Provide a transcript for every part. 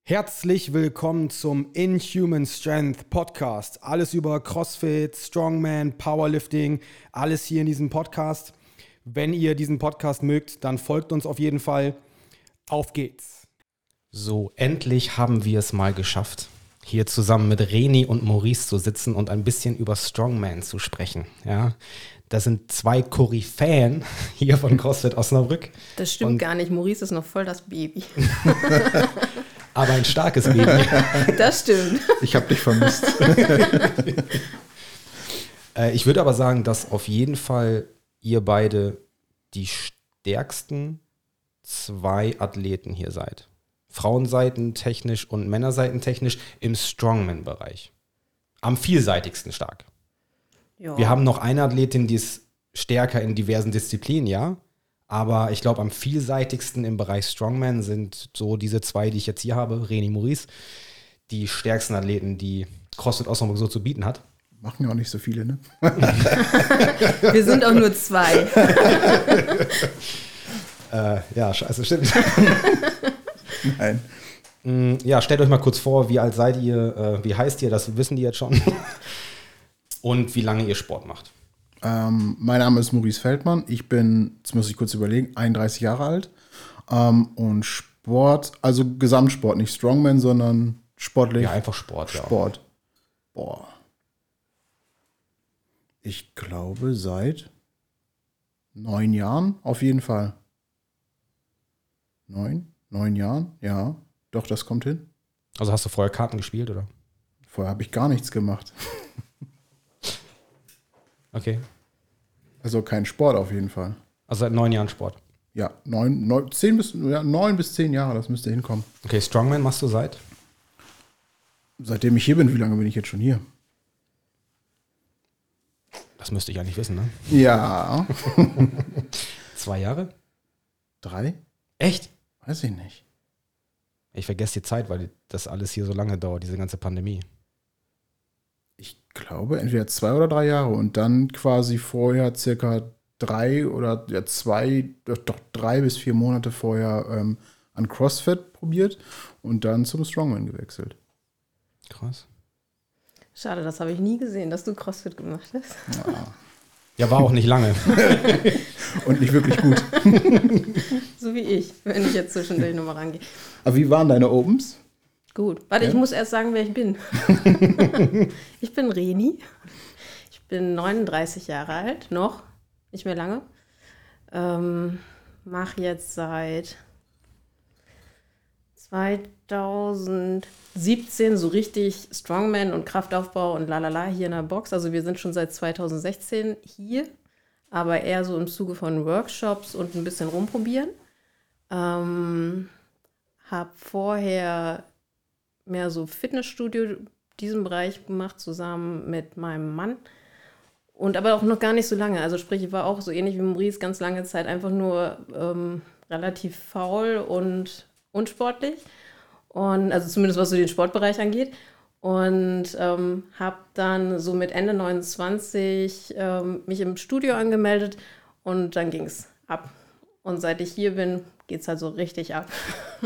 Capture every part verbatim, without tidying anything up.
Herzlich willkommen zum Inhuman Strength Podcast. Alles über CrossFit, Strongman, Powerlifting, alles hier in diesem Podcast. Wenn ihr diesen Podcast mögt, dann folgt uns auf jeden Fall. Auf geht's. So, endlich haben wir es mal geschafft, hier zusammen mit Reni und Maurice zu sitzen und ein bisschen über Strongman zu sprechen. Ja, das sind zwei Koryphäen hier von CrossFit Osnabrück. Das stimmt und gar nicht. Maurice ist noch voll das Baby. Aber ein starkes Baby. Das stimmt. Ich habe dich vermisst. äh, ich würde aber sagen, dass auf jeden Fall ihr beide die stärksten zwei Athleten hier seid. Frauenseitentechnisch und Männerseitentechnisch im Strongman-Bereich. Am vielseitigsten stark. Ja. Wir haben noch eine Athletin, die ist stärker in diversen Disziplinen, ja. Aber ich glaube, am vielseitigsten im Bereich Strongman sind so diese zwei, die ich jetzt hier habe, Reni, Maurice, die stärksten Athleten, die CrossFit Osnabrück so zu bieten hat. Machen ja auch nicht so viele, ne? Wir sind auch nur zwei. äh, ja, scheiße, stimmt. Nein. Ja, stellt euch mal kurz vor, wie alt seid ihr, äh, wie heißt ihr, das wissen die jetzt schon. Und wie lange ihr Sport macht. Ähm, mein Name ist Maurice Feldmann. Ich bin, jetzt muss ich kurz überlegen, einunddreißig Jahre alt. Ähm, und Sport, also Gesamtsport, nicht Strongman, sondern sportlich. Ja, einfach Sport, ja. Sport. Boah. Ich glaube, seit neun Jahren auf jeden Fall. Neun? Neun Jahren? Ja. Doch, das kommt hin. Also hast du vorher Karten gespielt, oder? Vorher habe ich gar nichts gemacht. Okay. Also kein Sport auf jeden Fall. Also seit neun Jahren Sport? Ja, neun, neun, zehn bis, ja, neun bis zehn Jahre, das müsste hinkommen. Okay, Strongman machst du seit? Seitdem ich hier bin. Wie lange bin ich jetzt schon hier? Das müsste ich eigentlich wissen, ne? Ja. Zwei Jahre? Drei? Echt? Weiß ich nicht. Ich vergesse die Zeit, weil das alles hier so lange dauert, diese ganze Pandemie. Ich glaube, entweder zwei oder drei Jahre und dann quasi vorher circa drei oder ja, zwei, doch drei bis vier Monate vorher ähm, an CrossFit probiert und dann zum Strongman gewechselt. Krass. Schade, das habe ich nie gesehen, dass du CrossFit gemacht hast. Ja, ja, war auch nicht lange. Und nicht wirklich gut. So wie ich, wenn ich jetzt zwischendurch nochmal rangehe. Aber wie waren deine Opens? Gut. Warte, ja? Ich muss erst sagen, wer ich bin. Ich bin Reni. Ich bin neununddreißig Jahre alt, noch, nicht mehr lange. Ähm, mache jetzt seit zweitausendsiebzehn so richtig Strongman und Kraftaufbau und lalala hier in der Box. Also wir sind schon seit zweitausendsechzehn hier, aber eher so im Zuge von Workshops und ein bisschen rumprobieren. Ähm, habe vorher mehr so Fitnessstudio, diesen Bereich gemacht, zusammen mit meinem Mann. Und aber auch noch gar nicht so lange. Also sprich, ich war auch so ähnlich wie Maurice ganz lange Zeit einfach nur ähm, relativ faul und unsportlich. Und also zumindest was so den Sportbereich angeht. Und ähm, habe dann so mit Ende neunundzwanzig ähm, mich im Studio angemeldet und dann ging es ab. Und seit ich hier bin, geht es halt so richtig ab.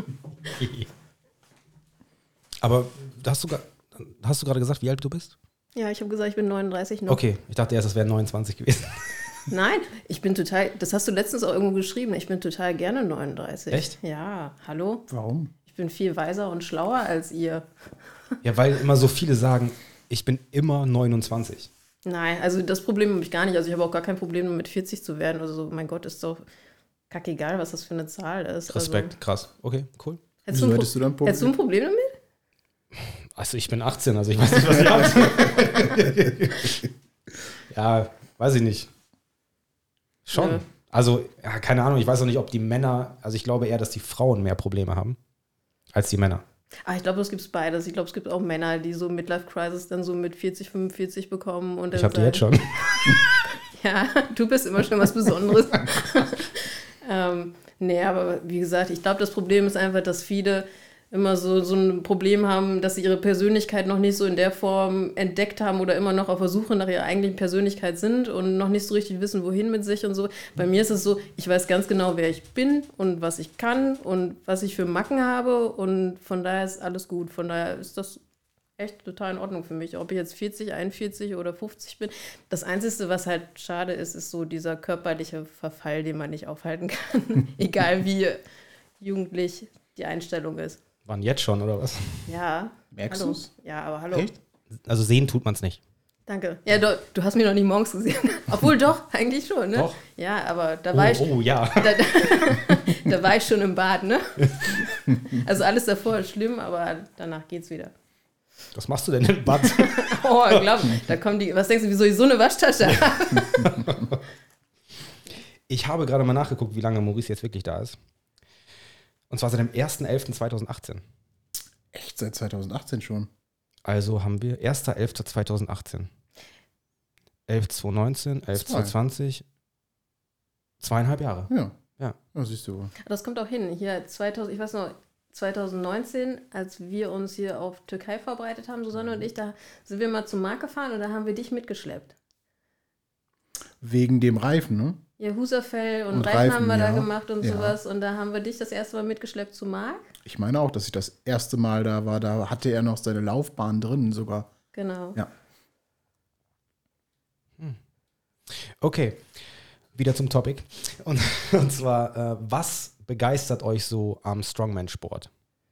Aber hast du, hast du gerade gesagt, wie alt du bist? Ja, ich habe gesagt, ich bin neununddreißig noch. Okay, ich dachte erst, das wären neunundzwanzig gewesen. Nein, ich bin total, das hast du letztens auch irgendwo geschrieben, ich bin total gerne neununddreißig. Echt? Ja, hallo? Warum? Ich bin viel weiser und schlauer als ihr. Ja, weil immer so viele sagen, ich bin immer neunundzwanzig. Nein, also das Problem habe ich gar nicht. Also ich habe auch gar kein Problem damit, vierzig zu werden. Also mein Gott, ist doch kackegal, was das für eine Zahl ist. Respekt, also, krass. Okay, cool. Hättest, du ein, hättest, du dann hättest du ein Problem damit? Also ich bin achtzehn, also ich weiß nicht, was ich habe. Ja, weiß ich nicht. Schon. Ja. Also, ja, keine Ahnung, ich weiß auch nicht, ob die Männer, also ich glaube eher, dass die Frauen mehr Probleme haben als die Männer. Ah, ich glaube, es gibt beides. Ich glaube, es gibt auch Männer, die so Midlife-Crisis dann so mit vierzig, fünfundvierzig bekommen. Und dann ich habe die jetzt schon. Ja, du bist immer schon was Besonderes. ähm, nee, aber wie gesagt, ich glaube, das Problem ist einfach, dass viele immer so, so ein Problem haben, dass sie ihre Persönlichkeit noch nicht so in der Form entdeckt haben oder immer noch auf der Suche nach ihrer eigentlichen Persönlichkeit sind und noch nicht so richtig wissen, wohin mit sich und so. Bei mir ist es so, ich weiß ganz genau, wer ich bin und was ich kann und was ich für Macken habe und von daher ist alles gut. Von daher ist das echt total in Ordnung für mich. Ob ich jetzt vierzig, einundvierzig oder fünfzig bin. Das Einzige, was halt schade ist, ist so dieser körperliche Verfall, den man nicht aufhalten kann. Egal wie jugendlich die Einstellung ist. Waren jetzt schon, oder was? Ja. Merkst hallo. du's? Ja, aber hallo. Echt? Also sehen tut man es nicht. Danke. Ja, du, du hast mich noch nicht morgens gesehen. Obwohl doch, eigentlich schon, ne? Doch. Ja, aber da Oh, war ich. oh ja. Da, da war ich schon im Bad, ne? Also alles davor ist schlimm, aber danach geht's wieder. Was machst du denn im Bad? Oh, glaub, da kommen die. Was denkst du, wieso ich so eine Waschtasche habe? Ich habe gerade mal nachgeguckt, wie lange Maurice jetzt wirklich da ist. Und zwar seit dem erster elfter zweitausendachtzehn. Echt, seit zweitausendachtzehn schon? Also haben wir erster elfter zweitausendachtzehn. elfter zweitausendneunzehn, elfter zweitausendzwanzig. Zweieinhalb Jahre. Ja. Ja. Ja, siehst du. Das kommt auch hin. Hier zweitausend, ich weiß noch, zweitausendneunzehn, als wir uns hier auf Türkei vorbereitet haben, Susanne und ich, da sind wir mal zum Markt gefahren und da haben wir dich mitgeschleppt. Wegen dem Reifen, ne? Ja, Husafell und, Und Reifen, Reifen, haben wir ja. da gemacht und Ja. sowas. Und da haben wir dich das erste Mal mitgeschleppt zu Marc. Ich meine auch, dass ich das erste Mal da war, da hatte er noch seine Laufbahn drin sogar. Genau. Ja. Okay, wieder zum Topic. Und, und zwar, äh, was begeistert euch so am Strongman-Sport?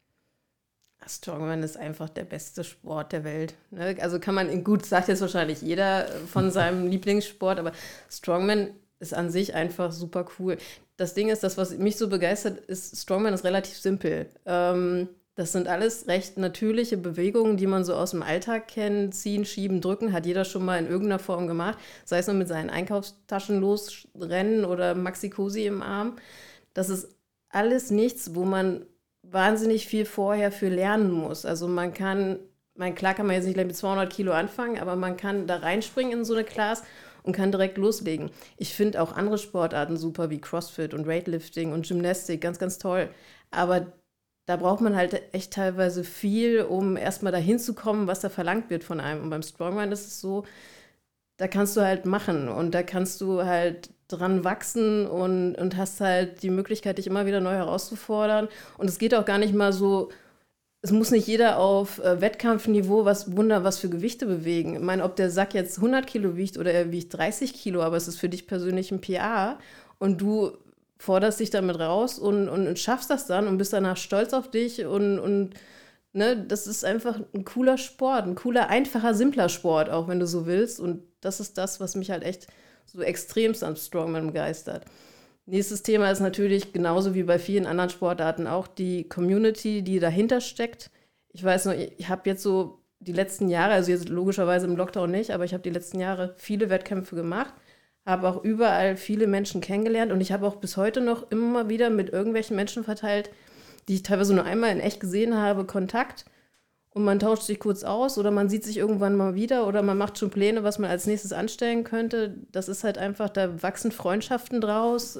Strongman ist einfach der beste Sport der Welt. Ne? Also kann man, gut, sagt jetzt wahrscheinlich jeder von seinem Lieblingssport, aber Strongman ist an sich einfach super cool. Das Ding ist, das, was mich so begeistert, ist, Strongman ist relativ simpel. Ähm, das sind alles recht natürliche Bewegungen, die man so aus dem Alltag kennt. Ziehen, schieben, drücken, hat jeder schon mal in irgendeiner Form gemacht. Sei es nur mit seinen Einkaufstaschen losrennen oder Maxi-Cosi im Arm. Das ist alles nichts, wo man wahnsinnig viel vorher für lernen muss. Also man kann, mein, klar kann man jetzt nicht gleich mit zweihundert Kilo anfangen, aber man kann da reinspringen in so eine Class und kann direkt loslegen. Ich finde auch andere Sportarten super, wie CrossFit und Weightlifting und Gymnastik, ganz, ganz toll. Aber da braucht man halt echt teilweise viel, um erstmal dahin zu kommen, was da verlangt wird von einem. Und beim Strongman ist es so, da kannst du halt machen und da kannst du halt dran wachsen und, und hast halt die Möglichkeit, dich immer wieder neu herauszufordern. Und es geht auch gar nicht mal so, es muss nicht jeder auf äh, Wettkampfniveau was Wunder, was für Gewichte bewegen. Ich meine, ob der Sack jetzt hundert Kilo wiegt oder er wiegt dreißig Kilo, aber es ist für dich persönlich ein P A und du forderst dich damit raus und, und, und schaffst das dann und bist danach stolz auf dich und, und ne, das ist einfach ein cooler Sport, ein cooler, einfacher, simpler Sport, auch wenn du so willst. Und das ist das, was mich halt echt so extremst am Strongman begeistert. Nächstes Thema ist natürlich genauso wie bei vielen anderen Sportarten auch die Community, die dahinter steckt. Ich weiß noch, ich habe jetzt so die letzten Jahre, also jetzt logischerweise im Lockdown nicht, aber ich habe die letzten Jahre viele Wettkämpfe gemacht, habe auch überall viele Menschen kennengelernt und ich habe auch bis heute noch immer mal wieder mit irgendwelchen Menschen verteilt, die ich teilweise nur einmal in echt gesehen habe, Kontakt. Und man tauscht sich kurz aus oder man sieht sich irgendwann mal wieder oder man macht schon Pläne, was man als nächstes anstellen könnte. Das ist halt einfach, da wachsen Freundschaften draus.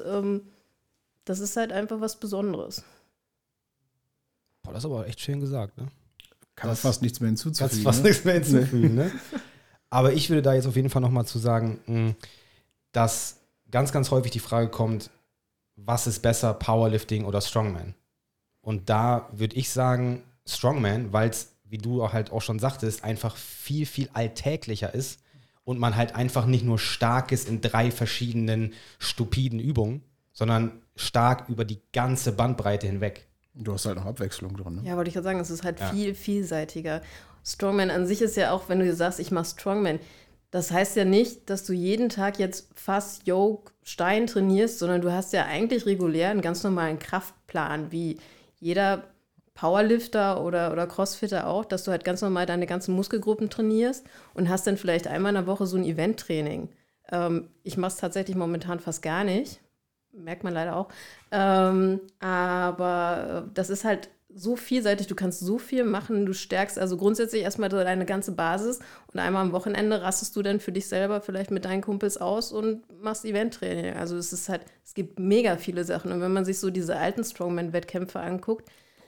Das ist halt einfach was Besonderes. Boah, das ist aber echt schön gesagt, ne? Kann das, fast nichts mehr hinzuzufügen. Kannst fast ne? nichts mehr hinzufügen, ne? Aber ich würde da jetzt auf jeden Fall nochmal zu sagen, dass ganz, ganz häufig die Frage kommt, was ist besser, Powerlifting oder Strongman? Und da würde ich sagen, Strongman, weil es, wie du auch halt auch schon sagtest, einfach viel, viel alltäglicher ist und man halt einfach nicht nur stark ist in drei verschiedenen stupiden Übungen, sondern stark über die ganze Bandbreite hinweg. Du hast halt noch Abwechslung drin, ne? Ja, wollte ich gerade sagen, es ist halt Ja. viel vielseitiger. Strongman an sich ist ja auch, wenn du sagst, ich mache Strongman, das heißt ja nicht, dass du jeden Tag jetzt Fass, Yoke, Stein trainierst, sondern du hast ja eigentlich regulär einen ganz normalen Kraftplan, wie jeder Powerlifter oder, oder Crossfitter auch, dass du halt ganz normal deine ganzen Muskelgruppen trainierst und hast dann vielleicht einmal in der Woche so ein Eventtraining. Ähm, ich mache es tatsächlich momentan fast gar nicht, merkt man leider auch. Ähm, aber das ist halt so vielseitig, du kannst so viel machen, du stärkst also grundsätzlich erstmal deine ganze Basis und einmal am Wochenende rastest du dann für dich selber vielleicht mit deinen Kumpels aus und machst Eventtraining. Also es ist halt, es gibt mega viele Sachen und wenn man sich so diese alten Strongman-Wettkämpfe anguckt,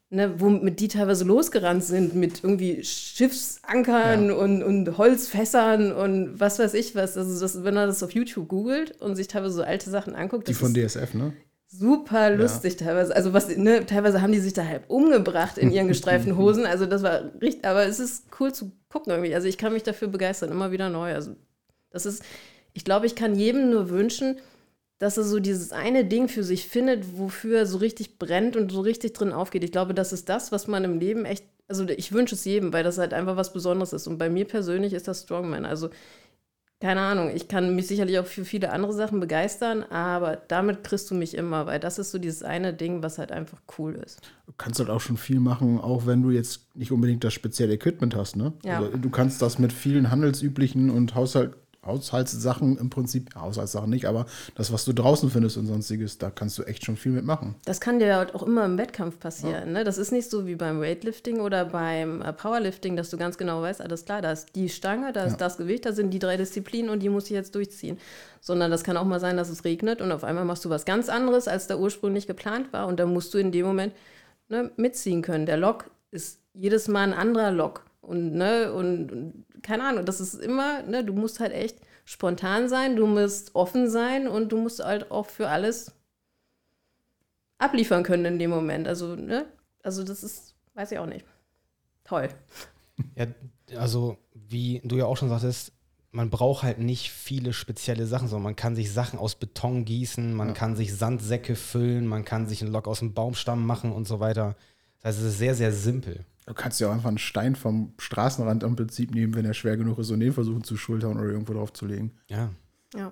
ne, womit die teilweise losgerannt sind, mit irgendwie Schiffsankern ja. und, und Holzfässern und was weiß ich was. Also das, wenn man das auf YouTube googelt und sich teilweise so alte Sachen anguckt. Die von D S F, ne? Super lustig ja. teilweise. Also was, ne, teilweise haben die sich da halb umgebracht in ihren gestreiften Hosen. Also das war richtig, aber es ist cool zu gucken irgendwie. Also ich kann mich dafür begeistern, immer wieder neu. Also das ist, ich glaube, ich kann jedem nur wünschen, dass er so dieses eine Ding für sich findet, wofür er so richtig brennt und so richtig drin aufgeht. Ich glaube, das ist das, was man im Leben echt, also ich wünsche es jedem, weil das halt einfach was Besonderes ist. Und bei mir persönlich ist das Strongman. Also keine Ahnung, ich kann mich sicherlich auch für viele andere Sachen begeistern, aber damit kriegst du mich immer, weil das ist so dieses eine Ding, was halt einfach cool ist. Du kannst halt auch schon viel machen, auch wenn du jetzt nicht unbedingt das spezielle Equipment hast, ne? Ja. Also, du kannst das mit vielen handelsüblichen und Haushalt Haushaltssachen im Prinzip, Haushaltssachen nicht, aber das, was du draußen findest und sonstiges, da kannst du echt schon viel mitmachen. Das kann dir halt auch immer im Wettkampf passieren. Ja. Ne? Das ist nicht so wie beim Weightlifting oder beim äh, Powerlifting, dass du ganz genau weißt, alles klar, da ist die Stange, da ist ja. das Gewicht, da sind die drei Disziplinen und die muss ich jetzt durchziehen. Sondern das kann auch mal sein, dass es regnet und auf einmal machst du was ganz anderes, als da ursprünglich geplant war und dann musst du in dem Moment ne, mitziehen können. Der Log ist jedes Mal ein anderer Log. Und, ne, und, und keine Ahnung, das ist immer, ne, du musst halt echt spontan sein, du musst offen sein und du musst halt auch für alles abliefern können in dem Moment. Also, ne, also das ist, weiß ich auch nicht. Toll. Ja, also wie du ja auch schon sagtest, man braucht halt nicht viele spezielle Sachen, sondern man kann sich Sachen aus Beton gießen, man ja. kann sich Sandsäcke füllen, man kann sich einen Lok aus dem Baumstamm machen und so weiter. Das heißt, es ist sehr, sehr simpel. Du kannst ja auch einfach einen Stein vom Straßenrand im Prinzip nehmen, wenn er schwer genug ist und den versuchen zu schultern oder irgendwo drauf zu legen. Ja. Ja.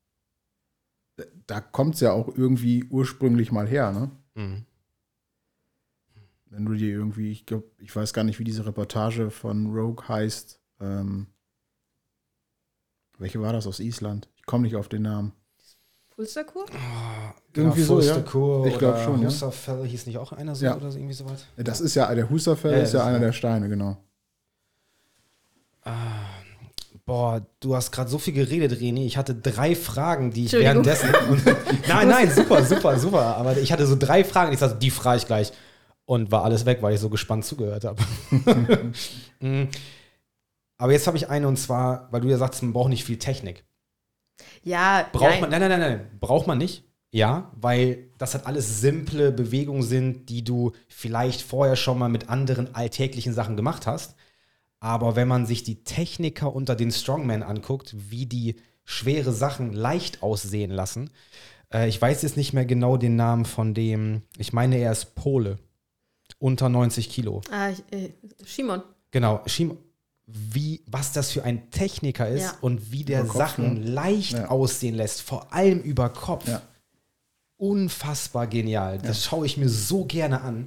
Da kommt es ja auch irgendwie ursprünglich mal her, ne? Mhm. Wenn du dir irgendwie, ich glaube, ich weiß gar nicht, wie diese Reportage von Rogue heißt. Ähm, welche war das aus Island? Ich komme nicht auf den Namen. Fulsterkur? Oh, irgendwie so, ja. Ich glaube schon, ja. Husserfell hieß nicht auch einer so ja. oder so, irgendwie sowas? Das ist ja, der Husserfell ja, ist ja einer der Steine, genau. Ah, boah, du hast gerade so viel geredet, René. Ich hatte drei Fragen, die ich währenddessen... Und, nein, nein, super, super, super. Aber ich hatte so drei Fragen, ich sagte, die frage ich gleich. Und war alles weg, weil ich so gespannt zugehört habe. Aber jetzt habe ich eine, und zwar, weil du ja sagst, man braucht nicht viel Technik. Ja, braucht nein. man, nein, nein, nein, nein, braucht man nicht. Ja, weil das halt alles simple Bewegungen sind, die du vielleicht vorher schon mal mit anderen alltäglichen Sachen gemacht hast. Aber wenn man sich die Techniker unter den Strongmen anguckt, wie die schwere Sachen leicht aussehen lassen, äh, ich weiß jetzt nicht mehr genau den Namen von dem, ich meine, er ist Pole, unter neunzig Kilo. Ah, ich, äh, Shimon. Genau, Shimon. Wie, was das für ein Techniker ist ja. und wie der Kopf, Sachen ne? leicht ja. aussehen lässt, vor allem über Kopf. Ja. Unfassbar genial. Das ja. schaue ich mir so gerne an.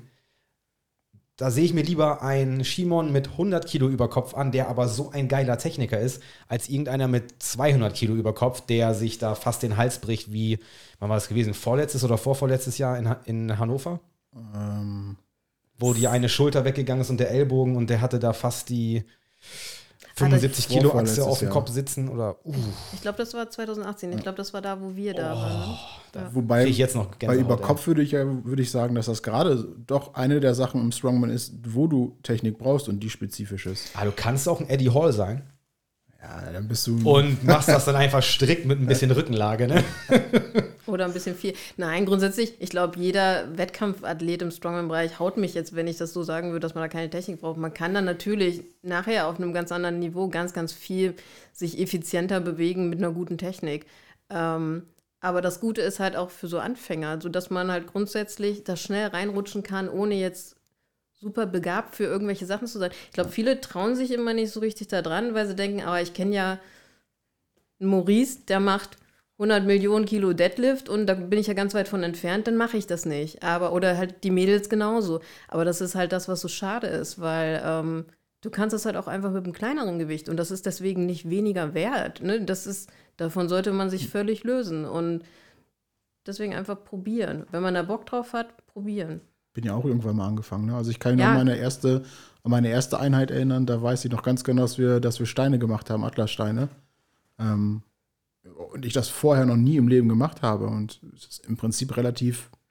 Da sehe ich mir lieber einen Shimon mit hundert Kilo über Kopf an, der aber so ein geiler Techniker ist, als irgendeiner mit zweihundert Kilo über Kopf, der sich da fast den Hals bricht, wie, wann war das gewesen, vorletztes oder vorvorletztes Jahr in, in Hannover? Ähm. Wo die eine Schulter weggegangen ist und der Ellbogen und der hatte da fast die fünfundsiebzig Kilo Achse auf dem Kopf sitzen oder uh. Ich glaube, das war zwanzig achtzehn. Ich glaube, das war da, wo wir da oh, waren. Da Wobei, ich jetzt noch bei über Kopf würde ich, ja, würde ich sagen, dass das gerade doch eine der Sachen im Strongman ist, wo du Technik brauchst und die spezifisch ist. Ah, du kannst auch ein Eddie Hall sein. Ja, dann bist du... Und machst das dann einfach strikt mit ein bisschen Rückenlage, ne? Oder ein bisschen viel. Nein, grundsätzlich, ich glaube, jeder Wettkampfathlet im Strongman-Bereich haut mich jetzt, wenn ich das so sagen würde, dass man da keine Technik braucht. Man kann dann natürlich nachher auf einem ganz anderen Niveau ganz, ganz viel sich effizienter bewegen mit einer guten Technik. Ähm, aber das Gute ist halt auch für so Anfänger, sodass man halt grundsätzlich da schnell reinrutschen kann, ohne jetzt super begabt für irgendwelche Sachen zu sein. Ich glaube, viele trauen sich immer nicht so richtig da dran, weil sie denken, aber ich kenne ja einen Maurice, der macht hundert Millionen Kilo Deadlift und da bin ich ja ganz weit von entfernt, dann mache ich das nicht. Aber, oder halt die Mädels genauso. Aber das ist halt das, was so schade ist, weil ähm, du kannst das halt auch einfach mit einem kleineren Gewicht und das ist deswegen nicht weniger wert. Ne? Das ist, davon sollte man sich völlig lösen und deswegen einfach probieren. Wenn man da Bock drauf hat, probieren. Bin ja auch irgendwann mal angefangen. Ne? Also ich kann mich ja. noch an meine erste, an meine erste Einheit erinnern, da weiß ich noch ganz genau, dass wir, dass wir Steine gemacht haben, Atlassteine. Ähm, und ich das vorher noch nie im Leben gemacht habe. Und es ist im Prinzip relativ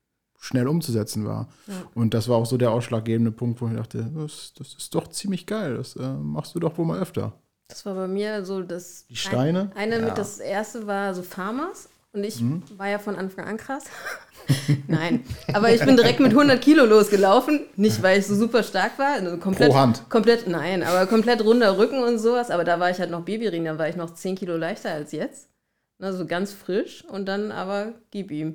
schnell umzusetzen war. Ja. Und das war auch so der ausschlaggebende Punkt, wo ich dachte, das, das ist doch ziemlich geil, das äh, machst du doch wohl mal öfter. Das war bei mir so das... Die Steine? Ein, eine ja. mit, das erste war so Farmers und ich mhm. war ja von Anfang an krass. Nein, aber ich bin direkt mit hundert Kilo losgelaufen, nicht weil ich so super stark war, also komplett, pro Hand. Komplett, nein, aber komplett runder Rücken und sowas, aber da war ich halt noch Babyring, da war ich noch zehn Kilo leichter als jetzt, also ganz frisch und dann aber gib ihm.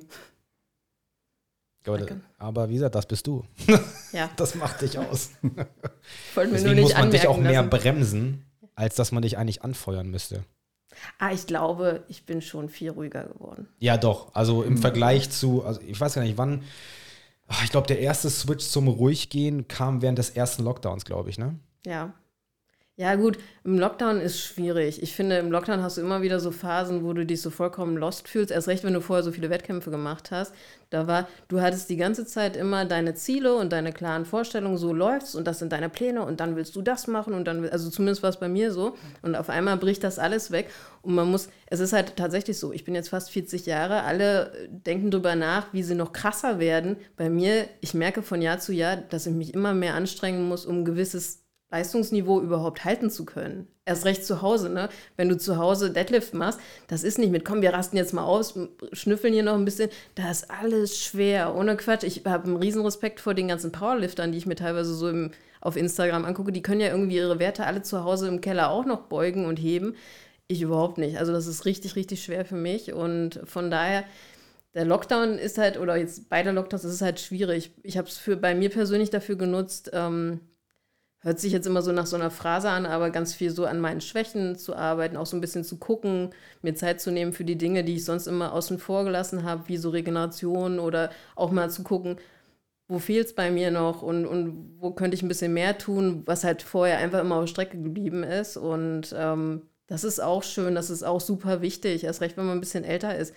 Aber, aber wie gesagt, das bist du. Ja. Das macht dich aus. Wollte mir Deswegen nur nicht muss man dich auch anmerken mehr lassen. bremsen, als dass man dich eigentlich anfeuern müsste. Ah, ich glaube, ich bin schon viel ruhiger geworden. Ja, doch. Also im mhm. Vergleich zu, also ich weiß gar nicht, wann, ach, ich glaube, der erste Switch zum Ruhiggehen kam während des ersten Lockdowns, glaube ich, ne? Ja. Ja gut, im Lockdown ist schwierig. Ich finde, im Lockdown hast du immer wieder so Phasen, wo du dich so vollkommen lost fühlst. Erst recht, wenn du vorher so viele Wettkämpfe gemacht hast. Da war, du hattest die ganze Zeit immer deine Ziele und deine klaren Vorstellungen, so läuft's und das sind deine Pläne und dann willst du das machen und dann, also zumindest war es bei mir so. Und auf einmal bricht das alles weg und man muss, es ist halt tatsächlich so, ich bin jetzt fast vierzig Jahre, alle denken drüber nach, wie sie noch krasser werden. Bei mir, ich merke von Jahr zu Jahr, dass ich mich immer mehr anstrengen muss, um ein gewisses Leistungsniveau überhaupt halten zu können. Erst recht zu Hause, ne? Wenn du zu Hause Deadlift machst, das ist nicht mit, komm, wir rasten jetzt mal aus, schnüffeln hier noch ein bisschen. Da ist alles schwer, ohne Quatsch. Ich habe einen riesen Respekt vor den ganzen Powerliftern, die ich mir teilweise so im, auf Instagram angucke. Die können ja irgendwie ihre Werte alle zu Hause im Keller auch noch beugen und heben. Ich überhaupt nicht. Also das ist richtig, richtig schwer für mich. Und von daher, der Lockdown ist halt, oder jetzt beide Lockdowns, das ist halt schwierig. Ich habe es für bei mir persönlich dafür genutzt, ähm, hört sich jetzt immer so nach so einer Phrase an, aber ganz viel so an meinen Schwächen zu arbeiten, auch so ein bisschen zu gucken, mir Zeit zu nehmen für die Dinge, die ich sonst immer außen vor gelassen habe, wie so Regeneration oder auch mal zu gucken, wo fehlt es bei mir noch und, und wo könnte ich ein bisschen mehr tun, was halt vorher einfach immer auf Strecke geblieben ist. Und ähm, das ist auch schön, das ist auch super wichtig, erst recht, wenn man ein bisschen älter ist.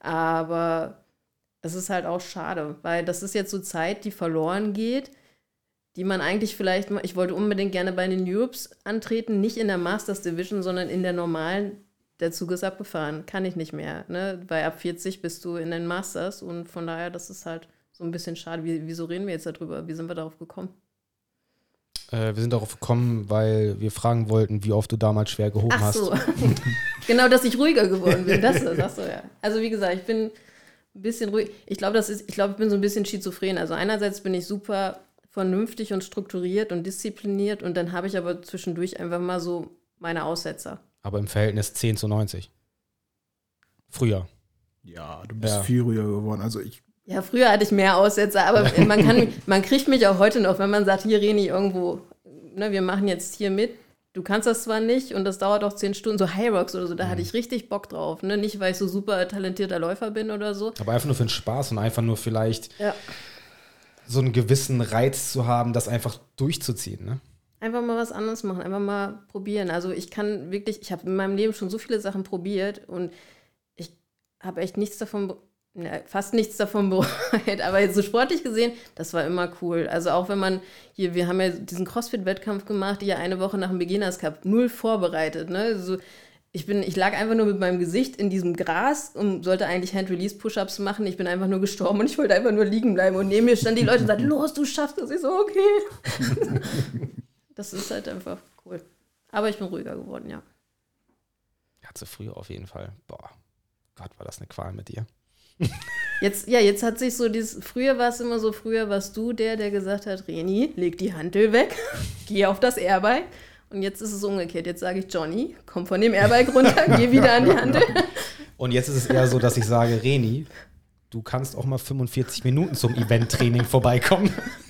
Aber es ist halt auch schade, weil das ist jetzt so Zeit, die verloren geht, die man eigentlich vielleicht, ich wollte unbedingt gerne bei den Europe's antreten, nicht in der Masters Division, sondern in der normalen. Der Zug ist abgefahren, kann ich nicht mehr, ne? Weil ab vierzig bist du in den Masters und von daher, das ist halt so ein bisschen schade. Wie, wieso reden wir jetzt darüber? Wie sind wir darauf gekommen? Äh, wir sind darauf gekommen, weil wir fragen wollten, wie oft du damals schwer gehoben Ach so. hast. Genau, dass ich ruhiger geworden bin, das ist das so, ja. Also wie gesagt, ich bin ein bisschen ruhig. Ich glaube, das ist, ich glaube, ich bin so ein bisschen schizophren. Also einerseits bin ich super vernünftig und strukturiert und diszipliniert und dann habe ich aber zwischendurch einfach mal so meine Aussetzer. Aber im Verhältnis zehn zu neunzig. Früher. Ja, du bist Ja. viel ruhiger geworden. Also ich. Ja, früher hatte ich mehr Aussetzer, aber man kann, man kriegt mich auch heute noch, wenn man sagt, hier Reni, irgendwo, ne, wir machen jetzt hier mit, du kannst das zwar nicht und das dauert auch zehn Stunden, so High Rocks oder so, da mhm. hatte ich richtig Bock drauf, ne? Nicht, weil ich so super talentierter Läufer bin oder so. Aber einfach nur für den Spaß und einfach nur vielleicht Ja. so einen gewissen Reiz zu haben, das einfach durchzuziehen, ne? Einfach mal was anderes machen, einfach mal probieren. Also ich kann wirklich, ich habe in meinem Leben schon so viele Sachen probiert und ich habe echt nichts davon, ja, fast nichts davon bereut. Aber jetzt so sportlich gesehen, das war immer cool. Also auch wenn man hier, wir haben ja diesen CrossFit-Wettkampf gemacht, die ja eine Woche nach dem Beginners Cup, null vorbereitet, ne? Also ich bin, ich lag einfach nur mit meinem Gesicht in diesem Gras und sollte eigentlich Hand-Release-Push-Ups machen. Ich bin einfach nur gestorben und ich wollte einfach nur liegen bleiben. Und neben mir standen die Leute und sagten, los, du schaffst das. Ich so, okay. Das ist halt einfach cool. Aber ich bin ruhiger geworden, ja. Hatte früher auf jeden Fall. Boah, Gott, war das eine Qual mit dir. Jetzt, ja, jetzt hat sich so dieses, früher war es immer so, früher warst du der, der gesagt hat, Reni, leg die Hantel weg, geh auf das Airbike. Und jetzt ist es umgekehrt. Jetzt sage ich, Johnny, komm von dem Airbike runter, geh wieder an die Hantel. Und jetzt ist es eher so, dass ich sage, Reni, du kannst auch mal fünfundvierzig Minuten zum Event-Training vorbeikommen.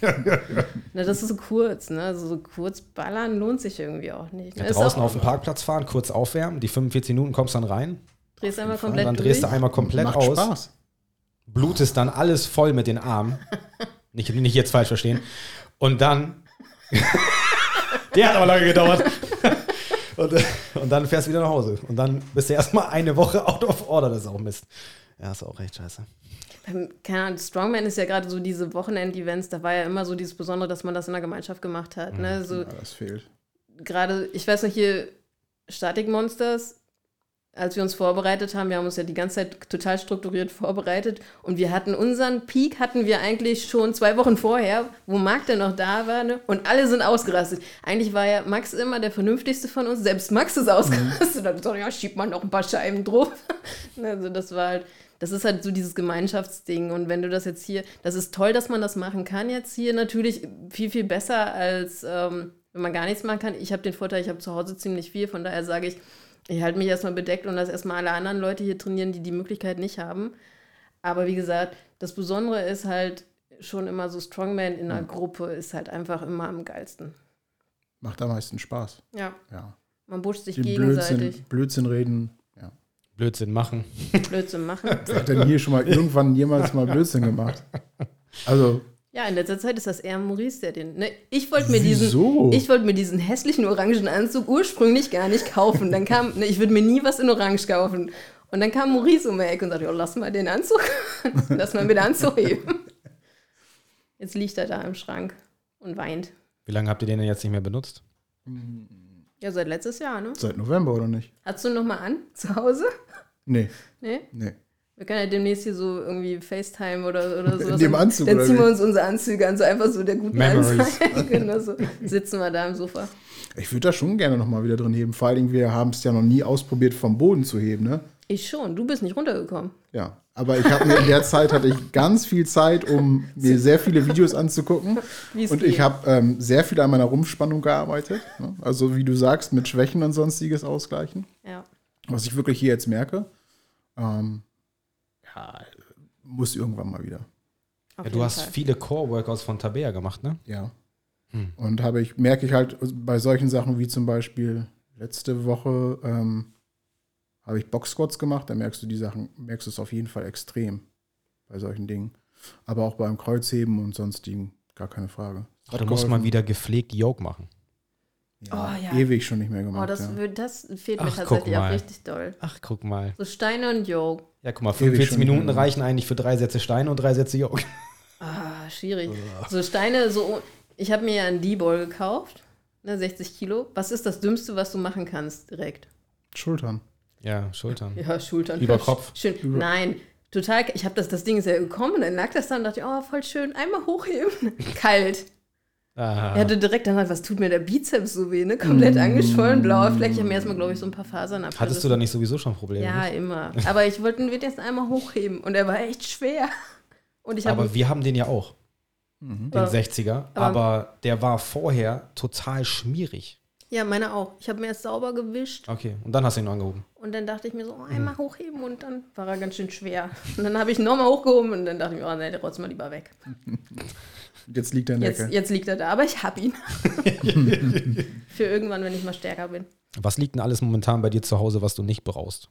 Na, das ist so kurz, ne? Also so kurz ballern lohnt sich irgendwie auch nicht. Ne? Ja, draußen auf dem Parkplatz fahren, kurz aufwärmen, die fünfundvierzig Minuten kommst dann rein. Drehst einmal Und komplett dann durch. drehst du einmal komplett Macht aus. Spaß. Blutest dann alles voll mit den Armen. Nicht, nicht jetzt falsch verstehen. Und dann der hat aber lange gedauert. Und, und dann fährst du wieder nach Hause. Und dann bist du erstmal eine Woche out of order. Das ist auch Mist. Ja, ist auch recht scheiße. Beim, keine Ahnung, Strongman ist ja gerade so diese Wochenend-Events, da war ja immer so dieses Besondere, dass man das in der Gemeinschaft gemacht hat. Ne? So, Ja, das fehlt. gerade, ich weiß noch hier, Static Monsters, als wir uns vorbereitet haben, wir haben uns ja die ganze Zeit total strukturiert vorbereitet und wir hatten unseren Peak, hatten wir eigentlich schon zwei Wochen vorher, wo Marc dann noch da war, ne? Und alle sind ausgerastet. Eigentlich war ja Max immer der vernünftigste von uns, selbst Max ist ausgerastet. Mhm. Dann so, ja, schiebt man noch ein paar Scheiben drauf. Also das war halt, das ist halt so dieses Gemeinschaftsding und wenn du das jetzt hier, das ist toll, dass man das machen kann jetzt hier, natürlich viel, viel besser als, ähm, wenn man gar nichts machen kann. Ich habe den Vorteil, ich habe zu Hause ziemlich viel, von daher sage ich, ich halte mich erstmal bedeckt und lasse erstmal alle anderen Leute hier trainieren, die die Möglichkeit nicht haben. Aber wie gesagt, das Besondere ist halt schon immer so Strongman in einer mhm. Gruppe ist halt einfach immer am geilsten. Macht am meisten Spaß. Ja. ja. Man pusht sich Den gegenseitig. Blödsinn, Blödsinn reden. Ja. Blödsinn machen. Blödsinn machen. Wer hat denn hier schon mal irgendwann jemals mal Blödsinn gemacht? Also... Ja, in letzter Zeit ist das eher Maurice, der den. Ne, ich wollte mir diesen, ich wollte mir diesen hässlichen orangen Anzug ursprünglich gar nicht kaufen. Dann kam, ne, ich würde mir nie was in Orange kaufen. Und dann kam Maurice um die Ecke und sagte, oh, lass mal den Anzug, lass mal mit Anzug heben. Jetzt liegt er da im Schrank und weint. Wie lange habt ihr den denn jetzt nicht mehr benutzt? Ja, seit letztes Jahr, ne? Seit November, oder nicht? Hast du ihn noch mal an, zu Hause? Nee. Nee? Nee. Wir können ja demnächst hier so irgendwie FaceTime oder, oder sowas. In dem Anzug, Dann oder ziehen wie? wir uns unsere Anzüge an, so einfach so der guten Memories. Anzeige. Genau so. Sitzen wir da im Sofa. Ich würde da schon gerne noch mal wieder drin heben. Vor allen Dingen, wir haben es ja noch nie ausprobiert, vom Boden zu heben, ne? Ich schon. Du bist nicht runtergekommen. Ja, aber ich habe mir in der Zeit hatte ich ganz viel Zeit, um mir sehr viele Videos anzugucken. Wie's Und geht. ich habe ähm, sehr viel an meiner Rumpfspannung gearbeitet. Ne? Also wie du sagst, mit Schwächen und sonstiges ausgleichen. Ja. Was ich wirklich hier jetzt merke. Ähm, ja, muss irgendwann mal wieder. Auf Ja, du jeden hast Fall. viele Core-Workouts von Tabea gemacht, ne? Ja. Hm. Und habe ich, merke ich halt bei solchen Sachen wie zum Beispiel letzte Woche ähm, habe ich Box-Squats gemacht, da merkst du die Sachen, merkst du es auf jeden Fall extrem bei solchen Dingen. Aber auch beim Kreuzheben und sonstigen, gar keine Frage. Ach, du musst mal wieder gepflegt Yoke machen. Ja, Oh, ja. ewig schon nicht mehr Oh, gemacht. das, ja. wird- das fehlt mir Ach, guck tatsächlich auch mal. richtig doll. Ach, guck mal. So Steine und Yoke. Ja, guck mal, Ewig fünfundvierzig schon Minuten wieder. reichen eigentlich für drei Sätze Steine und drei Sätze Yoke. Ah, schwierig. So Steine, so. Ich habe mir ja einen D-Ball gekauft, ne, sechzig Kilo. Was ist das Dümmste, was du machen kannst direkt? Schultern. Ja, Schultern. Ja, Schultern. Über Kopf. Schön. Nein, total. Ich habe das, das Ding ist ja gekommen, dann lag das da und dachte, oh, voll schön, einmal hochheben. Kalt. Ah. Er hatte direkt dann, was tut mir der Bizeps so weh, ne? Komplett angeschwollen, blauer Fleck. Ich habe mir erstmal, glaube ich, so ein paar Fasern abgerissen. Hattest du da nicht sowieso schon Probleme? Ja, nicht? immer. Aber ich wollte ihn jetzt einmal hochheben und er war echt schwer. Und ich habe Aber wir haben den ja auch, Mhm. den Aber- sechziger. aber- Aber der war vorher total schmierig. ja, meine auch. Ich habe mir erst sauber gewischt Okay, und dann hast du ihn nur angehoben. und dann dachte ich mir so, oh, einmal hochheben und dann war er ganz schön schwer. Und dann habe ich ihn nochmal hochgehoben und dann dachte ich mir, oh nee, der rotzt mal lieber weg. Jetzt liegt er in der Jetzt, Ecke. jetzt liegt er da, aber ich hab ihn. Für irgendwann, wenn ich mal stärker bin. Was liegt denn alles momentan bei dir zu Hause, was du nicht brauchst?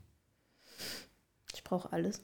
Ich brauche alles.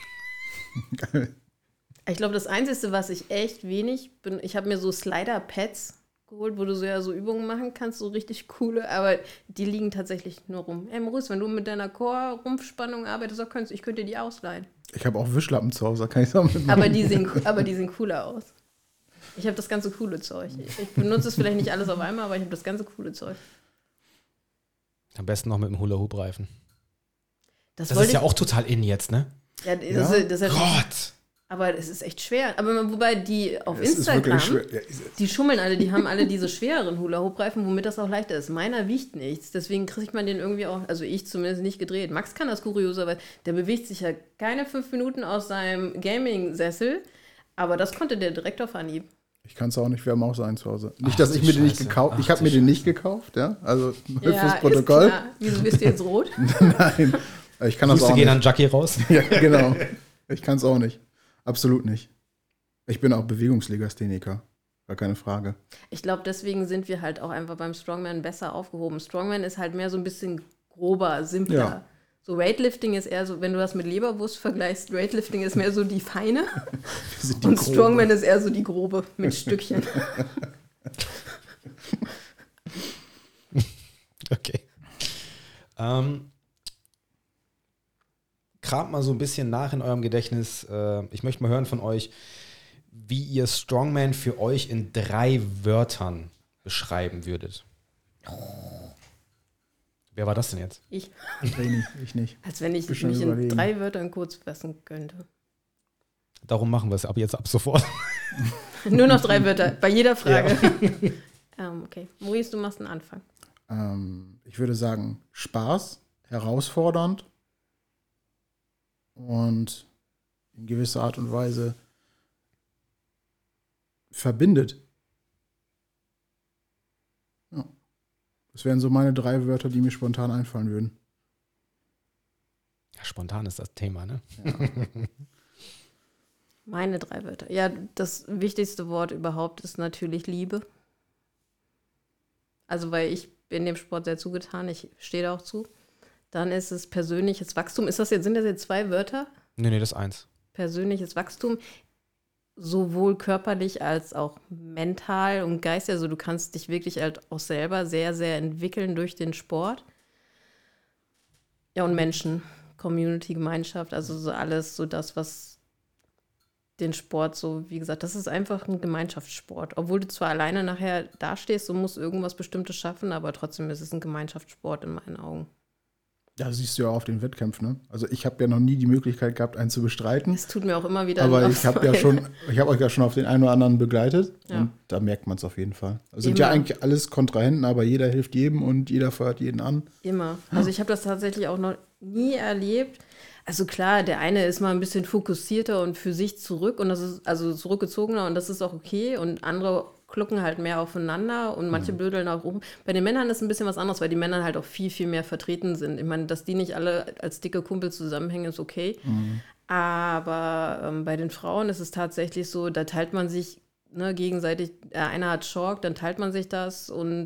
Ich glaube, das Einzige, was ich echt wenig bin, ich habe mir so Slider-Pads geholt, wo du so ja so Übungen machen kannst, so richtig coole, aber die liegen tatsächlich nur rum. Ey, Maurice, wenn du mit deiner Core-Rumpfspannung arbeitest, auch könntest, ich könnte die ausleihen. Ich habe auch Wischlappen zu Hause, da kann ich es auch mitmachen. Aber die sehen, aber die sehen cooler aus. Ich habe das ganze coole Zeug. Ich, ich benutze es vielleicht nicht alles auf einmal, aber ich habe das ganze coole Zeug. Am besten noch mit dem Hula-Hoop-Reifen. Das, Das wollte ist ja ich- auch total in jetzt, ne? Ja, das, Ja? Ist, das ist ja Gott! aber es ist echt schwer. Aber wobei die auf Es ist Instagram, wirklich schwer. Ja, ist es. die schummeln alle, die haben alle diese schwereren Hula-Hoop-Reifen, womit das auch leichter ist. Meiner wiegt nichts, deswegen kriegt man den irgendwie auch, also ich zumindest nicht gedreht. Max kann das kurioserweise, der bewegt sich ja keine fünf Minuten aus seinem Gaming-Sessel, aber das konnte der direkt auf Anhieb. Ich kann es auch nicht, wir haben auch so einen zu Hause. Nicht, Ach, dass du ich mir den nicht Scheiße. gekauft Ich Ach, habe du mir den Scheiße. nicht gekauft, ja. Also Ja, fürs ist Protokoll. klar. Wieso bist du jetzt rot? Nein. Ich kann das Grüße auch gehen nicht. an Jackie raus. Ja, genau. Ich kann es auch nicht. Absolut nicht. Ich bin auch Bewegungslegastheniker. Gar keine Frage. Ich glaube, deswegen sind wir halt auch einfach beim Strongman besser aufgehoben. Strongman ist halt mehr so ein bisschen grober, simpler. Ja. So Weightlifting ist eher so, wenn du das mit Leberwurst vergleichst, Weightlifting ist mehr so die feine Wir sind die und Groben. Strongman ist eher so die grobe mit Stückchen. Okay. Ähm, kramt mal so ein bisschen nach in eurem Gedächtnis. Äh, ich möchte mal hören von euch, wie ihr Strongman für euch in drei Wörtern beschreiben würdet. Wer war das denn jetzt? Ich. Training, ich nicht. Als wenn ich Bisschen mich in überlegen. drei Wörtern kurz fassen könnte. Darum machen wir es ab jetzt ab sofort. Nur noch drei Wörter, bei jeder Frage. ähm, okay. Maurice, du machst einen Anfang. Ähm, ich würde sagen, Spaß, herausfordernd und in gewisser Art und Weise verbindet. Ja. Das wären so meine drei Wörter, die mir spontan einfallen würden. Ja, spontan ist das Thema, ne? Ja. Meine drei Wörter. Ja, das wichtigste Wort überhaupt ist natürlich Liebe. Also, weil ich bin dem Sport sehr zugetan, ich stehe da auch zu. Dann ist es persönliches Wachstum. Ist das jetzt, sind das jetzt zwei Wörter? Nee, nee, das ist eins. Persönliches Wachstum, sowohl körperlich als auch mental und geistig. Also du kannst dich wirklich halt auch selber sehr, sehr entwickeln durch den Sport. Ja, und Menschen, Community, Gemeinschaft, also so alles, so das, was den Sport so, wie gesagt, das ist einfach ein Gemeinschaftssport. Obwohl du zwar alleine nachher dastehst und musst irgendwas Bestimmtes schaffen, aber trotzdem ist es ein Gemeinschaftssport in meinen Augen. Ja, das siehst du ja auch auf den Wettkämpfen, ne? Also ich habe ja noch nie die Möglichkeit gehabt, einen zu bestreiten. Es tut mir auch immer wieder Aber aufs ich habe ja Neue. schon, ich habe euch ja schon auf den einen oder anderen begleitet Ja. und da merkt man es auf jeden Fall. Also sind ja Immer. eigentlich alles Kontrahenten, aber jeder hilft jedem und jeder feuert jeden an. Immer. Also ich habe das tatsächlich auch noch nie erlebt. Also klar, der eine ist mal ein bisschen fokussierter und für sich zurück und das ist also zurückgezogener und das ist auch okay und andere klucken halt mehr aufeinander und manche blödeln auch rum. Bei den Männern ist ein bisschen was anderes, weil die Männer halt auch viel, viel mehr vertreten sind. Ich meine, dass die nicht alle als dicke Kumpel zusammenhängen, ist okay. Aber ähm, bei den Frauen ist es tatsächlich so, da teilt man sich ne, gegenseitig, äh, einer hat Chalk, dann teilt man sich das und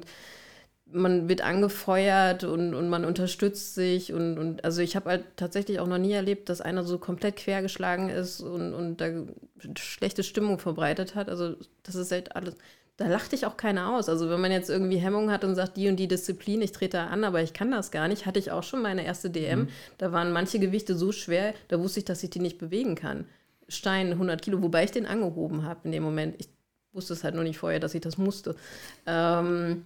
man wird angefeuert und, und man unterstützt sich und, und also ich habe halt tatsächlich auch noch nie erlebt, dass einer so komplett quergeschlagen ist und, und da schlechte Stimmung verbreitet hat. Also das ist halt alles, da lacht dich auch keiner aus. Also wenn man jetzt irgendwie Hemmungen hat und sagt, die und die Disziplin, ich trete da an, aber ich kann das gar nicht, hatte ich auch schon meine erste D M. Mhm. Da waren manche Gewichte so schwer, da wusste ich, dass ich die nicht bewegen kann. Stein, hundert Kilo, wobei ich den angehoben habe in dem Moment. Ich wusste es halt nur nicht vorher, dass ich das musste. Ähm,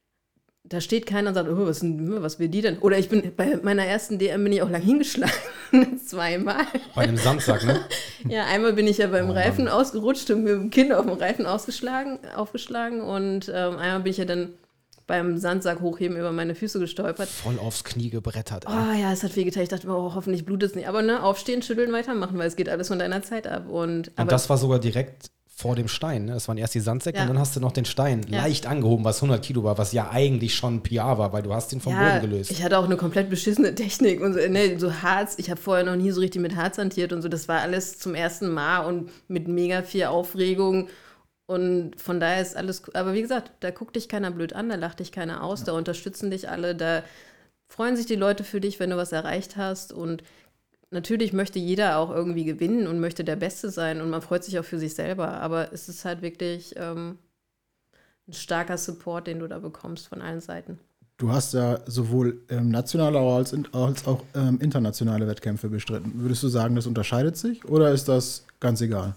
Da steht keiner und sagt, oh, was, was will die denn? Oder ich bin, bei meiner ersten D M bin ich auch lang hingeschlagen. Zweimal. Bei einem Sandsack, ne? Ja, einmal bin ich ja beim Oh, Reifen Mann. ausgerutscht und mit dem Kind auf dem Reifen ausgeschlagen, aufgeschlagen. Und ähm, einmal bin ich ja dann beim Sandsack hochheben über meine Füße gestolpert. Voll aufs Knie gebrettert. Ey. Oh ja, es hat wehgetan. Ich dachte, oh, hoffentlich blutet es nicht. Aber ne, aufstehen, schütteln, weitermachen, weil es geht alles von deiner Zeit ab. Und, Und aber das war sogar direkt vor dem Stein. Ne? Das waren erst die Sandsäcke Ja. und dann hast du noch den Stein Ja. leicht angehoben, was hundert Kilo war, was ja eigentlich schon P R war, weil du hast ihn vom ja, Boden gelöst. ich hatte auch eine komplett beschissene Technik und so, ne, so Harz. Ich habe vorher noch nie so richtig mit Harz hantiert und so. Das war alles zum ersten Mal und mit mega viel Aufregung. Und von daher ist alles, aber wie gesagt, da guckt dich keiner blöd an, da lacht dich keiner aus, da unterstützen dich alle, da freuen sich die Leute für dich, wenn du was erreicht hast. Und natürlich möchte jeder auch irgendwie gewinnen und möchte der Beste sein und man freut sich auch für sich selber. Aber es ist halt wirklich ähm, ein starker Support, den du da bekommst von allen Seiten. Du hast ja sowohl ähm, nationale als, als auch ähm, internationale Wettkämpfe bestritten. Würdest du sagen, das unterscheidet sich oder ist das ganz egal?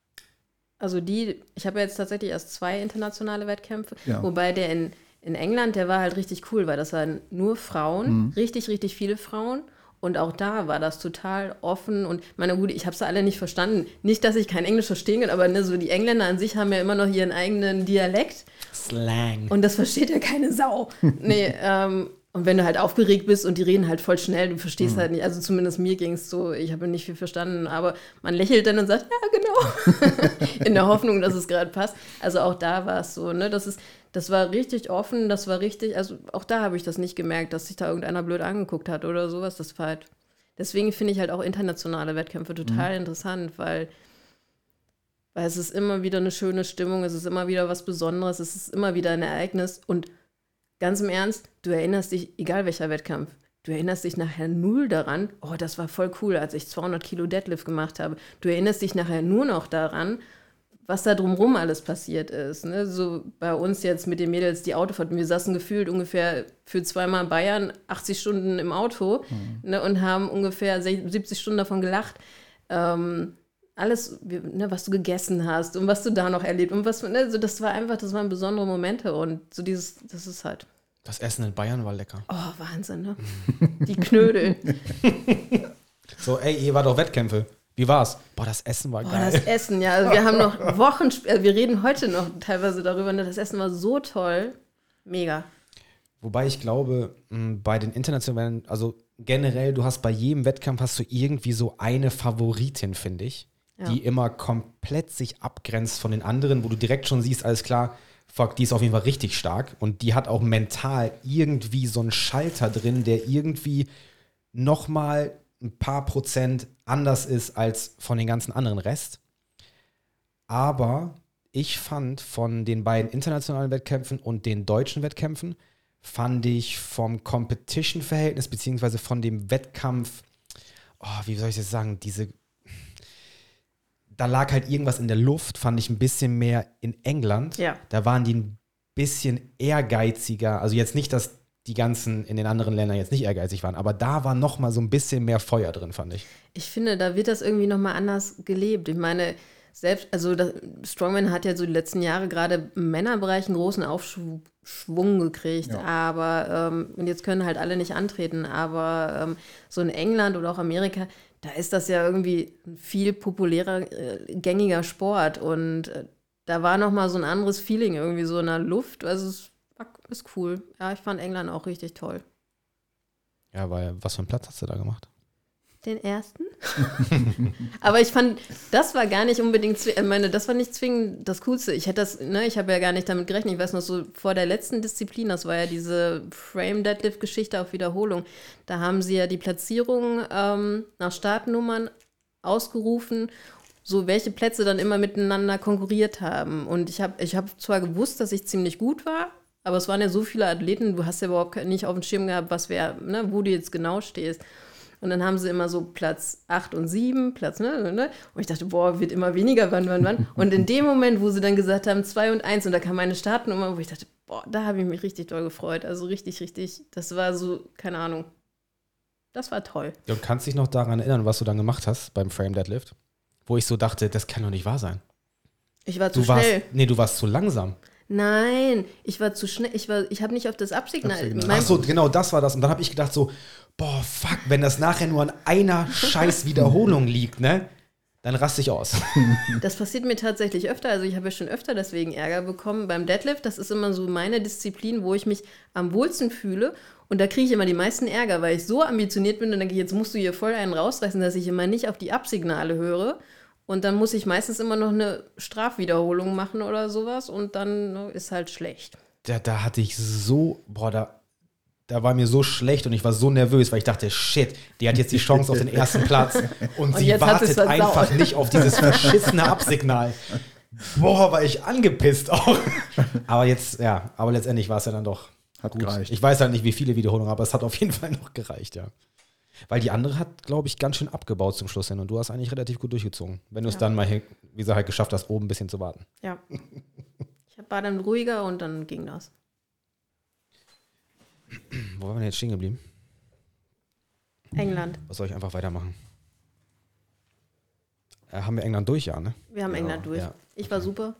Also die, ich habe jetzt tatsächlich erst zwei internationale Wettkämpfe, Ja. wobei der in, in England, der war halt richtig cool, weil das waren nur Frauen, Mhm. richtig, richtig viele Frauen. Und auch da war das total offen und meine gut, ich habe sie alle nicht verstanden. Nicht, dass ich kein Englisch verstehen kann, aber ne, so die Engländer an sich haben ja immer noch ihren eigenen Dialekt Slang. und das versteht ja keine Sau. Nee, ähm, und wenn du halt aufgeregt bist und die reden halt voll schnell, du verstehst halt nicht, also zumindest mir ging es so, ich habe nicht viel verstanden, aber man lächelt dann und sagt, ja genau, in der Hoffnung, dass es gerade passt. Also auch da war es so, ne, das ist, das war richtig offen, das war richtig, also auch da habe ich das nicht gemerkt, dass sich da irgendeiner blöd angeguckt hat oder sowas, das war halt, deswegen finde ich halt auch internationale Wettkämpfe total mhm. interessant, weil weil es ist immer wieder eine schöne Stimmung, es ist immer wieder was Besonderes, es ist immer wieder ein Ereignis und ganz im Ernst, du erinnerst dich, egal welcher Wettkampf, du erinnerst dich nachher null daran, oh, das war voll cool, als ich zweihundert Kilo Deadlift gemacht habe. Du erinnerst dich nachher nur noch daran, was da drumherum alles passiert ist. Ne? So bei uns jetzt mit den Mädels die Autofahrt, wir saßen gefühlt ungefähr für zweimal Bayern achtzig Stunden im Auto mhm. ne, und haben ungefähr siebzig Stunden davon gelacht. Ähm, alles, ne, was du gegessen hast und was du da noch erlebt und was, ne, so, das war einfach, das waren besondere Momente und so dieses, das ist halt. Das Essen in Bayern war lecker. Oh, Wahnsinn, ne? Die Knödel. So, ey, ihr wart doch Wettkämpfe. Wie war's? Boah, das Essen war Boah, geil. das Essen, ja. Also wir haben noch Wochen, sp- wir reden heute noch teilweise darüber, ne? Das Essen war so toll. Mega. Wobei ich glaube, mh, bei den internationalen, also generell, du hast bei jedem Wettkampf hast du irgendwie so eine Favoritin, finde ich, Ja. die immer komplett sich abgrenzt von den anderen, wo du direkt schon siehst, alles klar, fuck, die ist auf jeden Fall richtig stark und die hat auch mental irgendwie so einen Schalter drin, der irgendwie nochmal ein paar Prozent anders ist als von den ganzen anderen Rest. Aber ich fand von den beiden internationalen Wettkämpfen und den deutschen Wettkämpfen, fand ich vom Competition-Verhältnis beziehungsweise von dem Wettkampf, oh, wie soll ich das sagen, diese, da lag halt irgendwas in der Luft, fand ich ein bisschen mehr in England. Ja. Da waren die ein bisschen ehrgeiziger, also jetzt nicht, dass die ganzen in den anderen Ländern jetzt nicht ehrgeizig waren, aber da war noch mal so ein bisschen mehr Feuer drin, fand ich. Ich finde, da wird das irgendwie noch mal anders gelebt. Ich meine, selbst, also das, Strongman hat ja so die letzten Jahre gerade im Männerbereich einen großen Aufschwung gekriegt, Ja. aber ähm, und jetzt können halt alle nicht antreten, aber ähm, so in England oder auch Amerika, da ist das ja irgendwie ein viel populärer, äh, gängiger Sport und äh, da war noch mal so ein anderes Feeling irgendwie so in der Luft, also es war, ist cool. Ja, ich fand England auch richtig toll. Ja, weil was für einen Platz hast du da gemacht? Den ersten. Aber ich fand, das war gar nicht unbedingt, zwi- ich meine, das war nicht zwingend das Coolste. Ich hätte das, ne, ich habe ja gar nicht damit gerechnet. Ich weiß noch so, vor der letzten Disziplin, das war ja diese Frame-Deadlift-Geschichte auf Wiederholung, da haben sie ja die Platzierung ähm, nach Startnummern ausgerufen, so welche Plätze dann immer miteinander konkurriert haben. Und ich habe ich hab zwar gewusst, dass ich ziemlich gut war, aber es waren ja so viele Athleten, du hast ja überhaupt nicht auf dem Schirm gehabt, was wer, ne, wo du jetzt genau stehst. Und dann haben sie immer so Platz acht und sieben, Platz, ne, ne. Und ich dachte, boah, wird immer weniger, wann, wann, wann. Und in dem Moment, wo sie dann gesagt haben, zwei und eins, und da kam meine Startnummer, wo ich dachte, boah, da habe ich mich richtig doll gefreut. Also richtig, richtig, das war so, keine Ahnung, das war toll. Ja, und kannst dich noch daran erinnern, was du dann gemacht hast beim Frame Deadlift? Wo ich so dachte, das kann doch nicht wahr sein. Ich war zu Du warst, schnell. nee, du warst zu langsam. Nein, ich war zu schnell. Ich, war, ich habe nicht auf das Absignal. Absignal. Mein- Ach so, genau, das war das. Und dann habe ich gedacht so, boah, fuck, wenn das nachher nur an einer scheiß Wiederholung liegt, ne? Dann raste ich aus. Das passiert mir tatsächlich öfter. Also ich habe ja schon öfter deswegen Ärger bekommen. Beim Deadlift, das ist immer so meine Disziplin, wo ich mich am wohlsten fühle. Und da kriege ich immer die meisten Ärger, weil ich so ambitioniert bin und denke, jetzt musst du hier voll einen rausreißen, dass ich immer nicht auf die Absignale höre. Und dann muss ich meistens immer noch eine Strafwiederholung machen oder sowas. Und dann ne, ist halt schlecht. Da, da hatte ich so, boah, da, da war mir so schlecht und ich war so nervös, weil ich dachte, shit, die hat jetzt die Chance auf den ersten Platz und, Und sie jetzt hat sie's wartet versaut. einfach nicht auf dieses verschissene Absignal. Boah, war ich angepisst auch. Aber jetzt, ja, aber letztendlich war es ja dann doch Hat gut. gereicht. Ich weiß halt nicht, wie viele Wiederholungen, aber es hat auf jeden Fall noch gereicht, ja. Weil die andere hat, glaube ich, ganz schön abgebaut zum Schluss hin und du hast eigentlich relativ gut durchgezogen. Wenn du es Ja. dann mal, hin- wie gesagt, halt geschafft hast, oben ein bisschen zu warten. Ja. Ich war dann ruhiger und dann ging das. Wo waren wir denn jetzt stehen geblieben? England. Was soll ich einfach weitermachen? Äh, haben wir England durch, ja, ne? Wir haben Ja, England durch. ja. Ich war super.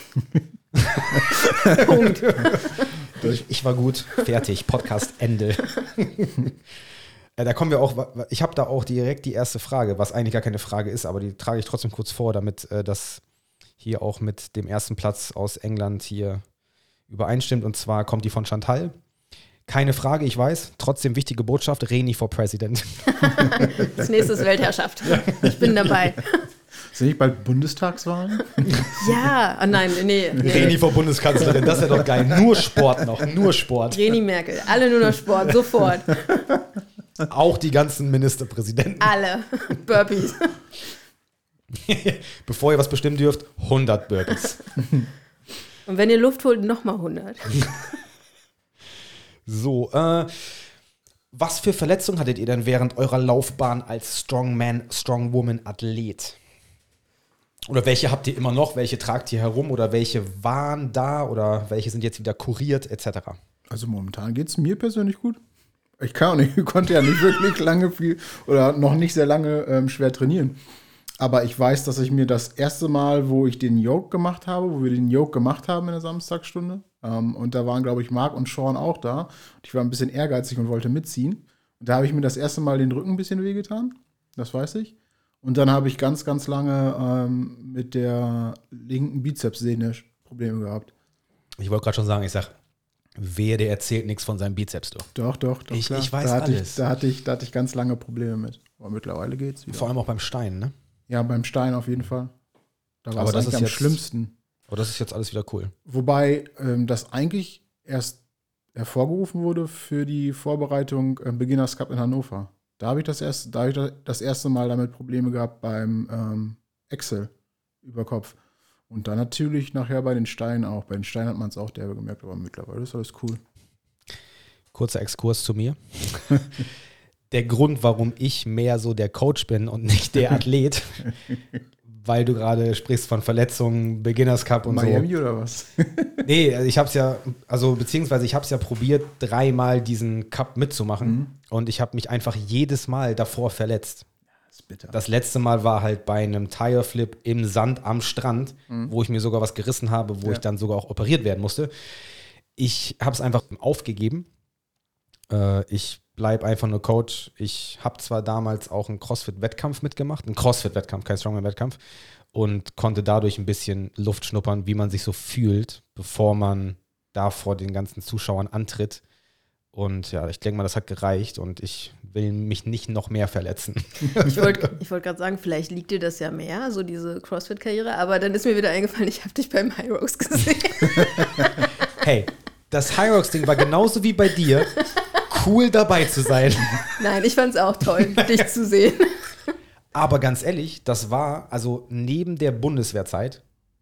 Ich, ich war gut. Fertig. Podcast Ende. äh, da kommen wir auch, ich habe da auch direkt die erste Frage, was eigentlich gar keine Frage ist, aber die trage ich trotzdem kurz vor, damit äh, das hier auch mit dem ersten Platz aus England hier übereinstimmt. Und zwar kommt die von Chantal. Keine Frage, ich weiß. Trotzdem wichtige Botschaft. Reni for President. Das nächste ist Weltherrschaft. Ich bin dabei. Sind nicht bald Bundestagswahlen? Ja, ah, nein, nee. nee. Reni for Bundeskanzlerin, das wäre doch geil. Nur Sport noch, nur Sport. Reni Merkel. Alle nur noch Sport, sofort. Auch die ganzen Ministerpräsidenten. Alle. Burpees. Bevor ihr was bestimmen dürft, hundert Burpees. Und wenn ihr Luft holt, nochmal hundert. So, äh, was für Verletzungen hattet ihr denn während eurer Laufbahn als Strongman, Strongwoman Athlet? Oder welche habt ihr immer noch? Welche tragt ihr herum? Oder welche waren da? Oder welche sind jetzt wieder kuriert, et cetera? Also momentan geht es mir persönlich gut. Ich kann auch nicht, ich konnte ja nicht wirklich lange viel oder noch nicht sehr lange ähm, schwer trainieren. Aber ich weiß, dass ich mir das erste Mal, wo ich den Yoke gemacht habe, wo wir den Yoke gemacht haben in der Samstagsstunde, ähm, und da waren, glaube ich, Marc und Sean auch da. Und ich war ein bisschen ehrgeizig und wollte mitziehen. Und da habe ich mir das erste Mal den Rücken ein bisschen wehgetan. Das weiß ich. Und dann habe ich ganz, ganz lange ähm, mit der linken Bizepssehne Probleme gehabt. Ich wollte gerade schon sagen, ich sag, wehe, der erzählt nichts von seinem Bizeps, du. Doch, doch, doch. Ich, klar. ich weiß da hatte alles. Ich, da, hatte ich, da hatte ich ganz lange Probleme mit. Aber mittlerweile geht's wieder. Vor allem auch beim Stein, ne? Ja, beim Stein auf jeden Fall. Da war Aber es das eigentlich ist am jetzt- schlimmsten. Aber das ist jetzt alles wieder cool. Wobei ähm, das eigentlich erst hervorgerufen wurde für die Vorbereitung ähm, Beginners Cup in Hannover. Da habe ich das erste, da habe ich da- das erste Mal damit Probleme gehabt beim ähm, Excel über Kopf. Und dann natürlich nachher bei den Steinen auch. Bei den Steinen hat man es auch derbe gemerkt, aber mittlerweile ist alles cool. Kurzer Exkurs zu mir. Der Grund, warum ich mehr so der Coach bin und nicht der Athlet, weil du gerade sprichst von Verletzungen, Beginners Cup und Miami so. oder was? Nee, also ich habe es ja, also beziehungsweise ich habe es ja probiert, dreimal diesen Cup mitzumachen Mhm. und ich habe mich einfach jedes Mal davor verletzt. Das ist bitter. Das letzte Mal war halt bei einem Tire Flip im Sand am Strand, wo ich mir sogar was gerissen habe, wo Ja. ich dann sogar auch operiert werden musste. Ich habe es einfach aufgegeben. Äh, ich bleibe einfach nur Coach. Ich habe zwar damals auch einen CrossFit-Wettkampf mitgemacht, einen CrossFit-Wettkampf, kein Strongman-Wettkampf, und konnte dadurch ein bisschen Luft schnuppern, wie man sich so fühlt, bevor man da vor den ganzen Zuschauern antritt. Und ja, ich denke mal, das hat gereicht und ich will mich nicht noch mehr verletzen. Ich wollte ich wollt gerade sagen, vielleicht liegt dir das ja mehr, so diese CrossFit-Karriere, aber dann ist mir wieder eingefallen, ich habe dich beim High Rocks gesehen. Hey, das High Rocks-Ding war genauso wie bei dir, cool dabei zu sein. Nein, ich fand es auch toll, dich zu sehen. Aber ganz ehrlich, das war also neben der Bundeswehrzeit,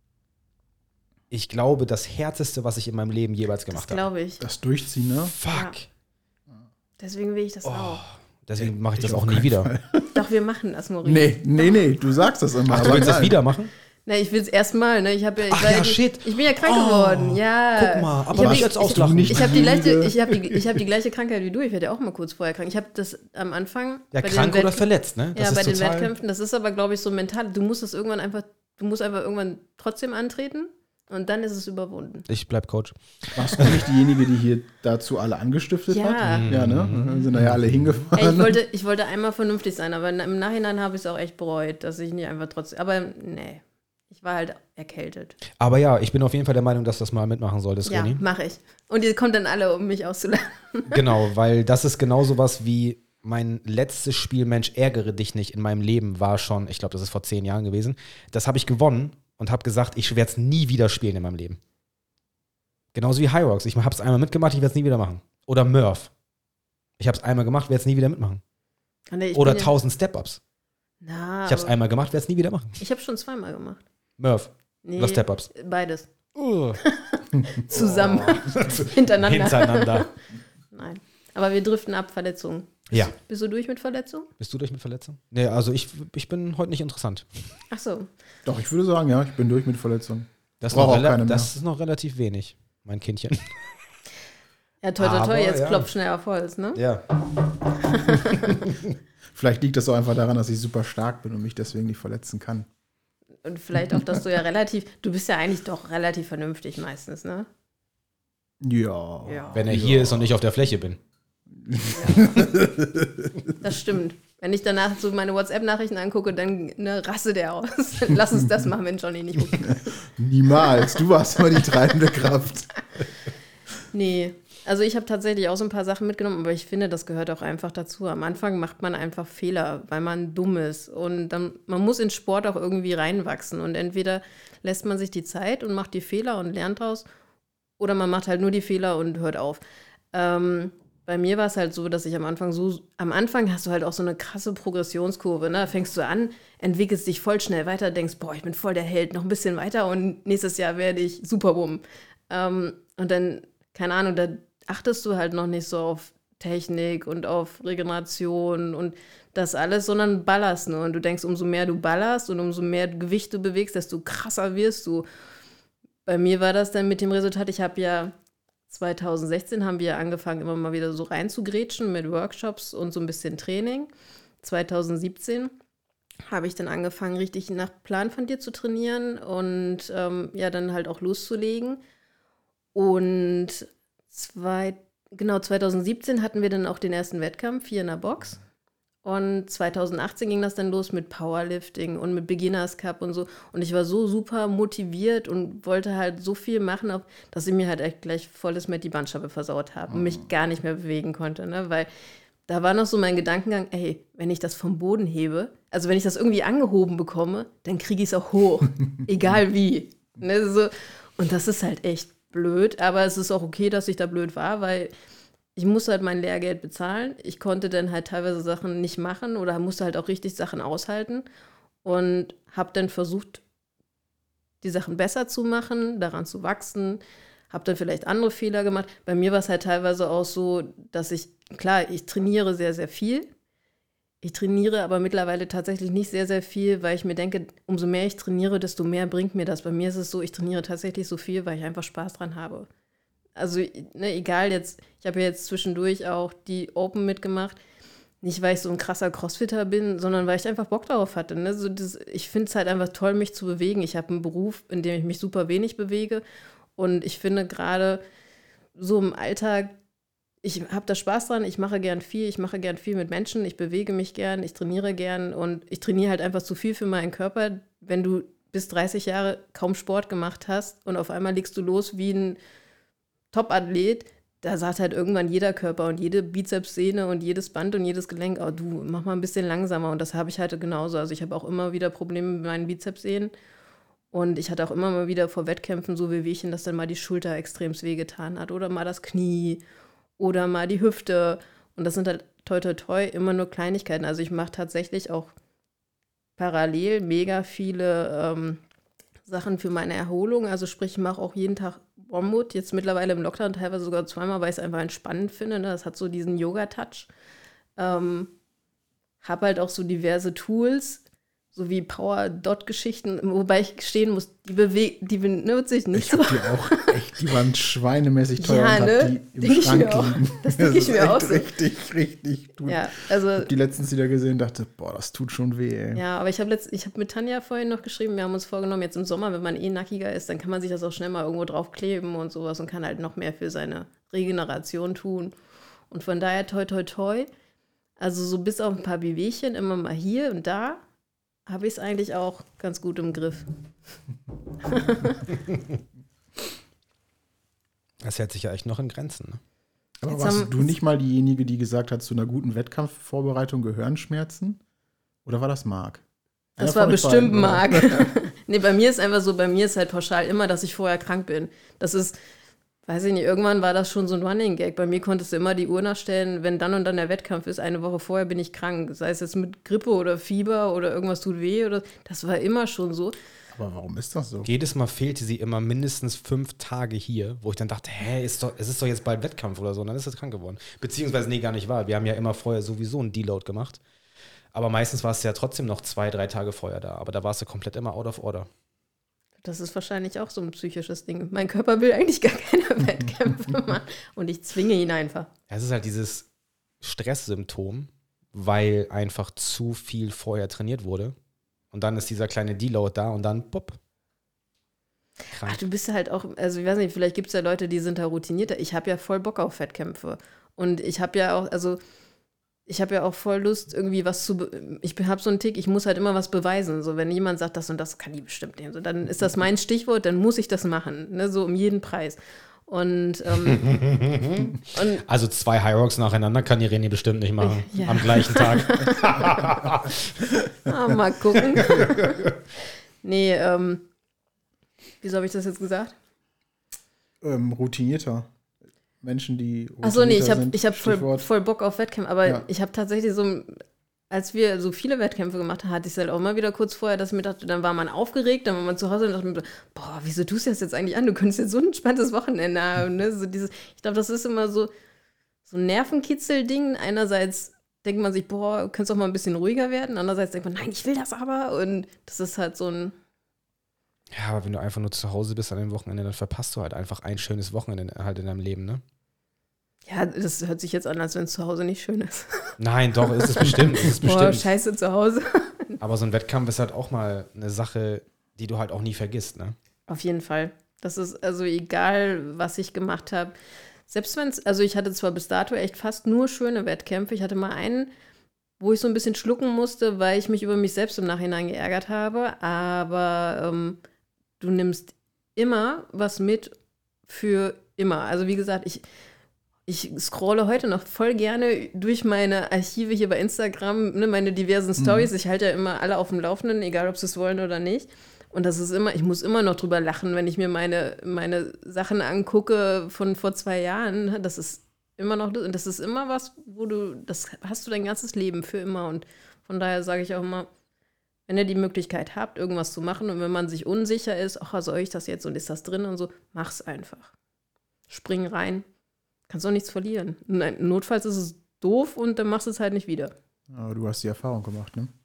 ich glaube, das Härteste, was ich in meinem Leben jeweils Das gemacht habe. glaube ich. Das Durchziehen, ne? Fuck. Deswegen will ich das auch. Deswegen mache ich das Ich auch auf nie keinen wieder. Fall. Doch, wir machen das, Maurice. Nee, nee, nee, du sagst das immer. Ach, du aber willst das nein. wieder machen? Na, ich will es erstmal, ne? Ich habe ja, ich Ach war ja, die- shit. Ich bin ja krank Oh, geworden. Ja. guck mal, aber ich hab nicht die- als ich- Auslachen. Ich habe die, gleiche- Diejenige- ich hab die, ich hab die gleiche Krankheit wie du. Ich werde ja auch mal kurz vorher krank. Ich habe das am Anfang. Ja, bei den krank oder Wett- verletzt, ne? Ja, bei den total- Wettkämpfen. Das ist aber, glaube ich, so mental. Du musst es irgendwann einfach, du musst einfach irgendwann trotzdem antreten und dann ist es überwunden. Ich bleib Coach. Warst du nicht diejenige, die hier dazu alle angestiftet Ja. hat? Ja, ne? Dann sind da ja alle hingefahren. Ey, ich, wollte, ich wollte einmal vernünftig sein, aber im Nachhinein habe ich es auch echt bereut, dass ich nicht einfach trotzdem. Aber nee, ich war halt erkältet. Aber ja, ich bin auf jeden Fall der Meinung, dass das mal mitmachen solltest, Ja, Reni. mache ich. Und ihr kommt dann alle, um mich auszulachen. Genau, weil das ist genau sowas wie mein letztes Spiel Mensch, ärgere dich nicht in meinem Leben war schon, ich glaube, das ist vor zehn Jahren gewesen. Das habe ich gewonnen und habe gesagt, ich werde es nie wieder spielen in meinem Leben. Genauso wie High Rocks. Ich habe es einmal mitgemacht, ich werde es nie wieder machen. Oder Murph. Ich habe es einmal gemacht, werde es nie wieder mitmachen. Und ich Oder bin ja- tausend Step-Ups. Na, Ich habe es aber- einmal gemacht, werde es nie wieder machen. Ich habe schon zweimal gemacht. Murph. Nee, Oder Step-Ups. Beides. Uh. Zusammen. Hintereinander. Hintereinander. Nein. Aber wir driften ab, Verletzungen. Ja. Bist du durch mit Verletzungen? Bist du durch mit Verletzung? Nee, also ich, ich bin heute nicht interessant. Ach so. Doch, ich würde sagen, ja, ich bin durch mit Verletzungen. Das ist, Brauch noch, auch rela- keine mehr. das ist noch relativ wenig, mein Kindchen. Ja, toi, toi, toi, Aber, jetzt ja. klopft schnell auf Holz, ne? Ja. Vielleicht liegt das auch einfach daran, dass ich super stark bin und mich deswegen nicht verletzen kann. Und vielleicht auch, dass du ja relativ, du bist ja eigentlich doch relativ vernünftig meistens, ne? Ja. Ja. Wenn er hier ist und ich auf der Fläche bin. Das stimmt. Wenn ich danach so meine WhatsApp-Nachrichten angucke, dann ne, rasse der aus. Lass uns das machen, wenn Johnny nicht gut Niemals. Du warst immer die treibende Kraft. Nee, also ich habe tatsächlich auch so ein paar Sachen mitgenommen, aber ich finde, das gehört auch einfach dazu. Am Anfang macht man einfach Fehler, weil man dumm ist. Und dann, man muss in Sport auch irgendwie reinwachsen. Und entweder lässt man sich die Zeit und macht die Fehler und lernt draus, oder man macht halt nur die Fehler und hört auf. Ähm, bei mir war es halt so, dass ich am Anfang so, am Anfang hast du halt auch so eine krasse Progressionskurve, ne? Da fängst du an, entwickelst dich voll schnell weiter, denkst, boah, ich bin voll der Held, noch ein bisschen weiter und nächstes Jahr werde ich Superwoman. Ähm, und dann, keine Ahnung, da achtest du halt noch nicht so auf Technik und auf Regeneration und das alles, sondern ballerst nur. Und du denkst, umso mehr du ballerst und umso mehr Gewicht du bewegst, desto krasser wirst du. Bei mir war das dann mit dem Resultat, ich habe ja zwanzig sechzehn haben wir angefangen, immer mal wieder so reinzugrätschen mit Workshops und so ein bisschen Training. zwanzig siebzehn habe ich dann angefangen, richtig nach Plan von dir zu trainieren und ähm, ja, dann halt auch loszulegen. Und zwei, genau zwanzig siebzehn hatten wir dann auch den ersten Wettkampf hier in der Box. Und zwanzig achtzehn ging das dann los mit Powerlifting und mit Beginners Cup und so. Und ich war so super motiviert und wollte halt so viel machen, dass ich mir halt echt gleich volles mit die Bandscheibe versaut habe und mich gar nicht mehr bewegen konnte. Ne? Weil da war noch so mein Gedankengang, ey, wenn ich das vom Boden hebe, also wenn ich das irgendwie angehoben bekomme, dann kriege ich es auch hoch. Egal wie. Ne? So. Und das ist halt echt blöd. Aber es ist auch okay, dass ich da blöd war, weil ich musste halt mein Lehrgeld bezahlen. Ich konnte dann halt teilweise Sachen nicht machen oder musste halt auch richtig Sachen aushalten und habe dann versucht, die Sachen besser zu machen, daran zu wachsen, habe dann vielleicht andere Fehler gemacht. Bei mir war es halt teilweise auch so, dass ich, klar, ich trainiere sehr, sehr viel. Ich trainiere aber mittlerweile tatsächlich nicht sehr, sehr viel, weil ich mir denke, umso mehr ich trainiere, desto mehr bringt mir das. Bei mir ist es so, ich trainiere tatsächlich so viel, weil ich einfach Spaß dran habe. Also, ne, egal jetzt, ich habe ja jetzt zwischendurch auch die Open mitgemacht, nicht weil ich so ein krasser Crossfitter bin, sondern weil ich einfach Bock darauf hatte. Ne? So das, ich finde es halt einfach toll, mich zu bewegen. Ich habe einen Beruf, in dem ich mich super wenig bewege und ich finde gerade so im Alltag, ich habe da Spaß dran, ich mache gern viel, ich mache gern viel mit Menschen, ich bewege mich gern, ich trainiere gern und ich trainiere halt einfach zu viel für meinen Körper. Wenn du bis dreißig Jahre kaum Sport gemacht hast und auf einmal legst du los wie ein Top-Athlet, da sagt halt irgendwann jeder Körper und jede Bizepssehne und jedes Band und jedes Gelenk, oh du, mach mal ein bisschen langsamer. Und das habe ich halt genauso. Also ich habe auch immer wieder Probleme mit meinen Bizepssehnen und ich hatte auch immer mal wieder vor Wettkämpfen so Wehwehchen, dass dann mal die Schulter extremst wehgetan hat oder mal das Knie oder mal die Hüfte. Und das sind halt toi toi toi immer nur Kleinigkeiten. Also ich mache tatsächlich auch parallel mega viele ähm, Sachen für meine Erholung. Also sprich, ich mache auch jeden Tag Wormwood, jetzt mittlerweile im Lockdown teilweise sogar zweimal, weil ich es einfach entspannend finde. Ne? Das hat so diesen Yoga-Touch. Ähm, habe halt auch so diverse Tools, so wie Power-Dot-Geschichten, wobei ich gestehen muss, die, bewe- die benutze ich nicht ich so. Ich habe die auch echt, die waren schweinemäßig teuer Ja, und ne? hab die im Denk ich Schrank mir auch. liegen. Das denke ich ist mir echt auch so. Richtig, richtig. Tut, Ja, also, ich habe die letztens wieder gesehen und dachte, boah, das tut schon weh, ey. ja, aber ich habe letzt, ich hab mit Tanja vorhin noch geschrieben, wir haben uns vorgenommen, jetzt im Sommer, wenn man eh nackiger ist, dann kann man sich das auch schnell mal irgendwo draufkleben und sowas und kann halt noch mehr für seine Regeneration tun. Und von daher toi toi toi, also so bis auf ein paar Wehwehchen, immer mal hier und da, habe ich es eigentlich auch ganz gut im Griff. Das hält sich ja echt noch in Grenzen. Ne? Aber Jetzt warst haben- du nicht mal diejenige, die gesagt hat, zu einer guten Wettkampfvorbereitung gehören Schmerzen? Oder war das Marc? Das Einer war von euch bestimmt beiden, oder? Marc. Nee, bei mir ist einfach so, bei mir ist halt pauschal immer, dass ich vorher krank bin. Das ist, weiß ich nicht, irgendwann war das schon so ein Running Gag. Bei mir konntest du immer die Uhr nachstellen, wenn dann und dann der Wettkampf ist, eine Woche vorher bin ich krank. Sei es jetzt mit Grippe oder Fieber oder irgendwas tut weh oder das war immer schon so. Aber warum ist das so? Jedes Mal fehlte sie immer mindestens fünf Tage hier, wo ich dann dachte, hä, ist doch, es ist doch jetzt bald Wettkampf oder so. Und dann ist sie krank geworden. Beziehungsweise, nee, gar nicht wahr. Wir haben ja immer vorher sowieso einen Deload gemacht. Aber meistens war es ja trotzdem noch zwei, drei Tage vorher da. Aber da warst du komplett immer out of order. Das ist wahrscheinlich auch so ein psychisches Ding. Mein Körper will eigentlich gar keine Wettkämpfe machen und ich zwinge ihn einfach. Ja, es ist halt dieses Stresssymptom, weil einfach zu viel vorher trainiert wurde. Und dann ist dieser kleine Deload da und dann, pop. Krank. Ach, du bist halt auch, also ich weiß nicht, vielleicht gibt es ja Leute, die sind da routinierter. Ich habe ja voll Bock auf Wettkämpfe. Und ich habe ja auch, also ich habe ja auch voll Lust, irgendwie was zu, be- ich habe so einen Tick, ich muss halt immer was beweisen. So, wenn jemand sagt, das und das kann die bestimmt nehmen, so, dann ist das mein Stichwort, dann muss ich das machen, ne, so um jeden Preis. Und, ähm, und Also zwei High Rocks nacheinander kann die René bestimmt nicht machen. Ja. Am gleichen Tag. ah, mal gucken. nee, ähm, wieso habe ich das jetzt gesagt? Ähm, routinierter. Menschen, die Achso, nee, ich routinierter habe sind, ich hab voll, Stichwort. voll Bock auf Wettkämpfe, aber Ja. ich habe tatsächlich so, als wir so viele Wettkämpfe gemacht haben, hatte ich es halt auch mal wieder kurz vorher, dass ich mir dachte, dann war man aufgeregt, dann war man zu Hause und dachte mir, boah, wieso tust du das jetzt eigentlich an? Du könntest jetzt so ein entspanntes Wochenende haben. Ne? So dieses, ich glaube, das ist immer so, so ein Nervenkitzel-Ding. Einerseits denkt man sich, boah, du könntest auch mal ein bisschen ruhiger werden. Andererseits denkt man, nein, ich will das aber. Und das ist halt so ein, Ja, aber wenn du einfach nur zu Hause bist an dem Wochenende, dann verpasst du halt einfach ein schönes Wochenende halt in deinem Leben, ne? ja, das hört sich jetzt an, als wenn es zu Hause nicht schön ist. Nein, doch, ist es bestimmt. Ist es Boah, bestimmt. scheiße zu Hause. Aber so ein Wettkampf ist halt auch mal eine Sache, die du halt auch nie vergisst, ne? Auf jeden Fall. Das ist also egal, was ich gemacht habe. Selbst wenn es, also ich hatte zwar bis dato echt fast nur schöne Wettkämpfe. Ich hatte mal einen, wo ich so ein bisschen schlucken musste, weil ich mich über mich selbst im Nachhinein geärgert habe. Aber ähm, du nimmst immer was mit für immer. Also wie gesagt, ich, ich scrolle heute noch voll gerne durch meine Archive hier bei Instagram, ne, meine diversen Stories. Mhm. Ich halte ja immer alle auf dem Laufenden, egal ob sie es wollen oder nicht. Und das ist immer, ich muss immer noch drüber lachen, wenn ich mir meine, meine Sachen angucke von vor zwei Jahren. Das ist immer noch, und das ist immer was, wo du, das hast du dein ganzes Leben für immer. Und von daher sage ich auch immer, wenn ihr die Möglichkeit habt, irgendwas zu machen und wenn man sich unsicher ist, ach, soll ich das jetzt und ist das drin und so, mach's einfach. Spring rein. Kannst auch nichts verlieren. Nein, notfalls ist es doof und dann machst du es halt nicht wieder. Aber du hast die Erfahrung gemacht, ne?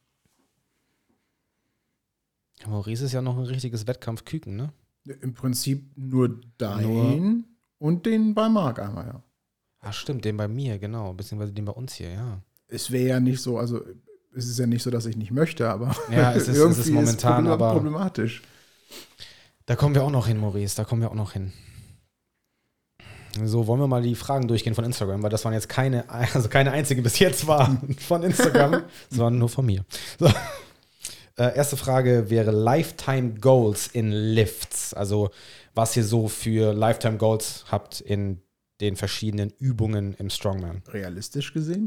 Maurice ist ja noch ein richtiges Wettkampfküken, ne? Im Prinzip nur dein nur und den bei Marc einmal, ja. Ah, stimmt, den bei mir, genau. Beziehungsweise den bei uns hier, ja. Es wäre ja nicht so, also es ist ja nicht so, dass ich nicht möchte, aber ja, es ist, irgendwie es ist momentan ist aber problematisch. Da kommen wir auch noch hin, Maurice, da kommen wir auch noch hin. So, wollen wir mal die Fragen durchgehen von Instagram, weil das waren jetzt keine, also keine einzige bis jetzt war von Instagram, sondern nur von mir. So. Äh, erste Frage wäre Lifetime Goals in Lifts. Also was ihr so für Lifetime Goals habt in den verschiedenen Übungen im Strongman. Realistisch gesehen?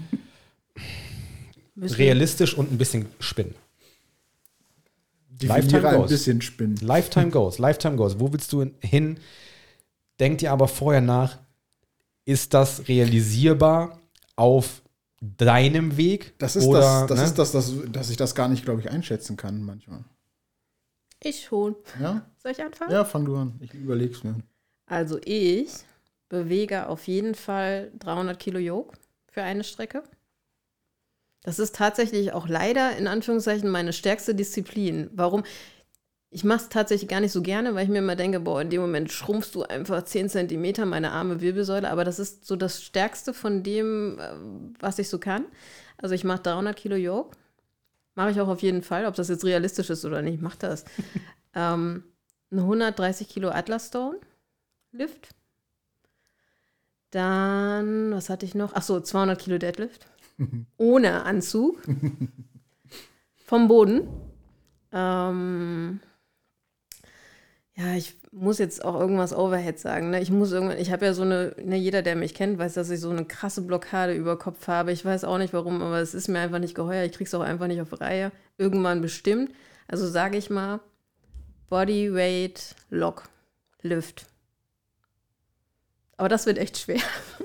Realistisch und ein bisschen spinnen. Lifetime Goals. Ein bisschen spinnen. Lifetime Goals, Lifetime Goals. Wo willst du hin? Denkt ihr aber vorher nach, ist das realisierbar auf deinem Weg? Das ist oder, das, das, ne? ist das, das, dass ich das gar nicht, glaube ich, einschätzen kann manchmal. Ich schon. Ja? Soll ich anfangen? Ja, fang du an. Ich überleg's mir. Also ich bewege auf jeden Fall dreihundert Kilo Yoke für eine Strecke. Das ist tatsächlich auch leider in Anführungszeichen meine stärkste Disziplin. Warum? Ich mache es tatsächlich gar nicht so gerne, weil ich mir immer denke, boah, in dem Moment schrumpfst du einfach zehn Zentimeter meine arme Wirbelsäule. Aber das ist so das Stärkste von dem, was ich so kann. Also ich mache dreihundert Kilo Yoke. Mache ich auch auf jeden Fall. Ob das jetzt realistisch ist oder nicht, mach das. ähm, ein hundertdreißig Kilo Atlas Stone Lift. Dann, was hatte ich noch? Ach so, zweihundert Kilo Deadlift. Ohne Anzug. Vom Boden. Ähm, ja, ich muss jetzt auch irgendwas Overhead sagen. Ne? Ich muss irgendwann, ich habe ja so eine, ne, jeder, der mich kennt, weiß, dass ich so eine krasse Blockade über Kopf habe. Ich weiß auch nicht warum, aber es ist mir einfach nicht geheuer. Ich krieg's auch einfach nicht auf Reihe. Irgendwann bestimmt. Also sage ich mal, Bodyweight Lock Lift. Aber das wird echt schwer.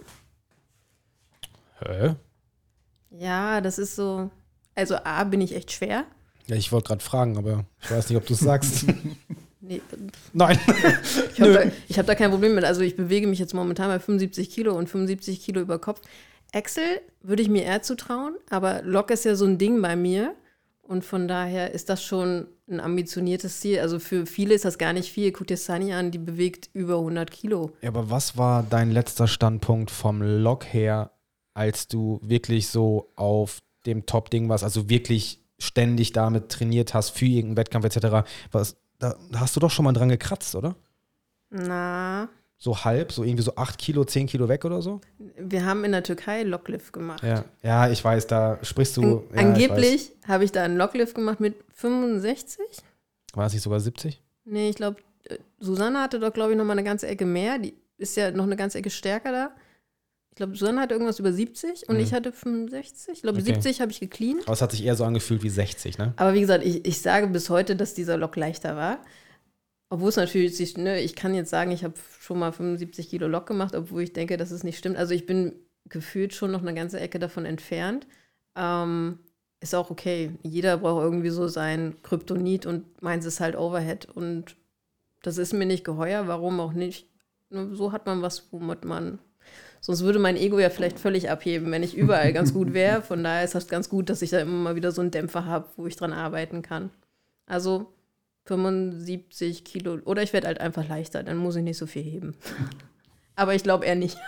Hä? Ja, das ist so, also A, bin ich echt schwer. Ja, ich wollte gerade fragen, aber ich weiß nicht, ob du es sagst. Nee. Nein. Ich habe da, ich hab da kein Problem mit. Also ich bewege mich jetzt momentan bei fünfundsiebzig Kilo und fünfundsiebzig Kilo über Kopf. Axel würde ich mir eher zutrauen, aber Lock ist ja so ein Ding bei mir. Und von daher ist das schon ein ambitioniertes Ziel. Also für viele ist das gar nicht viel. Guck dir Sunny an, die bewegt über hundert Kilo. Ja, aber was war dein letzter Standpunkt vom Lock her, als du wirklich so auf dem Top-Ding warst, also wirklich ständig damit trainiert hast für irgendeinen Wettkampf et cetera? Was, da hast du doch schon mal dran gekratzt, oder? Na. So halb, so irgendwie so acht Kilo, zehn Kilo weg oder so? Wir haben in der Türkei Locklift gemacht. Ja, ja, ich weiß, da sprichst du. An, ja, angeblich habe ich da einen Locklift gemacht mit fünfundsechzig. War es nicht sogar siebzig? Nee, ich glaube, Susanne hatte doch, glaube ich, noch mal eine ganze Ecke mehr. Die ist ja noch eine ganze Ecke stärker da. Ich glaube, Susanne hatte irgendwas über siebzig und mhm. ich hatte fünfundsechzig. Ich glaube, okay. siebzig habe ich gecleant. Aber es hat sich eher so angefühlt wie sechzig, ne? Aber wie gesagt, ich, ich sage bis heute, dass dieser Lock leichter war. Obwohl es natürlich sich, ne, ich kann jetzt sagen, ich habe schon mal fünfundsiebzig Kilo Lock gemacht, obwohl ich denke, dass es nicht stimmt. Also ich bin gefühlt schon noch eine ganze Ecke davon entfernt. Ähm, ist auch okay. Jeder braucht irgendwie so sein Kryptonit und meins ist halt Overhead. Und das ist mir nicht geheuer, warum auch nicht. So hat man was, womit man. Sonst würde mein Ego ja vielleicht völlig abheben, wenn ich überall ganz gut wäre. Von daher ist das ganz gut, dass ich da immer mal wieder so einen Dämpfer habe, wo ich dran arbeiten kann. Also fünfundsiebzig Kilo. Oder ich werde halt einfach leichter, dann muss ich nicht so viel heben. Aber ich glaube eher nicht.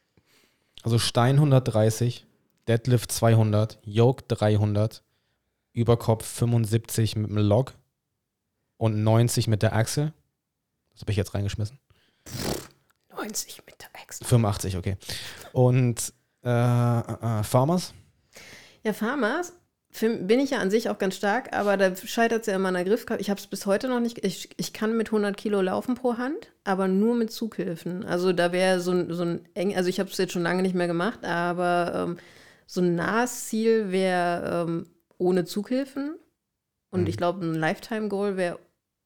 Also Stein hundertdreißig, Deadlift zweihundert, Yoke dreihundert, Überkopf fünfundsiebzig mit dem Log und neunzig mit der Achsel. Das habe ich jetzt reingeschmissen. neunzig mit der Achsel. fünfundachtzig, okay. Und äh, äh, Farmers? Ja, Farmers für, bin ich ja an sich auch ganz stark, aber da scheitert es ja immer an der Griffkraft. Ich habe es bis heute noch nicht, ich, ich kann mit hundert Kilo laufen pro Hand, aber nur mit Zughilfen. Also da wäre so, ein- so ein eng, also ich habe es jetzt schon lange nicht mehr gemacht, aber ähm, so ein nahes Ziel wäre ähm, ohne Zughilfen. Und Mhm. ich glaube, ein Lifetime-Goal wäre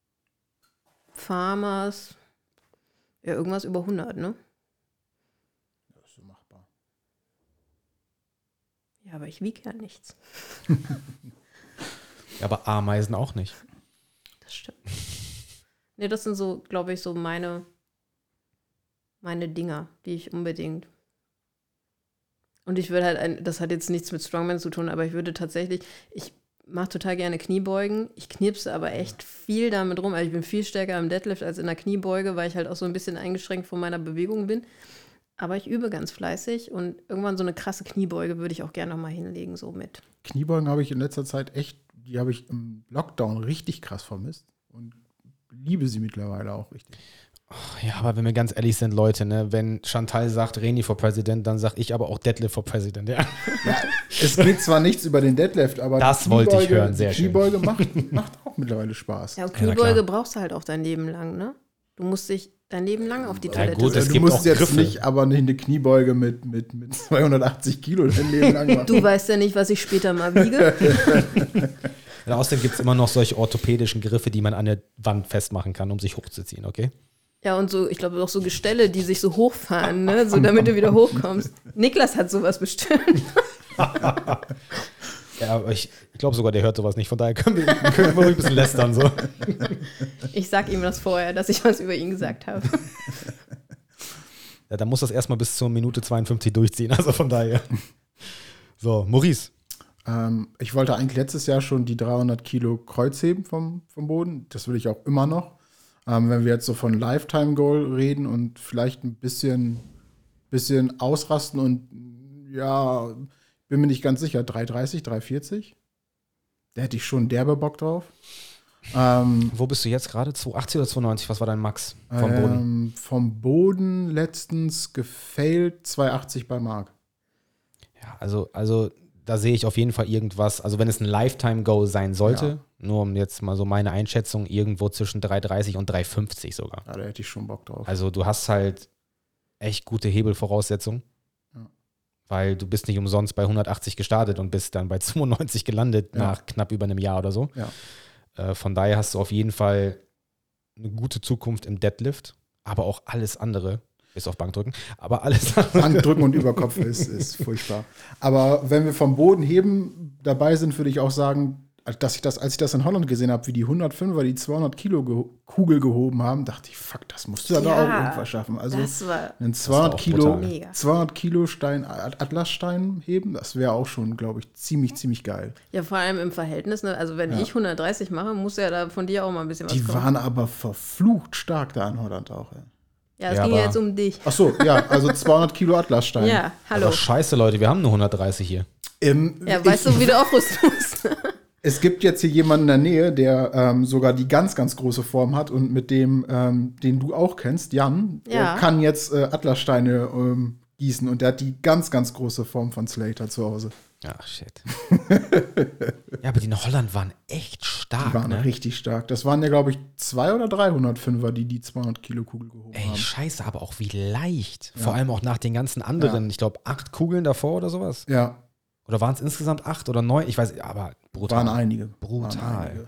Farmers, ja, irgendwas über hundert, ne? Das ist so machbar. Ja, aber ich wiege ja nichts. Ja, aber Ameisen auch nicht. Das stimmt. Nee, das sind so, glaube ich, so meine, meine Dinger, die ich unbedingt. Und ich würde halt, ein, das hat jetzt nichts mit Strongman zu tun, aber ich würde tatsächlich, ich mache total gerne Kniebeugen. Ich knirpse aber echt viel damit rum. Also ich bin viel stärker im Deadlift als in der Kniebeuge, weil ich halt auch so ein bisschen eingeschränkt von meiner Bewegung bin. Aber ich übe ganz fleißig und irgendwann so eine krasse Kniebeuge würde ich auch gerne nochmal hinlegen, so mit. Kniebeugen habe ich in letzter Zeit echt, die habe ich im Lockdown richtig krass vermisst und liebe sie mittlerweile auch richtig. Ja, aber wenn wir ganz ehrlich sind, Leute, ne, wenn Chantal sagt Reni for President, dann sag ich aber auch Deadlift for President, ja. Es geht zwar nichts über den Deadlift, aber Das die wollte ich Kniebeuge- hören, sehr die schön. Kniebeuge macht, macht auch mittlerweile Spaß. Ja, und Ja, na Kniebeuge klar. brauchst du halt auch dein Leben lang, ne? Du musst dich dein Leben lang auf die Ja, Toilette gut, es setzen. du gibt musst auch jetzt Griffe. nicht aber nicht eine Kniebeuge mit, mit, mit zweihundertachtzig Kilo dein Leben lang machen. Du weißt ja nicht, was ich später mal wiege. Und außerdem gibt es immer noch solche orthopädischen Griffe, die man an der Wand festmachen kann, um sich hochzuziehen, okay? Ja, und so, ich glaube auch so Gestelle, die sich so hochfahren, ne? So damit du wieder hochkommst. Niklas hat sowas bestimmt. Ja, aber ich, ich glaube sogar, der hört sowas nicht, von daher können wir, können wir ruhig ein bisschen lästern. So. Ich sag ihm das vorher, dass ich was über ihn gesagt habe. Ja, dann muss das erstmal bis zur Minute zweiundfünfzig durchziehen, also von daher. So, Maurice. Ähm, ich wollte eigentlich letztes Jahr schon die dreihundert Kilo Kreuzheben vom, vom Boden. Das will ich auch immer noch. Ähm, wenn wir jetzt so von Lifetime Goal reden und vielleicht ein bisschen, bisschen ausrasten und ja, bin mir nicht ganz sicher, drei dreißig, drei vierzig? Da hätte ich schon derbe Bock drauf. Ähm, Wo bist du jetzt gerade? zweihundertachtzig oder zweihundertneunzig? Was war dein Max vom ähm, Boden? Vom Boden letztens gefailt zweihundertachtzig bei Mark. Ja, also, also da sehe ich auf jeden Fall irgendwas, also wenn es ein Lifetime-Go sein sollte, nur um jetzt mal so meine Einschätzung, irgendwo zwischen drei dreißig und drei fünfzig sogar. Ja, da hätte ich schon Bock drauf. Also du hast halt echt gute Hebelvoraussetzungen, Ja. weil du bist nicht umsonst bei hundertachtzig gestartet und bist dann bei zweiundneunzig gelandet Ja. nach knapp über einem Jahr oder so. Ja. Äh, von daher hast du auf jeden Fall eine gute Zukunft im Deadlift, aber auch alles andere, bis auf Bankdrücken, aber alles andere. Bankdrücken und Überkopf ist, ist furchtbar. Aber wenn wir vom Boden heben dabei sind, würde ich auch sagen, dass ich das, als ich das in Holland gesehen habe, wie die hundertfünfer die zweihundert Kilo ge Kugel gehoben haben, dachte ich, fuck, das musst du ja, da Ja, auch irgendwas schaffen. Also Das war einen war zweihundert auch Kilo, brutal. Mega. zweihundert Kilo Stein, Atlasstein heben, das wäre auch schon, glaube ich, ziemlich, ziemlich geil. ja vor allem im Verhältnis, ne? Also wenn Ja. ich hundertdreißig mache, muss ja da von dir auch mal ein bisschen was Die kommen. waren aber verflucht stark da in Holland auch. Ey. Ja, es Ja, ging ja aber- jetzt um dich. Ach so, ja, also zweihundert Kilo Atlasstein. Ja, hallo. Aber scheiße, Leute, wir haben nur hundertdreißig hier. Ähm, Ja, weißt ich, du, wie du aufrüsten musst. Es gibt jetzt hier jemanden in der Nähe, der ähm, sogar die ganz, ganz große Form hat und mit dem, ähm, den du auch kennst, Jan, Ja. der kann jetzt äh, Atlassteine ähm, gießen und der hat die ganz, ganz große Form von Slater zu Hause. Ach, shit. Ja, aber die in Holland waren echt stark, Die waren ne? richtig stark. Das waren ja, glaube ich, zwei oder dreihundertfünfer, die die zweihundert Kilo Kugel gehoben Ey, haben. scheiße, aber auch wie leicht. Vor allem auch nach den ganzen anderen, ich glaube, acht Kugeln davor oder sowas. Ja, Oder waren es insgesamt acht oder neun? Ich weiß, aber brutal. waren einige. Brutal. Waren einige.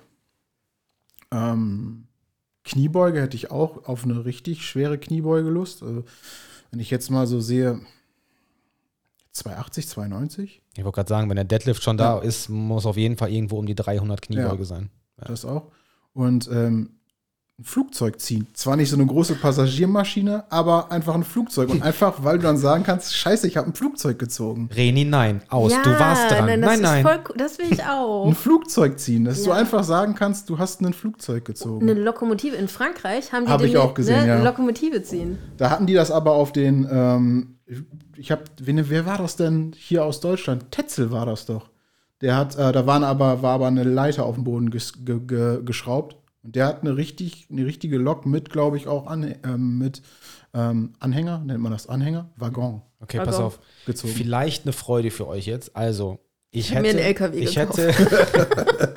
Ähm, Kniebeuge hätte ich auch auf eine richtig schwere Kniebeuge Lust. Also, wenn ich jetzt mal so sehe, zweihundertachtzig, zweihundertneunzig, Ich wollte gerade sagen, wenn der Deadlift schon da ist, muss auf jeden Fall irgendwo um die dreihundert Kniebeuge Ja. sein. Ja. das auch. Und ähm, ein Flugzeug ziehen. Zwar nicht so eine große Passagiermaschine, aber einfach ein Flugzeug. Und einfach, weil du dann sagen kannst, scheiße, ich habe ein Flugzeug gezogen. Reni, nein, aus, ja, du warst dran. Nein, das nein, ist nein. voll cool. Das will ich Ein auch. Flugzeug ziehen, dass du Ja. einfach sagen kannst, du hast ein Flugzeug gezogen. Eine Lokomotive in Frankreich haben die Hab ich demnächst, auch gesehen, ne, ja. eine Lokomotive ziehen. Da hatten die das aber auf den, ähm, ich habe, wer war das denn hier aus Deutschland? Tetzel war das doch. Der hat, äh, da waren aber, war aber eine Leiter auf dem Boden ges, ge, ge, geschraubt. Und der hat eine, richtig, eine richtige Lok mit, glaube ich, auch an, ähm, mit ähm, Anhänger, nennt man das Anhänger? Waggon. Okay, Waggon. pass auf. Gezogen. Vielleicht eine Freude für euch jetzt. Also, ich, Ich hab hätte. mir einen L K W ich gekauft. hätte.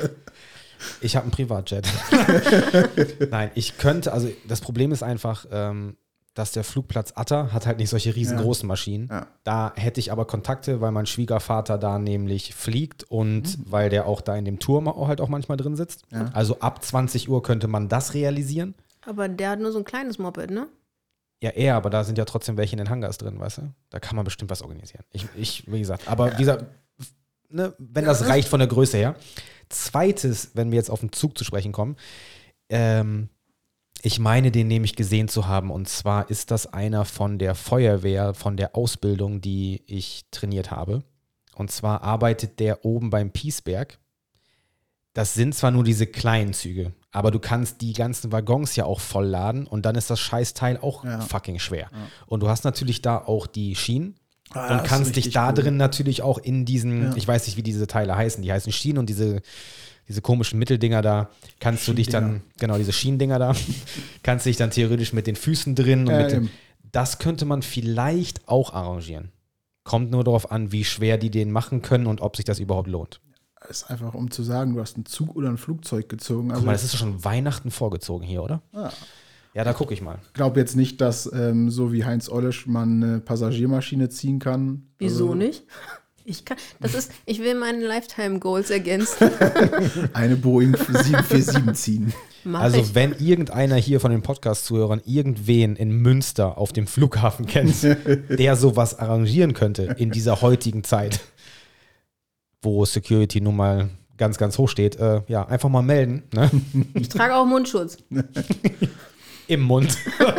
Ich habe einen Privatjet. Nein, ich könnte, also das Problem ist einfach, ähm, dass der Flugplatz Atta hat halt nicht solche riesengroßen Maschinen. Ja. Da hätte ich aber Kontakte, weil mein Schwiegervater da nämlich fliegt und Mhm. weil der auch da in dem Turm auch halt auch manchmal drin sitzt. Ja. Also ab zwanzig Uhr könnte man das realisieren. Aber der hat nur so ein kleines Moped, ne? Ja, eher, aber da sind ja trotzdem welche in den Hangars drin, weißt du? Da kann man bestimmt was organisieren. Ich, ich wie gesagt, aber wie gesagt, ne, wenn das reicht von der Größe her. Zweites, wenn wir jetzt auf den Zug zu sprechen kommen, ähm, ich meine, den nämlich gesehen zu haben. Und zwar ist das einer von der Feuerwehr, von der Ausbildung, die ich trainiert habe. Und zwar arbeitet der oben beim Piesberg. Das sind zwar nur diese kleinen Züge, aber du kannst die ganzen Waggons ja auch vollladen und dann ist das Scheißteil auch Ja. fucking schwer. Und du hast natürlich da auch die Schienen Ah, und das ist kannst dich richtig da cool. drin natürlich auch in diesen, Ja. ich weiß nicht, wie diese Teile heißen, die heißen Schienen und diese, diese komischen Mitteldinger da, kannst du dich dann, Schienendinger. genau, diese Schienendinger da, kannst dich dann theoretisch mit den Füßen drin und Ja, mit dem, eben. das könnte man vielleicht auch arrangieren. Kommt nur darauf an, wie schwer die den machen können und ob sich das überhaupt lohnt. Das ist einfach, um zu sagen, du hast einen Zug oder ein Flugzeug gezogen. Also Guck mal, das ist doch schon Weihnachten vorgezogen hier, oder? Ah. Ja, da gucke ich mal. ich glaube jetzt nicht, dass ähm, so wie Heinz Ollisch man eine Passagiermaschine ziehen kann. Wieso Also nicht? Ich kann, das ist, ich will meine Lifetime-Goals ergänzen. eine Boeing sieben vier sieben ziehen. Mach Also ich. wenn irgendeiner hier von den Podcast-Zuhörern irgendwen in Münster auf dem Flughafen kennt, der sowas arrangieren könnte in dieser heutigen Zeit, wo Security nun mal ganz, ganz hoch steht, äh, ja, einfach mal melden. Ne? Ich trage auch Mundschutz. Im Mund.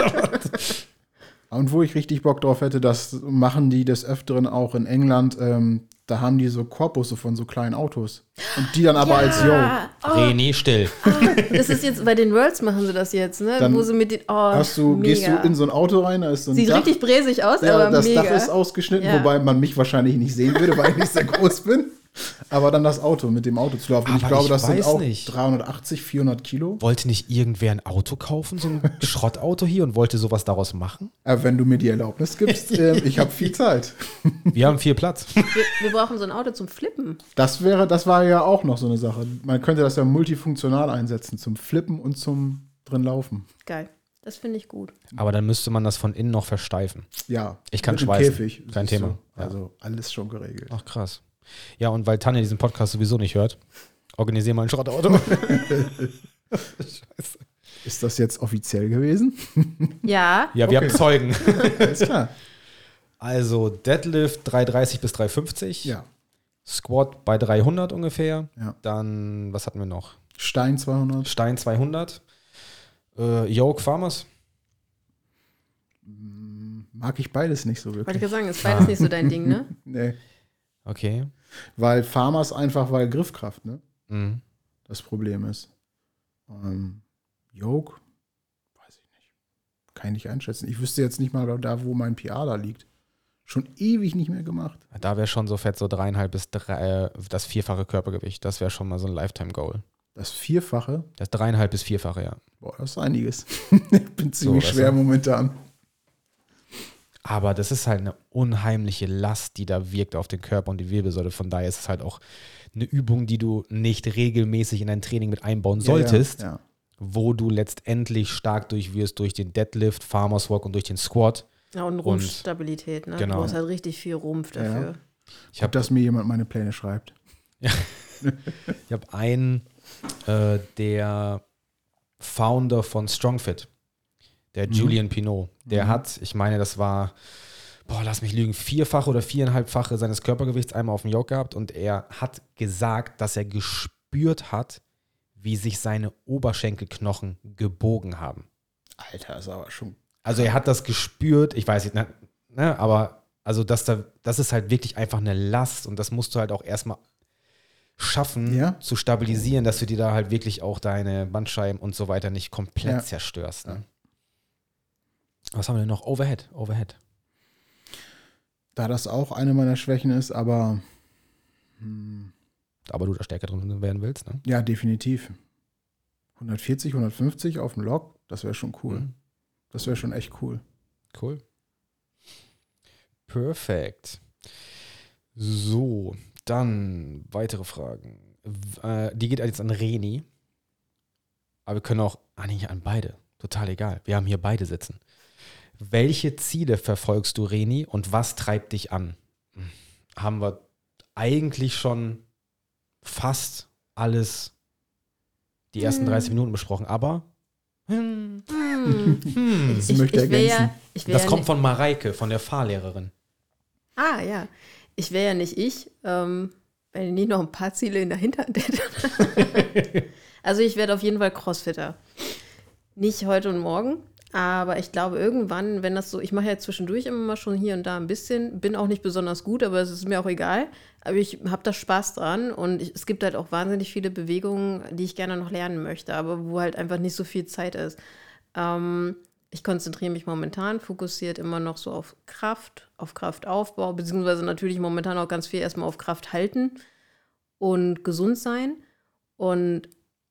Und wo ich richtig Bock drauf hätte, das machen die des Öfteren auch in England. Ähm, da haben die so Korpusse von so kleinen Autos. Und die dann aber als Yo. Ah, oh, René, still. das ist jetzt, bei den Worlds machen sie das jetzt, ne? Dann Wo sie mit den, oh, Hast du, mega. gehst du in so ein Auto rein, da ist so ein Sieht Dach. richtig bräsig aus, Ja, aber das mega. Dach ist ausgeschnitten, Ja. wobei man mich wahrscheinlich nicht sehen würde, weil ich nicht sehr groß bin. Aber dann das Auto, mit dem Auto zu laufen. Und ich Aber glaube, ich das sind weiß auch nicht. dreihundertachtzig, vierhundert Kilo. Wollte nicht irgendwer ein Auto kaufen, so ein Schrottauto hier und wollte sowas daraus machen? Äh, wenn du mir die Erlaubnis gibst, äh, ich habe viel Zeit. Wir haben viel Platz. wir, wir brauchen so ein Auto zum Flippen. Das wäre, das war ja auch noch so eine Sache. Man könnte das ja multifunktional einsetzen, zum Flippen und zum drin laufen. Geil. Das finde ich gut. Aber dann müsste man das von innen noch versteifen. Ja. Ich kann mit dem schweißen. Käfig. Kein siehst Thema. du. Also alles schon geregelt. Ach, krass. Ja, und weil Tanja diesen Podcast sowieso nicht hört, organisier mal ein Schrottauto. Scheiße. Ist das jetzt offiziell gewesen? Ja, Ja, wir Okay. haben Zeugen. Alles klar. Also Deadlift dreihundertdreißig bis dreihundertfünfzig. Ja. Squat bei dreihundert ungefähr. Ja. Dann, was hatten wir noch? Stein zweihundert. Stein zweihundert. Äh, Yoke Farmers. Mag ich beides nicht so wollte ich wirklich. gerade sagen, ist beides nicht so dein Ding, ne? Nee. Okay. Weil Farmers einfach, weil Griffkraft, ne? Mhm. Das Problem ist. Ähm, Yoke? Weiß ich nicht. Kann ich nicht einschätzen. Ich wüsste jetzt nicht mal da, wo mein P R da liegt. Schon ewig nicht mehr gemacht. Da wäre schon so fett, so dreieinhalb bis drei, äh, das vierfache Körpergewicht. Das wäre schon mal so ein Lifetime-Goal. Das Vierfache? Das dreieinhalb bis vierfache, ja. Boah, das ist einiges. Ich bin ziemlich weißt schwer du. momentan. Aber das ist halt eine unheimliche Last, die da wirkt auf den Körper und die Wirbelsäule. Von daher ist es halt auch eine Übung, die du nicht regelmäßig in dein Training mit einbauen solltest, Ja, ja. wo du letztendlich stark durch wirst durch den Deadlift, Farmers Walk und durch den Squat. Ja, und Rumpfstabilität, ne? Genau. Du brauchst halt richtig viel Rumpf dafür. Ich Ich habe, habe dass mir jemand meine Pläne schreibt. ich hab einen, äh, der Founder von StrongFit, der Mhm. Julian Pinot, der Mhm. hat, ich meine, das war, boah, lass mich lügen, vierfach oder viereinhalbfache seines Körpergewichts einmal auf dem Yoke gehabt und er hat gesagt, dass er gespürt hat, wie sich seine Oberschenkelknochen gebogen haben. Alter, ist aber schon. Also er hat das gespürt, ich weiß nicht, ne, ne, aber also dass da, das ist halt wirklich einfach eine Last und das musst du halt auch erstmal schaffen, Ja. zu stabilisieren, dass du dir da halt wirklich auch deine Bandscheiben und so weiter nicht komplett Ja. zerstörst. Ne? Ja. Was haben wir denn noch? Overhead, Overhead. Da das auch eine meiner Schwächen ist, aber Hm. Aber du da stärker drin werden willst, ne? Ja, definitiv. hundertvierzig, hundertfünfzig auf dem Log, das wäre schon cool. Mhm. Das wäre schon echt cool. Cool. Perfekt. So, dann weitere Fragen. W- äh, die geht jetzt an Reni. Aber wir können auch, ah nee, an beide. Total egal. Wir haben hier beide sitzen. Welche Ziele verfolgst du, Reni, und was treibt dich an? Hm. Haben wir eigentlich schon fast alles die ersten dreißig Minuten besprochen, aber hm, hm, Sie möchte ich wär ergänzen. ja, ich wär das ja kommt nicht, von Mareike, von der Fahrlehrerin. Ah, ja. Ich wäre ja nicht ich, ähm, wenn ich nicht noch ein paar Ziele in der Hinterhand hätte. Also ich werde auf jeden Fall Crossfitter. Nicht heute und morgen, aber ich glaube irgendwann, wenn das so, ich mache ja zwischendurch immer mal schon hier und da ein bisschen, bin auch nicht besonders gut, aber es ist mir auch egal. Aber ich habe da Spaß dran und ich, es gibt halt auch wahnsinnig viele Bewegungen, die ich gerne noch lernen möchte, aber wo halt einfach nicht so viel Zeit ist. Ähm, ich konzentriere mich momentan fokussiert immer noch so auf Kraft, auf Kraftaufbau, beziehungsweise natürlich momentan auch ganz viel erstmal auf Kraft halten und gesund sein. Und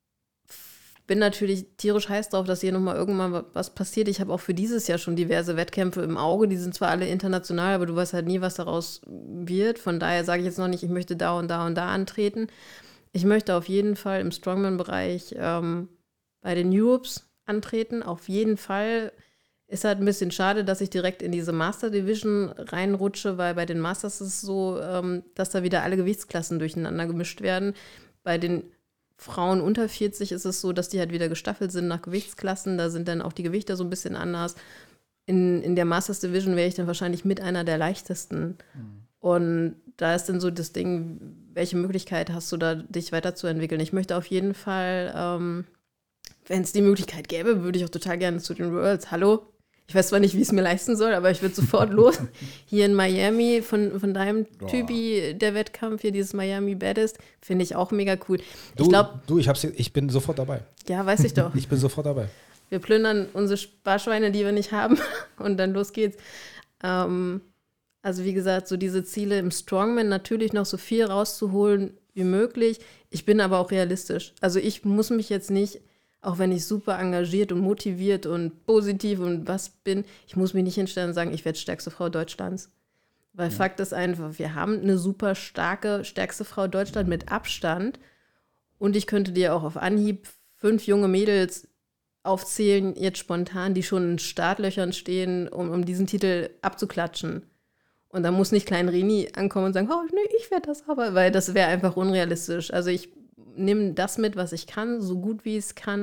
bin natürlich tierisch heiß drauf, dass hier nochmal irgendwann was passiert. Ich habe auch für dieses Jahr schon diverse Wettkämpfe im Auge. Die sind zwar alle international, aber du weißt halt nie, was daraus wird. Von daher sage ich jetzt noch nicht, ich möchte da und da und da antreten. Ich möchte auf jeden Fall im Strongman-Bereich ähm, bei den Europe's antreten. Auf jeden Fall. Ist halt ein bisschen schade, dass ich direkt in diese Master Division reinrutsche, weil bei den Masters ist es so, ähm, dass da wieder alle Gewichtsklassen durcheinander gemischt werden. Bei den Frauen unter vierzig ist es so, dass die halt wieder gestaffelt sind nach Gewichtsklassen. Da sind dann auch die Gewichte so ein bisschen anders. In, in der Masters Division wäre ich dann wahrscheinlich mit einer der leichtesten. Mhm. Und da ist dann so das Ding, welche Möglichkeit hast du da, dich weiterzuentwickeln? Ich möchte auf jeden Fall, ähm, wenn es die Möglichkeit gäbe, würde ich auch total gerne zu den Worlds. Hallo? Ich weiß zwar nicht, wie es mir leisten soll, aber ich würde sofort los. Hier in Miami von, von deinem Boah. Typi, der Wettkampf hier, dieses Miami Baddest, finde ich auch mega cool. Du, ich glaube, du ich, hab's, ich bin sofort dabei. Ja, weiß ich doch. Ich bin sofort dabei. Wir plündern unsere Sparschweine, die wir nicht haben, und dann los geht's. Ähm, also wie gesagt, so diese Ziele im Strongman natürlich noch so viel rauszuholen wie möglich. Ich bin aber auch realistisch. Also ich muss mich jetzt nicht, auch wenn ich super engagiert und motiviert und positiv und was bin, ich muss mich nicht hinstellen und sagen, ich werde stärkste Frau Deutschlands. Weil ja. Fakt ist einfach, wir haben eine super starke, stärkste Frau Deutschland mit Abstand. Und ich könnte dir auch auf Anhieb fünf junge Mädels aufzählen, jetzt spontan, die schon in Startlöchern stehen, um, um diesen Titel abzuklatschen. Und da muss nicht Klein Reni ankommen und sagen, oh, nee, ich werde das aber, weil das wäre einfach unrealistisch. Also ich nehme das mit, was ich kann, so gut wie ich es kann,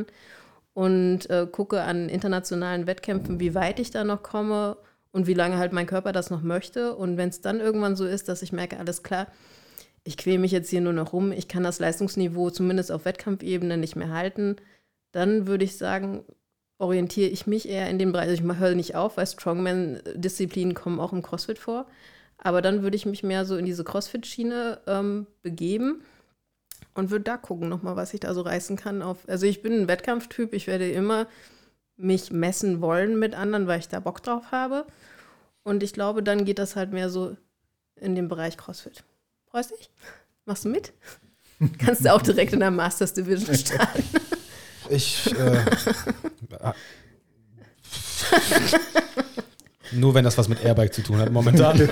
und äh, gucke an internationalen Wettkämpfen, wie weit ich da noch komme und wie lange halt mein Körper das noch möchte. Und wenn es dann irgendwann so ist, dass ich merke, alles klar, ich quäle mich jetzt hier nur noch rum, ich kann das Leistungsniveau zumindest auf Wettkampfebene nicht mehr halten, dann würde ich sagen, orientiere ich mich eher in dem Bereich. Also ich höre nicht auf, weil Strongman-Disziplinen kommen auch im CrossFit vor. Aber dann würde ich mich mehr so in diese CrossFit-Schiene ähm, begeben und würde da gucken nochmal, was ich da so reißen kann. Auf, also ich bin ein Wettkampftyp, ich werde immer mich messen wollen mit anderen, weil ich da Bock drauf habe. Und ich glaube, dann geht das halt mehr so in den Bereich CrossFit. Freust dich? Machst du mit? Kannst du auch direkt in der Masters Division starten. Ich, äh, nur wenn das was mit Airbike zu tun hat momentan.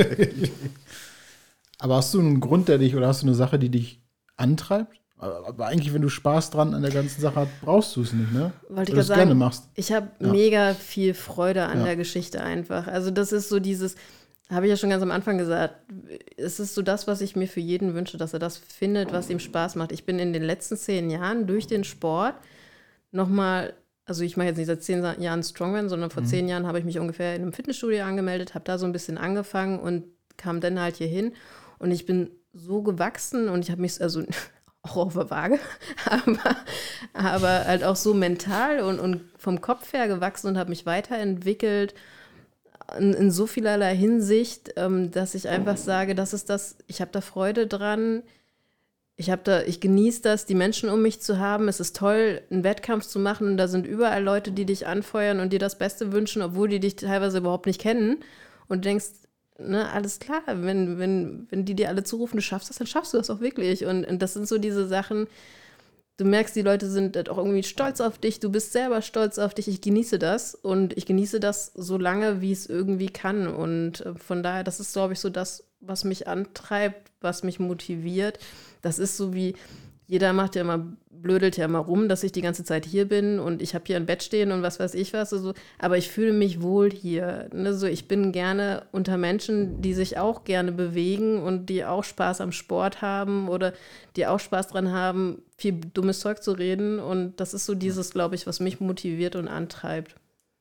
Aber hast du einen Grund, der dich, oder hast du eine Sache, die dich antreibt? Aber eigentlich, wenn du Spaß dran an der ganzen Sache hast, brauchst du es nicht, ne? Wollte Weil ich du es sagen, gerne machst. Ich habe Ja. mega viel Freude an Ja. der Geschichte einfach. Also das ist so dieses, habe ich ja schon ganz am Anfang gesagt, es ist so das, was ich mir für jeden wünsche, dass er das findet, was ihm Spaß macht. Ich bin in den letzten zehn Jahren durch den Sport nochmal, also ich mache jetzt nicht seit zehn Jahren Strongman, sondern vor mhm. zehn Jahren habe ich mich ungefähr in einem Fitnessstudio angemeldet, habe da so ein bisschen angefangen und kam dann halt hier hin. Und ich bin so gewachsen und ich habe mich, also auch auf der Waage, aber, aber halt auch so mental und, und vom Kopf her gewachsen und habe mich weiterentwickelt in, in so vielerlei Hinsicht, ähm, dass ich einfach sage, das ist das, ich habe da Freude dran, ich habe da, ich genieße das, die Menschen um mich zu haben. Es ist toll, einen Wettkampf zu machen und da sind überall Leute, die dich anfeuern und dir das Beste wünschen, obwohl die dich teilweise überhaupt nicht kennen. Und du denkst, ne, alles klar, wenn, wenn, wenn die dir alle zurufen, du schaffst das, dann schaffst du das auch wirklich. Und, und das sind so diese Sachen, du merkst, die Leute sind auch irgendwie stolz auf dich, du bist selber stolz auf dich, ich genieße das und ich genieße das so lange, wie es irgendwie kann. Und von daher, das ist, glaube ich, so das, was mich antreibt, was mich motiviert. Das ist so wie, jeder macht ja immer, blödelt ja immer rum, dass ich die ganze Zeit hier bin und ich habe hier ein Bett stehen und was weiß ich was. Also, aber ich fühle mich wohl hier. Ne? So, ich bin gerne unter Menschen, die sich auch gerne bewegen und die auch Spaß am Sport haben oder die auch Spaß dran haben, viel dummes Zeug zu reden. Und das ist so dieses, glaube ich, was mich motiviert und antreibt.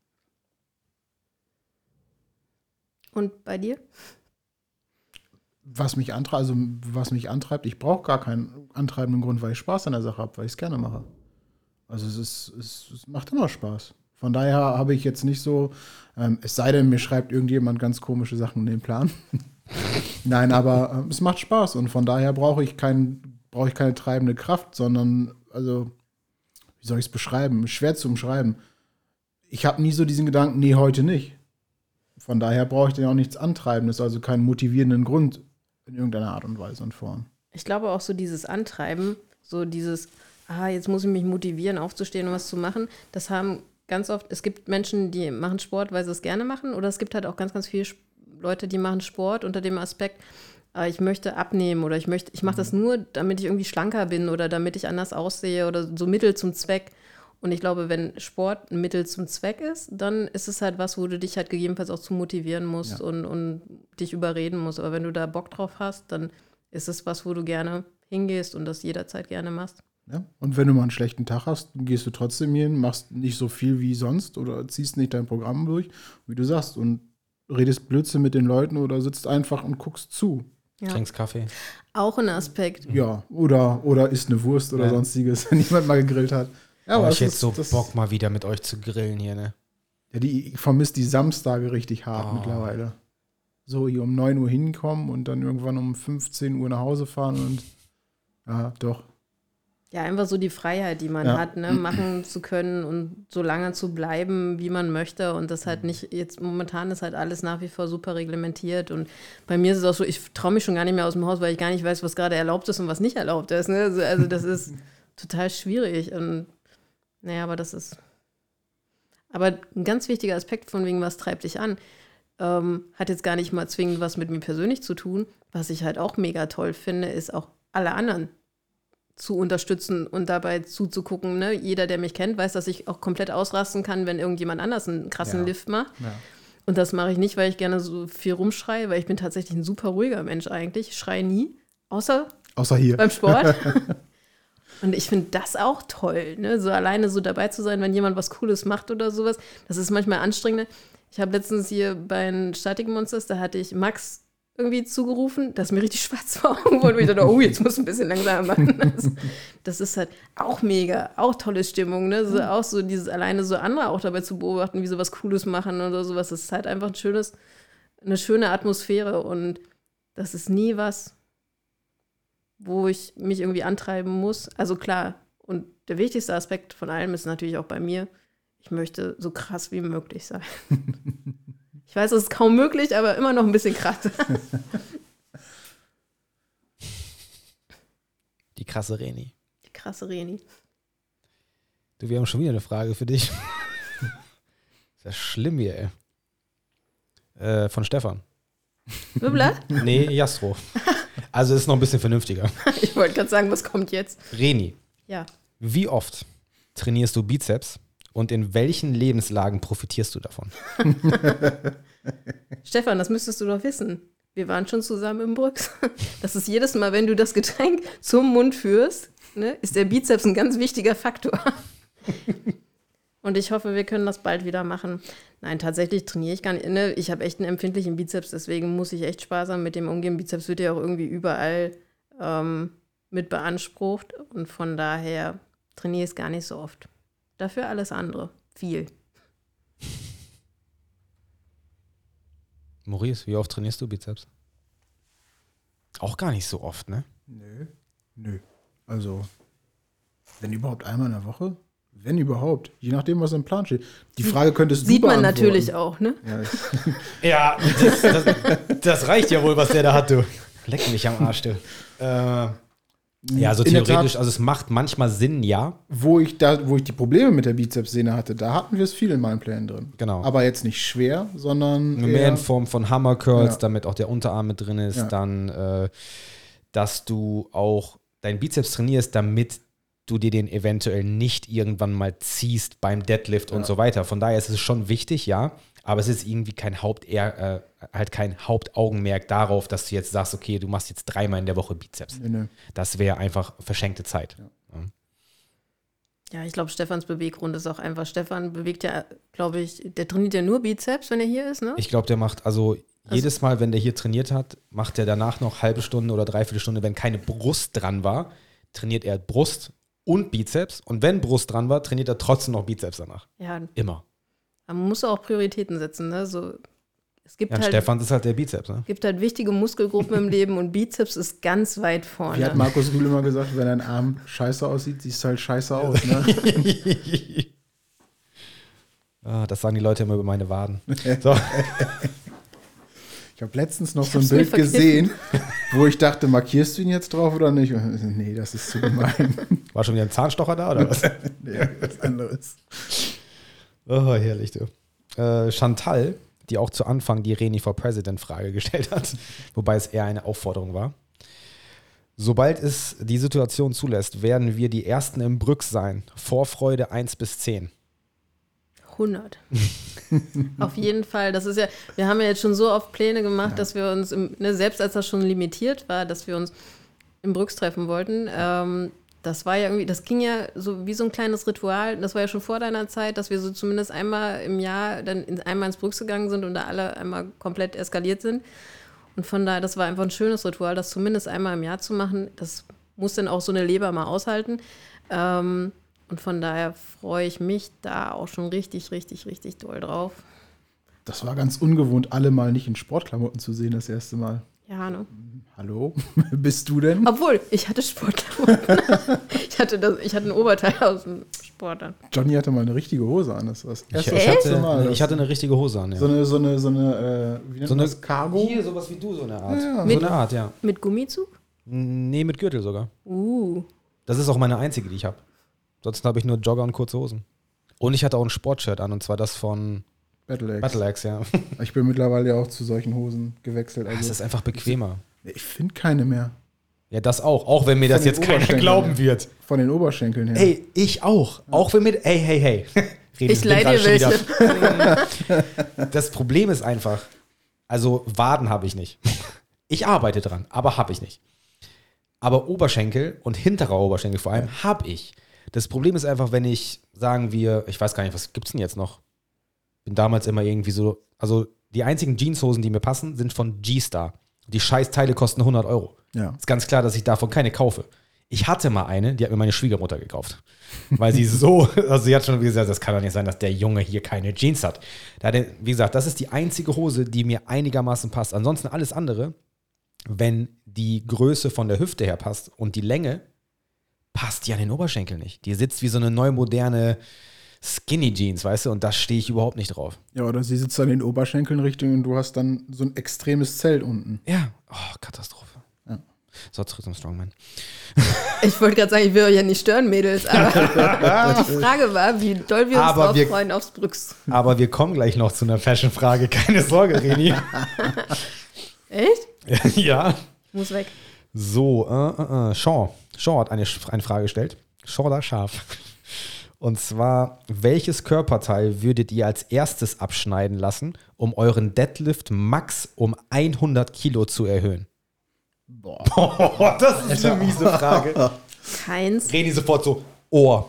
Und bei dir? Was mich antreibt, also was mich antreibt, ich brauche gar keinen antreibenden Grund, weil ich Spaß an der Sache habe, weil ich es gerne mache. Also es ist, es, es macht immer Spaß. Von daher habe ich jetzt nicht so, ähm, es sei denn, mir schreibt irgendjemand ganz komische Sachen in den Plan. Nein, aber ähm, es macht Spaß und von daher brauche ich kein, brauche ich keine treibende Kraft, sondern, also, wie soll ich es beschreiben? Schwer zu umschreiben. Ich habe nie so diesen Gedanken, nee, heute nicht. Von daher brauche ich dann auch nichts Antreibendes, also keinen motivierenden Grund in irgendeiner Art und Weise und Form. Ich glaube auch so dieses Antreiben, so dieses, ah, jetzt muss ich mich motivieren, aufzustehen und was zu machen, das haben ganz oft, es gibt Menschen, die machen Sport, weil sie es gerne machen, oder es gibt halt auch ganz, ganz viele Leute, die machen Sport unter dem Aspekt, ah, ich möchte abnehmen oder ich möchte, ich mache das nur, damit ich irgendwie schlanker bin oder damit ich anders aussehe oder so Mittel zum Zweck. Und ich glaube, wenn Sport ein Mittel zum Zweck ist, dann ist es halt was, wo du dich halt gegebenenfalls auch zu motivieren musst Ja. und, und dich überreden musst. Aber wenn du da Bock drauf hast, dann ist es was, wo du gerne hingehst und das jederzeit gerne machst. Ja? Und wenn du mal einen schlechten Tag hast, gehst du trotzdem hin, machst nicht so viel wie sonst oder ziehst nicht dein Programm durch, wie du sagst, und redest Blödsinn mit den Leuten oder sitzt einfach und guckst zu. Ja. Trinkst Kaffee. Auch ein Aspekt. Ja, oder, oder isst eine Wurst oder Ja. sonstiges, wenn jemand mal gegrillt hat. Ja, aber das ich hätte ist- so das- Bock, mal wieder mit euch zu grillen hier, ne? Ja, die, ich vermisse die Samstage richtig hart Oh. mittlerweile. So hier um neun Uhr hinkommen und dann irgendwann um fünfzehn Uhr nach Hause fahren und ja, doch. Ja, einfach so die Freiheit, die man Ja. hat, ne, machen zu können und so lange zu bleiben, wie man möchte. Und das halt nicht, jetzt momentan ist halt alles nach wie vor super reglementiert. Und bei mir ist es auch so, ich traue mich schon gar nicht mehr aus dem Haus, weil ich gar nicht weiß, was gerade erlaubt ist und was nicht erlaubt ist. Ne? Also, also das ist total schwierig. Und naja, aber das ist. Aber ein ganz wichtiger Aspekt von wegen, was treibt dich an, ähm, hat jetzt gar nicht mal zwingend was mit mir persönlich zu tun. Was ich halt auch mega toll finde, ist auch alle anderen zu unterstützen und dabei zuzugucken. Ne? Jeder, der mich kennt, weiß, dass ich auch komplett ausrasten kann, wenn irgendjemand anders einen krassen Ja. Lift macht. Ja. Und das mache ich nicht, weil ich gerne so viel rumschreie, weil ich bin tatsächlich ein super ruhiger Mensch eigentlich. Ich schreie nie, außer Außer hier. beim Sport. Und ich finde das auch toll, ne? So alleine so dabei zu sein, wenn jemand was Cooles macht oder sowas. Das ist manchmal anstrengend. Ich habe letztens hier bei den Static Monsters, da hatte ich Max irgendwie zugerufen, dass mir richtig schwarz vor Augen wurde. Und ich dachte, oh, jetzt muss ich ein bisschen langsamer machen. Das, das ist halt auch mega, auch tolle Stimmung, ne? So, auch so dieses alleine so andere auch dabei zu beobachten, wie sie was Cooles machen oder sowas. Das ist halt einfach ein schönes, eine schöne Atmosphäre und das ist nie was, wo ich mich irgendwie antreiben muss. Also klar, und der wichtigste Aspekt von allem ist natürlich auch bei mir, ich möchte so krass wie möglich sein. Ich weiß, es ist kaum möglich, aber immer noch ein bisschen krass. Die krasse Reni. Die krasse Reni. Du, wir haben schon wieder eine Frage für dich. Ist ja schlimm hier, ey. Äh, von Stefan. Wibbler? Nee, Jastro. Also ist noch ein bisschen vernünftiger. Ich wollte gerade sagen, was kommt jetzt? Reni, Ja. wie oft trainierst du Bizeps und in welchen Lebenslagen profitierst du davon? Stefan, das müsstest du doch wissen. Wir waren schon zusammen im Brücks. Das ist jedes Mal, wenn du das Getränk zum Mund führst, ne, ist der Bizeps ein ganz wichtiger Faktor. Und ich hoffe, wir können das bald wieder machen. Nein, tatsächlich trainiere ich gar nicht. Ne? Ich habe echt einen empfindlichen Bizeps, deswegen muss ich echt sparsam mit dem umgehen. Bizeps wird ja auch irgendwie überall ähm, mit beansprucht. Und von daher trainiere ich es gar nicht so oft. Dafür alles andere. Viel. Maurice, wie oft trainierst du Bizeps? Auch gar nicht so oft, ne? Nö. Nö. Also, wenn überhaupt einmal in der Woche. Wenn überhaupt. Je nachdem, was im Plan steht. Die Frage könntest du Sieht man beantworten. natürlich auch, ne? Ja, ich- Ja, das, das, das reicht ja wohl, was der da hat, du. Leck mich am Arsch, du. Äh, ja, also In der theoretisch, Tat- also es macht manchmal Sinn, ja. Wo ich da, wo ich die Probleme mit der Bizepssehne hatte, da hatten wir es viel in meinen Plänen drin. Genau. Aber jetzt nicht schwer, sondern Mehr eher, in Form von Hammer Curls, Ja. damit auch der Unterarm mit drin ist. Ja. Dann, äh, dass du auch deinen Bizeps trainierst, damit du dir den eventuell nicht irgendwann mal ziehst beim Deadlift und so weiter. Von daher ist es schon wichtig, ja. Aber es ist irgendwie kein Haupt, äh, halt kein Hauptaugenmerk darauf, dass du jetzt sagst, okay, du machst jetzt dreimal in der Woche Bizeps. Nee, nee. Das wäre einfach verschenkte Zeit. Ja, ich glaube, Stefans Beweggrund ist auch einfach, Stefan bewegt ja, glaube ich, der trainiert ja nur Bizeps, wenn er hier ist, ne? Ich glaube, der macht also jedes Mal, wenn der hier trainiert hat, macht er danach noch halbe Stunde oder dreiviertel Stunde, wenn keine Brust dran war, trainiert er Brust und Bizeps. Und wenn Brust dran war, trainiert er trotzdem noch Bizeps danach. Ja, Immer. man muss auch Prioritäten setzen, ne? So, es gibt Ja, und halt, Stefan ist halt der Bizeps, ne? gibt halt wichtige Muskelgruppen im Leben und Bizeps ist ganz weit vorne. Wie hat Markus Rühl immer gesagt, wenn dein Arm scheiße aussieht, siehst du halt scheiße aus. Ne? Ah, das sagen die Leute immer über meine Waden. So. Ich habe letztens noch Ich so ein hab's mir Bild verkniffen. gesehen, wo ich dachte, markierst du ihn jetzt drauf oder nicht? Und, nee, das ist zu gemein. War schon wieder ein Zahnstocher da, oder was? Nee, was anderes. Oh, herrlich, du. Äh, Chantal, die auch zu Anfang die Reni for President-Frage gestellt hat, wobei es eher eine Aufforderung war. Sobald es die Situation zulässt, werden wir die Ersten im Brück sein. Vorfreude eins bis zehn. hundert. Auf jeden Fall. Das ist ja, wir haben ja jetzt schon so oft Pläne gemacht, dass wir uns, im, ne, selbst als das schon limitiert war, dass wir uns im Brücks treffen wollten, ähm, das war ja irgendwie, das ging ja so wie so ein kleines Ritual, das war ja schon vor deiner Zeit, dass wir so zumindest einmal im Jahr dann in, einmal ins Brücks gegangen sind und da alle einmal komplett eskaliert sind. Und von daher, das war einfach ein schönes Ritual, das zumindest einmal im Jahr zu machen. Das muss dann auch so eine Leber mal aushalten. Ähm, und von daher freue ich mich da auch schon richtig, richtig, richtig doll drauf. Das war ganz ungewohnt, alle mal nicht in Sportklamotten zu sehen, das erste Mal. Ja, ne? Hallo? Bist du denn? Obwohl, ich hatte Sportklamotten. ich, hatte das, ich hatte ein Oberteil aus dem Sport an. Johnny hatte mal eine richtige Hose an. Das war das Ich, erste, ich, erste hatte, Mal. ich hatte eine richtige Hose an, ja. so eine, so eine, so eine, äh, wie nennt So man eine das? Cargo? Hier, sowas wie du, so eine Art. Ja. So Mit- eine Art, ja. Mit Gummizug? Nee, mit Gürtel sogar. Uh. Das ist auch meine einzige, die ich habe. Sonst habe ich nur Jogger und kurze Hosen. Und ich hatte auch ein Sportshirt an, und zwar das von Battle Axe. Battle Axe, ja. Ich bin mittlerweile ja auch zu solchen Hosen gewechselt. Es Also, ist einfach bequemer. ich finde keine mehr. Ja, das auch. Auch wenn mir das Von den jetzt keiner Oberschenkeln glauben her. wird. Von den Oberschenkeln her. Ey, ich auch. Auch wenn mir. Hey, hey, hey. Rede, Ich bin leih gerade dir schon welche. wieder- Das Problem ist einfach, also Waden habe ich nicht. Ich arbeite dran, aber habe ich nicht. Aber Oberschenkel und hinterer Oberschenkel vor allem habe ich. Das Problem ist einfach, wenn ich, sagen wir, ich weiß gar nicht, was gibt's denn jetzt noch? Bin damals immer irgendwie so, also die einzigen Jeanshosen, die mir passen, sind von G-Star. Die Scheißteile kosten hundert Euro. Ja. Ist ganz klar, dass ich davon keine kaufe. Ich hatte mal eine, die hat mir meine Schwiegermutter gekauft. Weil sie so, also sie hat schon gesagt, das kann doch nicht sein, dass der Junge hier keine Jeans hat. Da hat er, wie gesagt, das ist die einzige Hose, die mir einigermaßen passt. Ansonsten alles andere, wenn die Größe von der Hüfte her passt und die Länge, passt die an den Oberschenkel nicht. Die sitzt wie so eine neu moderne Skinny Jeans, weißt du, und da stehe ich überhaupt nicht drauf. Ja, oder sie sitzt an den Oberschenkeln Richtung und du hast dann so ein extremes Zelt unten. Ja, oh, Katastrophe. Ja. So, zurück zum Strongman. Ich wollte gerade sagen, ich will euch ja nicht stören, Mädels, aber die Frage war, wie doll wir uns Aber drauf wir- freuen aufs Brücks. Aber wir kommen gleich noch zu einer Fashion-Frage, keine Sorge, Reni. Echt? Ja. Muss weg. So, äh, äh, äh. Sean. Sean hat eine, eine Frage gestellt. Sean da scharf. Und zwar, welches Körperteil würdet ihr als erstes abschneiden lassen, um euren Deadlift max um hundert Kilo zu erhöhen? Boah. Oh, das ist eine miese Frage. Keins. Reni sofort so, Ohr.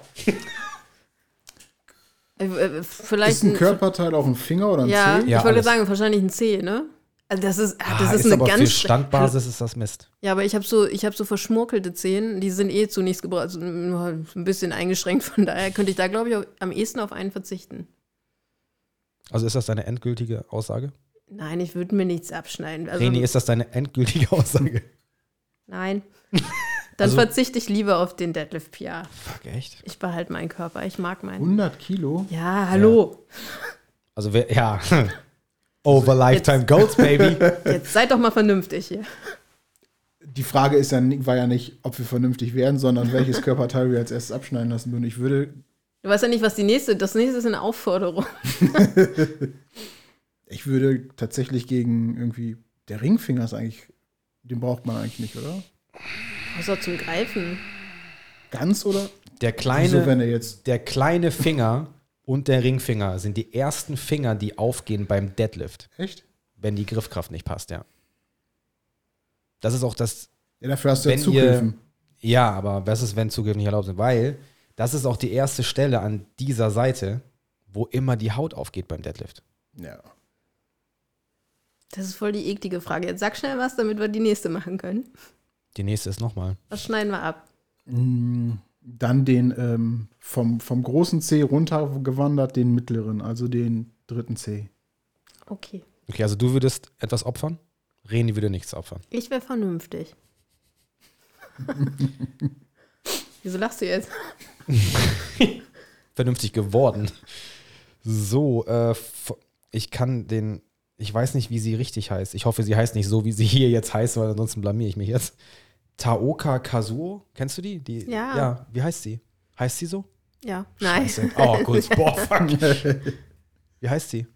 Äh, äh, Vielleicht Ist ein Körperteil auch ein Finger oder ein Ja, Zeh? Ja, ich wollte alles. sagen, wahrscheinlich ein C, ne? Also das ist, ah, das Ah, ist, eine aber ganz. für Standbasis ist das Mist. Ja, aber ich habe so, ich habe so verschmurkelte Zehen, die sind eh zu nichts gebraucht, also nur ein bisschen eingeschränkt. Von daher könnte ich da, glaube ich, auch am ehesten auf einen verzichten. Also ist das deine endgültige Aussage? Nein, ich würde mir nichts abschneiden. Also, Reni, ist das deine endgültige Aussage? nein. Dann Also- verzichte ich lieber auf den Deadlift P R. Fuck, echt? Ich behalte meinen Körper, ich mag meinen. hundert Kilo? Ja, hallo. Also, wer, ja. Over Lifetime Goals, Baby. Jetzt seid doch mal vernünftig hier. Die Frage ist ja, ni- war ja nicht, ob wir vernünftig werden, sondern welches Körperteil wir als erstes abschneiden lassen würden. Ich würde, Du weißt ja nicht, was die nächste, das nächste ist eine Aufforderung. ich würde tatsächlich gegen irgendwie, der Ringfinger ist eigentlich, den braucht man eigentlich nicht, oder? Außer zum Greifen. Ganz, oder? Der kleine, Wieso, wenn er jetzt, der kleine Finger und der Ringfinger sind die ersten Finger, die aufgehen beim Deadlift, echt? wenn die Griffkraft nicht passt, ja. Das ist auch das, Ja, dafür hast du ja wenn Zugriffen. ihr, ja, aber was ist, wenn Zugriffe nicht erlaubt sind? Weil das ist auch die erste Stelle an dieser Seite, wo immer die Haut aufgeht beim Deadlift. Ja. Das ist voll die eklige Frage. Jetzt sag schnell was, damit wir die nächste machen können. Die nächste ist nochmal. Was schneiden wir ab? Mm, Dann den ähm, vom, vom großen C runtergewandert, den mittleren, also den dritten C. Okay. Okay, also du würdest etwas opfern? Reni würde nichts opfern. Ich wäre vernünftig. Wieso lachst du jetzt? Vernünftig geworden. So, äh, f- ich kann den, ich weiß nicht, wie sie richtig heißt. Ich hoffe, sie heißt nicht so, wie sie hier jetzt heißt, weil ansonsten blamier ich mich jetzt. Taoka Kazuo, kennst du die? die? Ja. Ja, wie heißt sie? Heißt sie so? Ja, nein. Scheiße. Oh, gut. Boah, fuck. Wie heißt sie?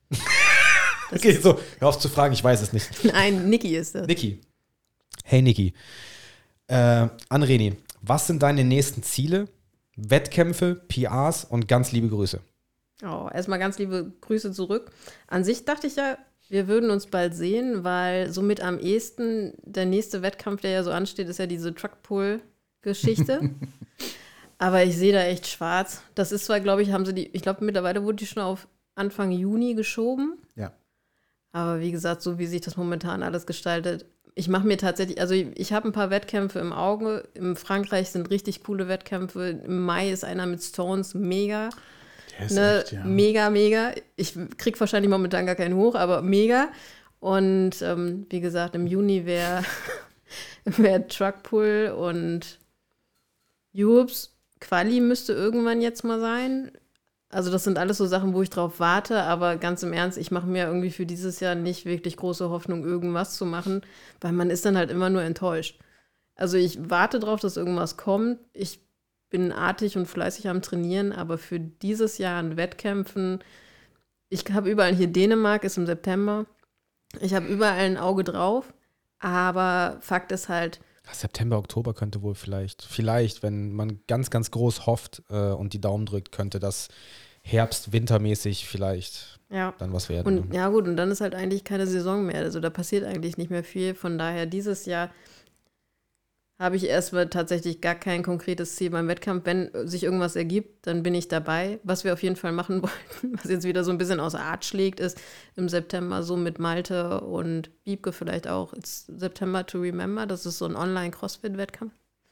Okay, so, hör auf zu fragen, ich weiß es nicht. Nein, Niki ist das. Niki. Hey Niki. Äh, an Reni, was sind deine nächsten Ziele, Wettkämpfe, P Rs und ganz liebe Grüße? Oh, erstmal ganz liebe Grüße zurück. An sich dachte ich ja, wir würden uns bald sehen, weil somit am ehesten der nächste Wettkampf, der ja so ansteht, ist ja diese Truckpull-Geschichte. Aber ich sehe da echt schwarz. Das ist zwar, glaube ich, haben sie die, ich glaube, mittlerweile wurde die schon auf Anfang Juni geschoben. Ja. Aber wie gesagt, so wie sich das momentan alles gestaltet, ich mache mir tatsächlich, also ich, ich habe ein paar Wettkämpfe im Auge. In Frankreich sind richtig coole Wettkämpfe. Im Mai ist einer mit Stones mega. Der ist Ne, echt, ja. Mega, mega. Ich krieg wahrscheinlich momentan gar keinen hoch, aber mega. Und ähm, wie gesagt, im Juni wäre wär Truckpull und Jups. Quali müsste irgendwann jetzt mal sein. Also das sind alles so Sachen, wo ich drauf warte, aber ganz im Ernst, ich mache mir irgendwie für dieses Jahr nicht wirklich große Hoffnung, irgendwas zu machen, weil man ist dann halt immer nur enttäuscht. Also ich warte drauf, dass irgendwas kommt. Ich bin artig und fleißig am Trainieren, aber für dieses Jahr an Wettkämpfen, ich habe überall hier Dänemark, ist im September. Ich habe überall ein Auge drauf, aber Fakt ist halt, September, Oktober könnte wohl vielleicht, vielleicht, wenn man ganz, ganz groß hofft äh, und die Daumen drückt, könnte das Herbst-, Wintermäßig vielleicht ja. dann was werden. Und ja gut, und dann ist halt eigentlich keine Saison mehr. Also da passiert eigentlich nicht mehr viel. Von daher dieses Jahr habe ich erstmal tatsächlich gar kein konkretes Ziel beim Wettkampf. Wenn sich irgendwas ergibt, dann bin ich dabei. Was wir auf jeden Fall machen wollten, was jetzt wieder so ein bisschen außer Art schlägt, ist im September so mit Malte und Wiebke vielleicht auch. It's September to Remember. Das ist so ein Online-Crossfit-Wettkampf.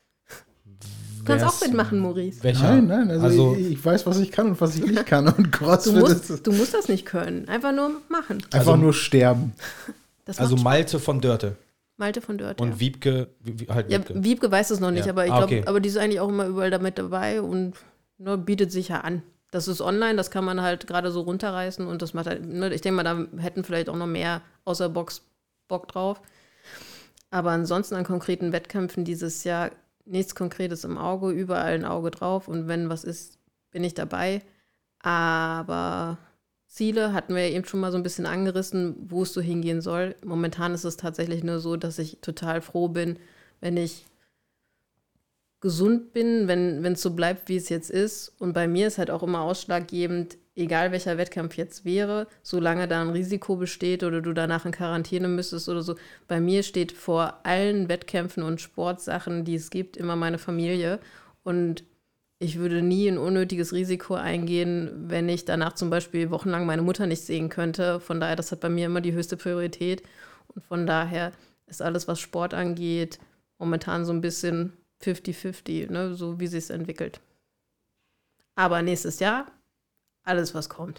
Du kannst auch mitmachen, Maurice. Welcher? Nein, nein, also, Also, ich, ich weiß, was ich kann und was ich nicht kann. Und Du CrossFit musst, ist du musst das nicht können. Einfach nur machen. einfach Also- nur sterben. Das also macht Malte von Dörte Malte von Dörte. und ja. Wiebke, wie- wie- halt Ja, Wiebke. Wiebke weiß es noch nicht, Ja. aber ich Ah, glaube, okay. aber die ist eigentlich auch immer überall damit dabei und ne, bietet sich ja an. Das ist online, das kann man halt gerade so runterreißen und das macht halt, ne, ich denke mal, da hätten vielleicht auch noch mehr außer Box Bock drauf. Aber ansonsten an konkreten Wettkämpfen dieses Jahr nichts Konkretes im Auge, überall ein Auge drauf und wenn was ist, bin ich dabei. Aber Ziele hatten wir ja eben schon mal so ein bisschen angerissen, wo es so hingehen soll. Momentan ist es tatsächlich nur so, dass ich total froh bin, wenn ich gesund bin, wenn es so bleibt, wie es jetzt ist. Und bei mir ist halt auch immer ausschlaggebend, egal welcher Wettkampf jetzt wäre, solange da ein Risiko besteht oder du danach in Quarantäne müsstest oder so. Bei mir steht vor allen Wettkämpfen und Sportsachen, die es gibt, immer meine Familie. Und ich würde nie ein unnötiges Risiko eingehen, wenn ich danach zum Beispiel wochenlang meine Mutter nicht sehen könnte. Von daher, das hat bei mir immer die höchste Priorität. Und von daher ist alles, was Sport angeht, momentan so ein bisschen fifty fifty, ne? So wie sich es entwickelt. Aber nächstes Jahr, alles, was kommt.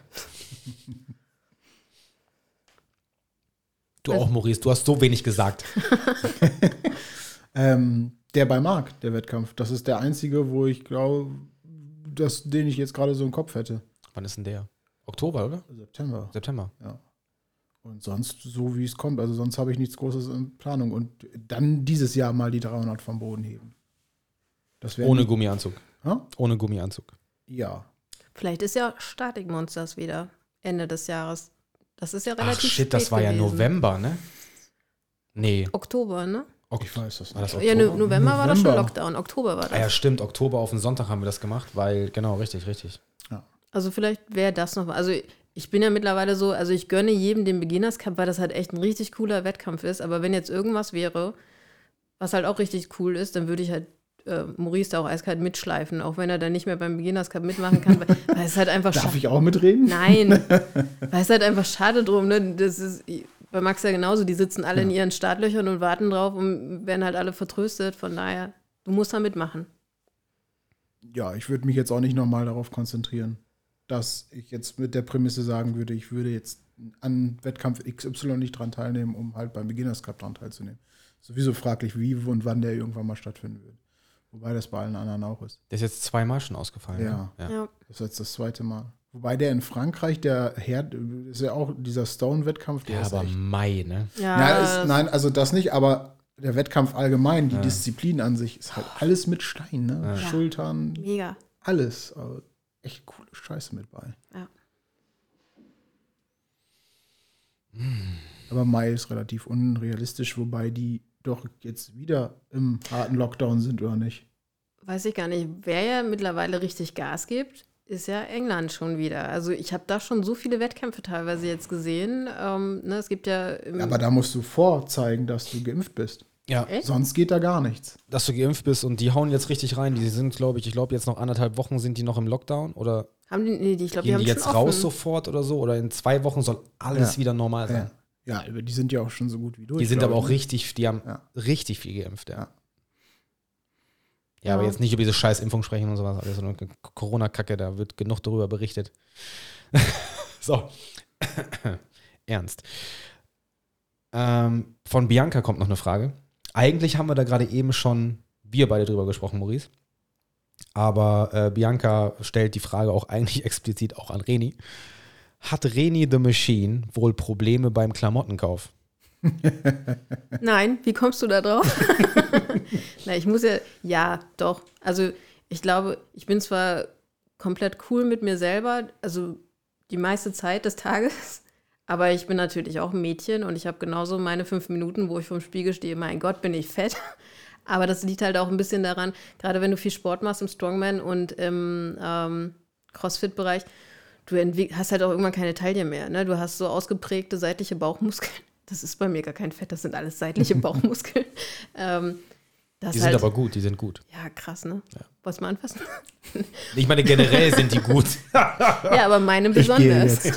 Du auch, Maurice, du hast so wenig gesagt. Ähm, Der bei Marc, der Wettkampf. Das ist der einzige, wo ich glaube, dass, den ich jetzt gerade so im Kopf hätte. Wann ist denn der? Oktober, oder? September. September. Ja. Und sonst so, wie es kommt. Also sonst habe ich nichts Großes in Planung. Und dann dieses Jahr mal die dreihundert vom Boden heben. Das Ohne nicht, Gummianzug. ha? Ohne Gummianzug. Ja. Vielleicht ist ja Static Monsters wieder Ende des Jahres. Das ist ja Ach relativ shit, das spät war ja gewesen. November, ne? Nee. Oktober, ne? Ich weiß das War das nicht. Ja, Oktober? no- November, war das schon November. Lockdown. Oktober war das. Ah ja, stimmt. Oktober auf den Sonntag haben wir das gemacht, weil, genau, richtig, richtig. Also vielleicht wäre das noch, also ich bin ja mittlerweile so, also ich gönne jedem den Beginners Cup, weil das halt echt ein richtig cooler Wettkampf ist, aber wenn jetzt irgendwas wäre, was halt auch richtig cool ist, dann würde ich halt äh, Maurice da auch eiskalt mitschleifen, auch wenn er dann nicht mehr beim Beginners Cup mitmachen kann, weil, weil es halt einfach Darf scha- ich auch mitreden? Nein, weil es halt einfach schade drum, ne? Das ist bei Max ja genauso, die sitzen alle in ihren Startlöchern und warten drauf und werden halt alle vertröstet, von daher, du musst da mitmachen. Ja, ich würde mich jetzt auch nicht nochmal darauf konzentrieren, dass ich jetzt mit der Prämisse sagen würde, ich würde jetzt an Wettkampf X Y nicht dran teilnehmen, um halt beim Beginners Cup dran teilzunehmen. Sowieso fraglich, wie und wann der irgendwann mal stattfinden wird. Wobei das bei allen anderen auch ist. Der ist jetzt zweimal schon ausgefallen. Ja. Ne? Ja. Das ist jetzt das zweite Mal. Wobei der in Frankreich, der Herd, ist ja auch dieser Stone-Wettkampf, der Ja, ist aber echt. Mai, ne? Ja, Ja, ist, nein, also das nicht, aber der Wettkampf allgemein, die Disziplin an sich, ist halt alles mit Stein, ne? Ja. Schultern, mega. alles. Also echt coole Scheiße mit bei. Ja. Aber Mai ist relativ unrealistisch, wobei die doch jetzt wieder im harten Lockdown sind, oder nicht? Weiß ich gar nicht. Wer ja mittlerweile richtig Gas gibt, ist ja England schon wieder. Also ich habe da schon so viele Wettkämpfe teilweise jetzt gesehen. Ähm, ne, es gibt ja... Im, Ja, aber da musst du vorzeigen, dass du geimpft bist. Ja, Echt? Sonst geht da gar nichts. dass du geimpft bist und die hauen jetzt richtig rein. Die sind, glaube ich, ich glaube jetzt noch anderthalb Wochen sind die noch im Lockdown oder haben die, nee, die, ich glaube, die gehen haben die jetzt schon raus offen. sofort oder so oder in zwei Wochen soll alles Ja. wieder normal sein. Ja. ja, aber die sind ja auch schon so gut wie durch. Die sind glaub aber ich, auch ne? richtig, die haben Ja. richtig viel geimpft, ja. Ja. Ja, aber Ja. jetzt nicht über diese scheiß Impfung sprechen und sowas. Also eine Corona-Kacke, da wird genug darüber berichtet. So. Ernst. Ähm, von Bianca kommt noch eine Frage. Eigentlich haben wir da gerade eben schon wir beide drüber gesprochen, Maurice. Aber äh, Bianca stellt die Frage auch eigentlich explizit auch an Reni. Hat Reni the Machine wohl Probleme beim Klamottenkauf? Nein, wie kommst du da drauf? Na, ich muss ja, ja, doch. Also ich glaube, ich bin zwar komplett cool mit mir selber, also die meiste Zeit des Tages, aber ich bin natürlich auch ein Mädchen und ich habe genauso meine fünf Minuten, wo ich vorm Spiegel stehe, mein Gott, bin ich fett. Aber das liegt halt auch ein bisschen daran, gerade wenn du viel Sport machst im Strongman und im ähm, Crossfit-Bereich, du entwick- hast halt auch irgendwann keine Taille mehr. Ne? Du hast so ausgeprägte seitliche Bauchmuskeln. Das ist bei mir gar kein Fett, das sind alles seitliche Bauchmuskeln. ähm, das Die halt, sind aber gut, die sind gut. ja, krass, ne? Ja. Wolltest du mal anfassen? Ich meine, generell sind die gut. Ja, aber meine Ich gehe besonders.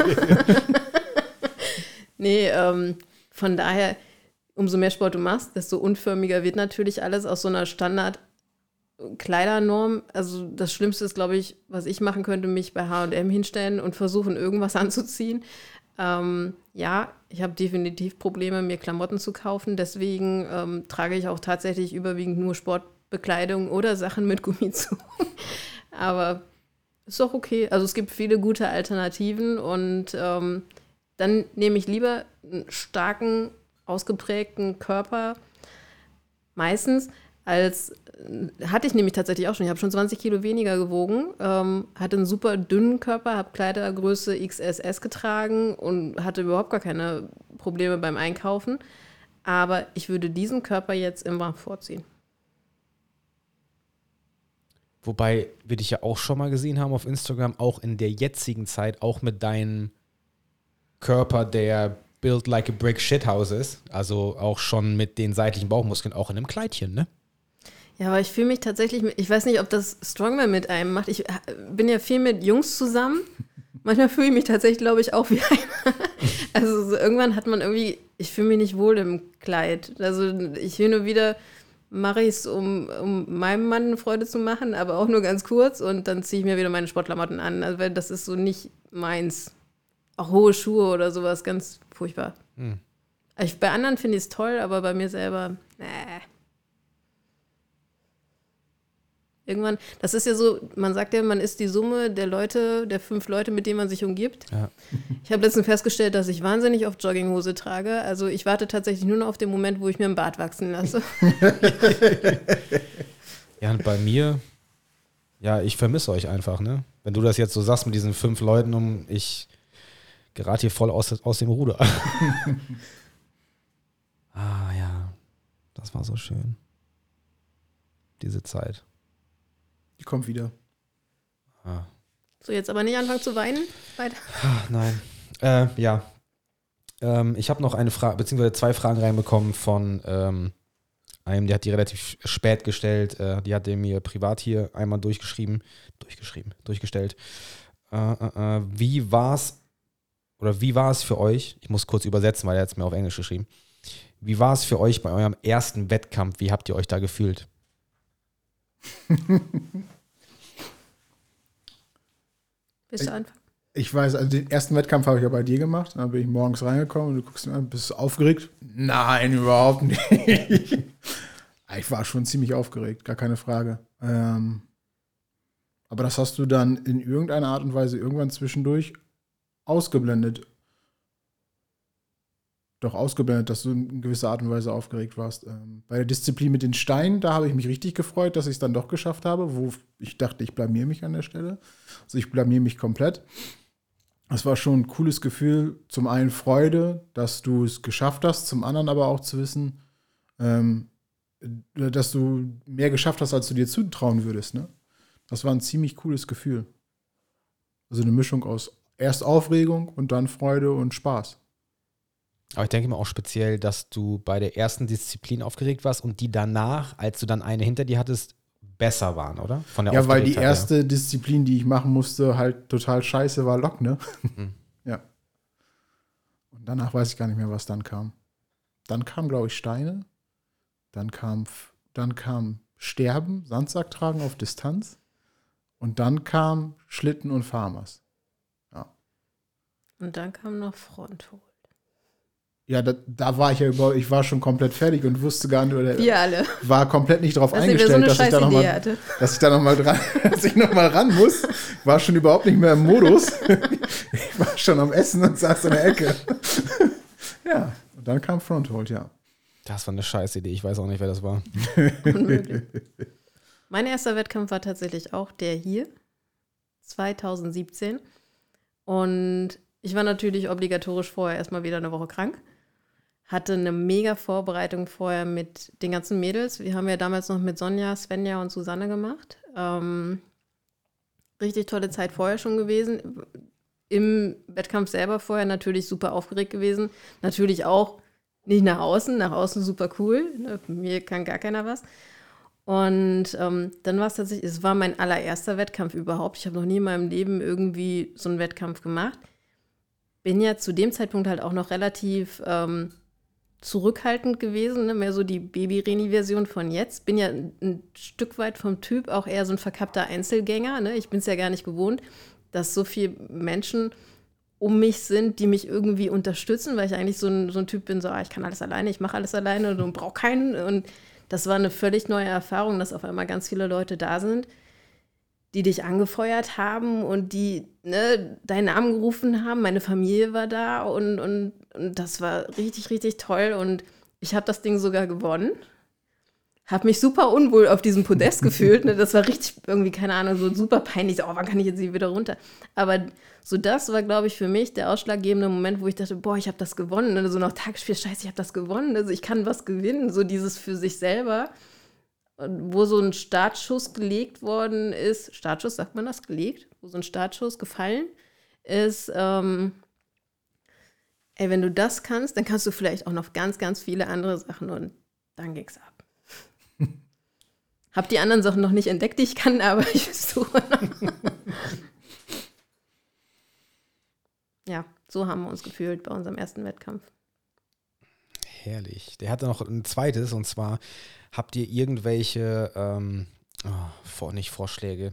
Nee, ähm, von daher, umso mehr Sport du machst, desto unförmiger wird natürlich alles aus so einer Standard-Kleidernorm. Also das Schlimmste ist, glaube ich, was ich machen könnte, mich bei H und M hinstellen und versuchen, irgendwas anzuziehen. Ähm, ja, ich habe definitiv Probleme, mir Klamotten zu kaufen. Deswegen ähm, trage ich auch tatsächlich überwiegend nur Sportbekleidung oder Sachen mit Gummizug. Aber ist doch okay. Also es gibt viele gute Alternativen und ähm, dann nehme ich lieber einen starken, ausgeprägten Körper, meistens, als, äh, hatte ich nämlich tatsächlich auch schon, ich habe schon zwanzig Kilo weniger gewogen, ähm, hatte einen super dünnen Körper, habe Kleidergröße X S S getragen und hatte überhaupt gar keine Probleme beim Einkaufen, aber ich würde diesen Körper jetzt immer vorziehen. Wobei wir dich ja auch schon mal gesehen haben auf Instagram, auch in der jetzigen Zeit, auch mit deinem Körper, der built like a brick shithouse ist, also auch schon mit den seitlichen Bauchmuskeln, auch in einem Kleidchen, ne? Ja, aber ich fühle mich tatsächlich, mit, ich weiß nicht, ob das Strongman mit einem macht. Ich äh, bin ja viel mit Jungs zusammen. Manchmal fühle ich mich tatsächlich, glaube ich, auch wie einer. Also so irgendwann hat man irgendwie, ich fühle mich nicht wohl im Kleid. Also ich hin und wieder mache ich es, um, um meinem Mann eine Freude zu machen, aber auch nur ganz kurz und dann ziehe ich mir wieder meine Sportklamotten an. Also weil das ist so nicht meins. Auch hohe Schuhe oder sowas, ganz furchtbar. Hm. Ich, bei anderen finde ich es toll, aber bei mir selber, nee. Irgendwann, das ist ja so, man sagt ja, man ist die Summe der Leute, der fünf Leute, mit denen man sich umgibt. Ja. Ich habe letztens festgestellt, dass ich wahnsinnig oft Jogginghose trage. Also ich warte tatsächlich nur noch auf den Moment, wo ich mir einen Bart wachsen lasse. Ja, und bei mir, ja, ich vermisse euch einfach, ne? Wenn du das jetzt so sagst mit diesen fünf Leuten, um ich gerate hier voll aus, aus dem Ruder. Ah ja, das war so schön. Diese Zeit. Die kommt wieder. Ah. So, jetzt aber nicht anfangen zu weinen. Weiter. Ach, nein. Äh, ja. Ähm, ich habe noch eine Frage, beziehungsweise zwei Fragen reinbekommen von ähm, einem, der hat die relativ spät gestellt. Äh, die hat der mir privat hier einmal durchgeschrieben. Durchgeschrieben, durchgestellt. Äh, äh, äh, wie war's, oder wie war es für euch, ich muss kurz übersetzen, weil er hat es mir auf Englisch geschrieben. Wie war es für euch bei eurem ersten Wettkampf? Wie habt ihr euch da gefühlt? Willst du anfangen? Ich weiß, also den ersten Wettkampf habe ich ja bei dir gemacht. Dann bin ich morgens reingekommen und du guckst mir an, bist du aufgeregt? Nein, überhaupt nicht. Ich war schon ziemlich aufgeregt, gar keine Frage. Ähm, aber das hast du dann in irgendeiner Art und Weise irgendwann zwischendurch ausgeblendet. Doch ausgeblendet, dass du in gewisser Art und Weise aufgeregt warst. Ähm, bei der Disziplin mit den Steinen, da habe ich mich richtig gefreut, dass ich es dann doch geschafft habe, wo ich dachte, ich blamier mich an der Stelle. Also ich blamier mich komplett. Das war schon ein cooles Gefühl. Zum einen Freude, dass du es geschafft hast, zum anderen aber auch zu wissen, ähm, dass du mehr geschafft hast, als du dir zutrauen würdest. Ne? Das war ein ziemlich cooles Gefühl. Also eine Mischung aus erst Aufregung und dann Freude und Spaß. Aber ich denke mal auch speziell, dass du bei der ersten Disziplin aufgeregt warst und die danach, als du dann eine hinter dir hattest, besser waren, oder? Von der Ja, weil die Aufgeregtheit erste her. Disziplin, die ich machen musste, halt total scheiße war Lok, ne? Mhm. Ja. Und danach weiß ich gar nicht mehr, was dann kam. Dann kam, glaube ich, Steine. Dann kam, dann kam Sterben, Sandsack tragen auf Distanz. Und dann kam Schlitten und Farmers. Ja. Und dann kam noch Fronthold. Ja, da, da war ich ja über, ich war schon komplett fertig und wusste gar nicht, oder Wir alle. war komplett nicht darauf Dass eingestellt, so eine dass, ich da noch Scheißidee mal, hatte. dass ich da noch mal dran, dass ich noch mal ran muss. War schon überhaupt nicht mehr im Modus. Ich war schon am Essen und saß in der Ecke. Ja, und dann kam Fronthold, ja. Das war eine Scheißidee, ich weiß auch nicht, wer das war. Unmöglich. Mein erster Wettkampf war tatsächlich auch der hier, zwanzig siebzehn. Und ich war natürlich obligatorisch vorher erstmal wieder eine Woche krank. Hatte eine mega Vorbereitung vorher mit den ganzen Mädels. Wir haben ja damals noch mit Sonja, Svenja und Susanne gemacht. Ähm, richtig tolle Zeit vorher schon gewesen. Im Wettkampf selber vorher natürlich super aufgeregt gewesen. Natürlich auch nicht nach außen, nach außen super cool. Ne? Mir kann gar keiner was. Und ähm, dann war es tatsächlich, es war mein allererster Wettkampf überhaupt. Ich habe noch nie in meinem Leben irgendwie so einen Wettkampf gemacht. Bin ja zu dem Zeitpunkt halt auch noch relativ ähm, zurückhaltend gewesen, ne? Mehr so die Baby-Reni-Version von jetzt. Bin ja ein, ein Stück weit vom Typ auch eher so ein verkappter Einzelgänger. Ne? Ich bin es ja gar nicht gewohnt, dass so viele Menschen um mich sind, die mich irgendwie unterstützen, weil ich eigentlich so ein, so ein Typ bin, so, ah, ich kann alles alleine, ich mache alles alleine und brauche keinen. Und das war eine völlig neue Erfahrung, dass auf einmal ganz viele Leute da sind, die dich angefeuert haben und die ne, deinen Namen gerufen haben. Meine Familie war da und, und, und das war richtig, richtig toll. Und ich habe das Ding sogar gewonnen. Habe mich super unwohl auf diesem Podest gefühlt. Ne? Das war richtig irgendwie, keine Ahnung, so super peinlich. So, oh, wann kann ich jetzt hier wieder runter? Aber so das war, glaube ich, für mich der ausschlaggebende Moment, wo ich dachte, boah, ich habe das gewonnen. Ne? So nach Tag vier, scheiße, ich habe das gewonnen. Also ich kann was gewinnen. So dieses für sich selber. Wo so ein Startschuss gelegt worden ist, Startschuss, sagt man das, gelegt? Wo so ein Startschuss gefallen ist, ähm, ey, wenn du das kannst, dann kannst du vielleicht auch noch ganz, ganz viele andere Sachen und dann ging's ab. Hab die anderen Sachen noch nicht entdeckt, die ich kann, aber ich versuche noch. Ja, so haben wir uns gefühlt bei unserem ersten Wettkampf. Herrlich. Der hatte noch ein zweites, und zwar habt ihr irgendwelche, ähm, oh, vor, nicht Vorschläge.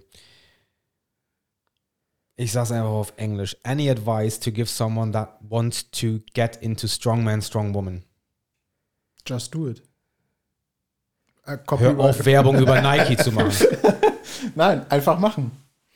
Ich sag's einfach auf Englisch. Any advice to give someone that wants to get into strongman, strongwoman? Just do it. Äh, Hör auf, Werbung über Nike zu machen. Nein, einfach machen.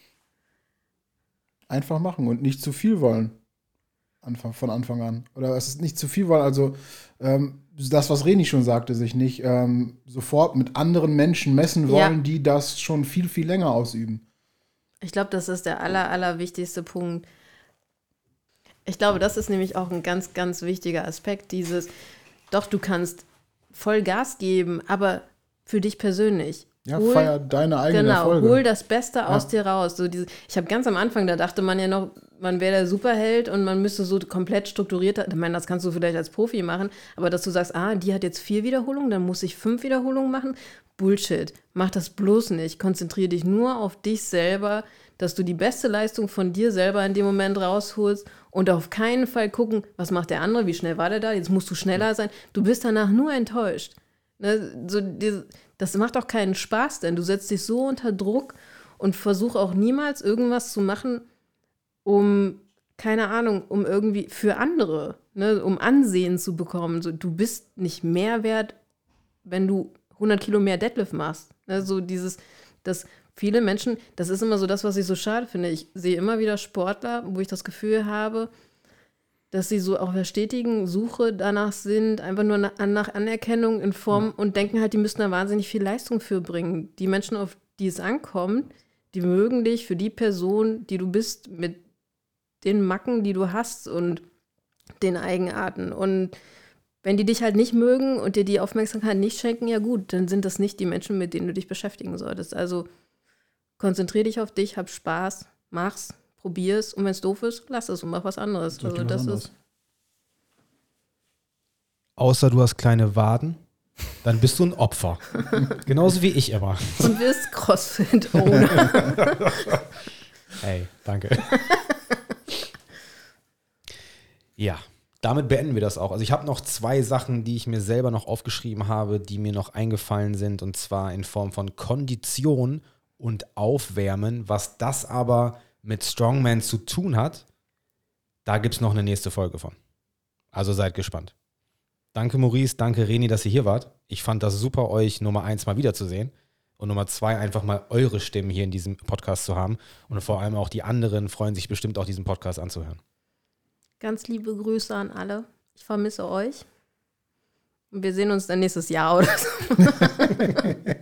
Einfach machen und nicht zu viel wollen. Anfang, von Anfang an. Oder es ist nicht zu viel wollen, also ähm, das, was Reni schon sagte, sich nicht ähm, sofort mit anderen Menschen messen wollen, ja. die das schon viel, viel länger ausüben. Ich glaube, das ist der aller, aller wichtigste Punkt. Ich glaube, das ist nämlich auch ein ganz, ganz wichtiger Aspekt, dieses, doch, du kannst voll Gas geben, aber für dich persönlich. Ja, hol, feier deine eigene genau, Erfolge. Hol das Beste aus ja. dir raus. So diese, ich habe ganz am Anfang, da dachte man ja noch, man wäre der Superheld und man müsste so komplett strukturiert, ich meine, das kannst du vielleicht als Profi machen, aber dass du sagst, ah, die hat jetzt vier Wiederholungen, dann muss ich fünf Wiederholungen machen. Bullshit. Mach das bloß nicht. Konzentriere dich nur auf dich selber, dass du die beste Leistung von dir selber in dem Moment rausholst und auf keinen Fall gucken, was macht der andere, wie schnell war der da, jetzt musst du schneller sein. Du bist danach nur enttäuscht. Ne? So, die, das macht auch keinen Spaß, denn du setzt dich so unter Druck und versuch auch niemals irgendwas zu machen, um, keine Ahnung, um irgendwie für andere, ne, um Ansehen zu bekommen. So, du bist nicht mehr wert, wenn du hundert Kilo mehr Deadlift machst. Ne, so dieses, dass viele Menschen, das ist immer so das, was ich so schade finde. Ich sehe immer wieder Sportler, wo ich das Gefühl habe, dass sie so auf der stetigen Suche danach sind, einfach nur nach, nach Anerkennung in Form ja. und denken halt, die müssen da wahnsinnig viel Leistung für bringen. Die Menschen, auf die es ankommt, die mögen dich für die Person, die du bist, mit den Macken, die du hast und den Eigenarten. Und wenn die dich halt nicht mögen und dir die Aufmerksamkeit nicht schenken, ja gut, dann sind das nicht die Menschen, mit denen du dich beschäftigen solltest. Also konzentrier dich auf dich, hab Spaß, mach's, probier's und wenn es doof ist, lass es und mach was anderes. Such also was das anderes. ist Außer du hast kleine Waden, dann bist du ein Opfer. Genauso wie ich immer. Und wirst CrossFit-Owner. Hey, danke. Ja, damit beenden wir das auch. Also ich habe noch zwei Sachen, die ich mir selber noch aufgeschrieben habe, die mir noch eingefallen sind, und zwar in Form von Kondition und Aufwärmen. Was das aber mit Strongman zu tun hat, da gibt es noch eine nächste Folge von. Also seid gespannt. Danke Maurice, danke Reni, dass ihr hier wart. Ich fand das super, euch Nummer eins mal wiederzusehen und Nummer zwei einfach mal eure Stimmen hier in diesem Podcast zu haben. Und vor allem auch die anderen freuen sich bestimmt auch, diesen Podcast anzuhören. Ganz liebe Grüße an alle. Ich vermisse euch. Und wir sehen uns dann nächstes Jahr oder so.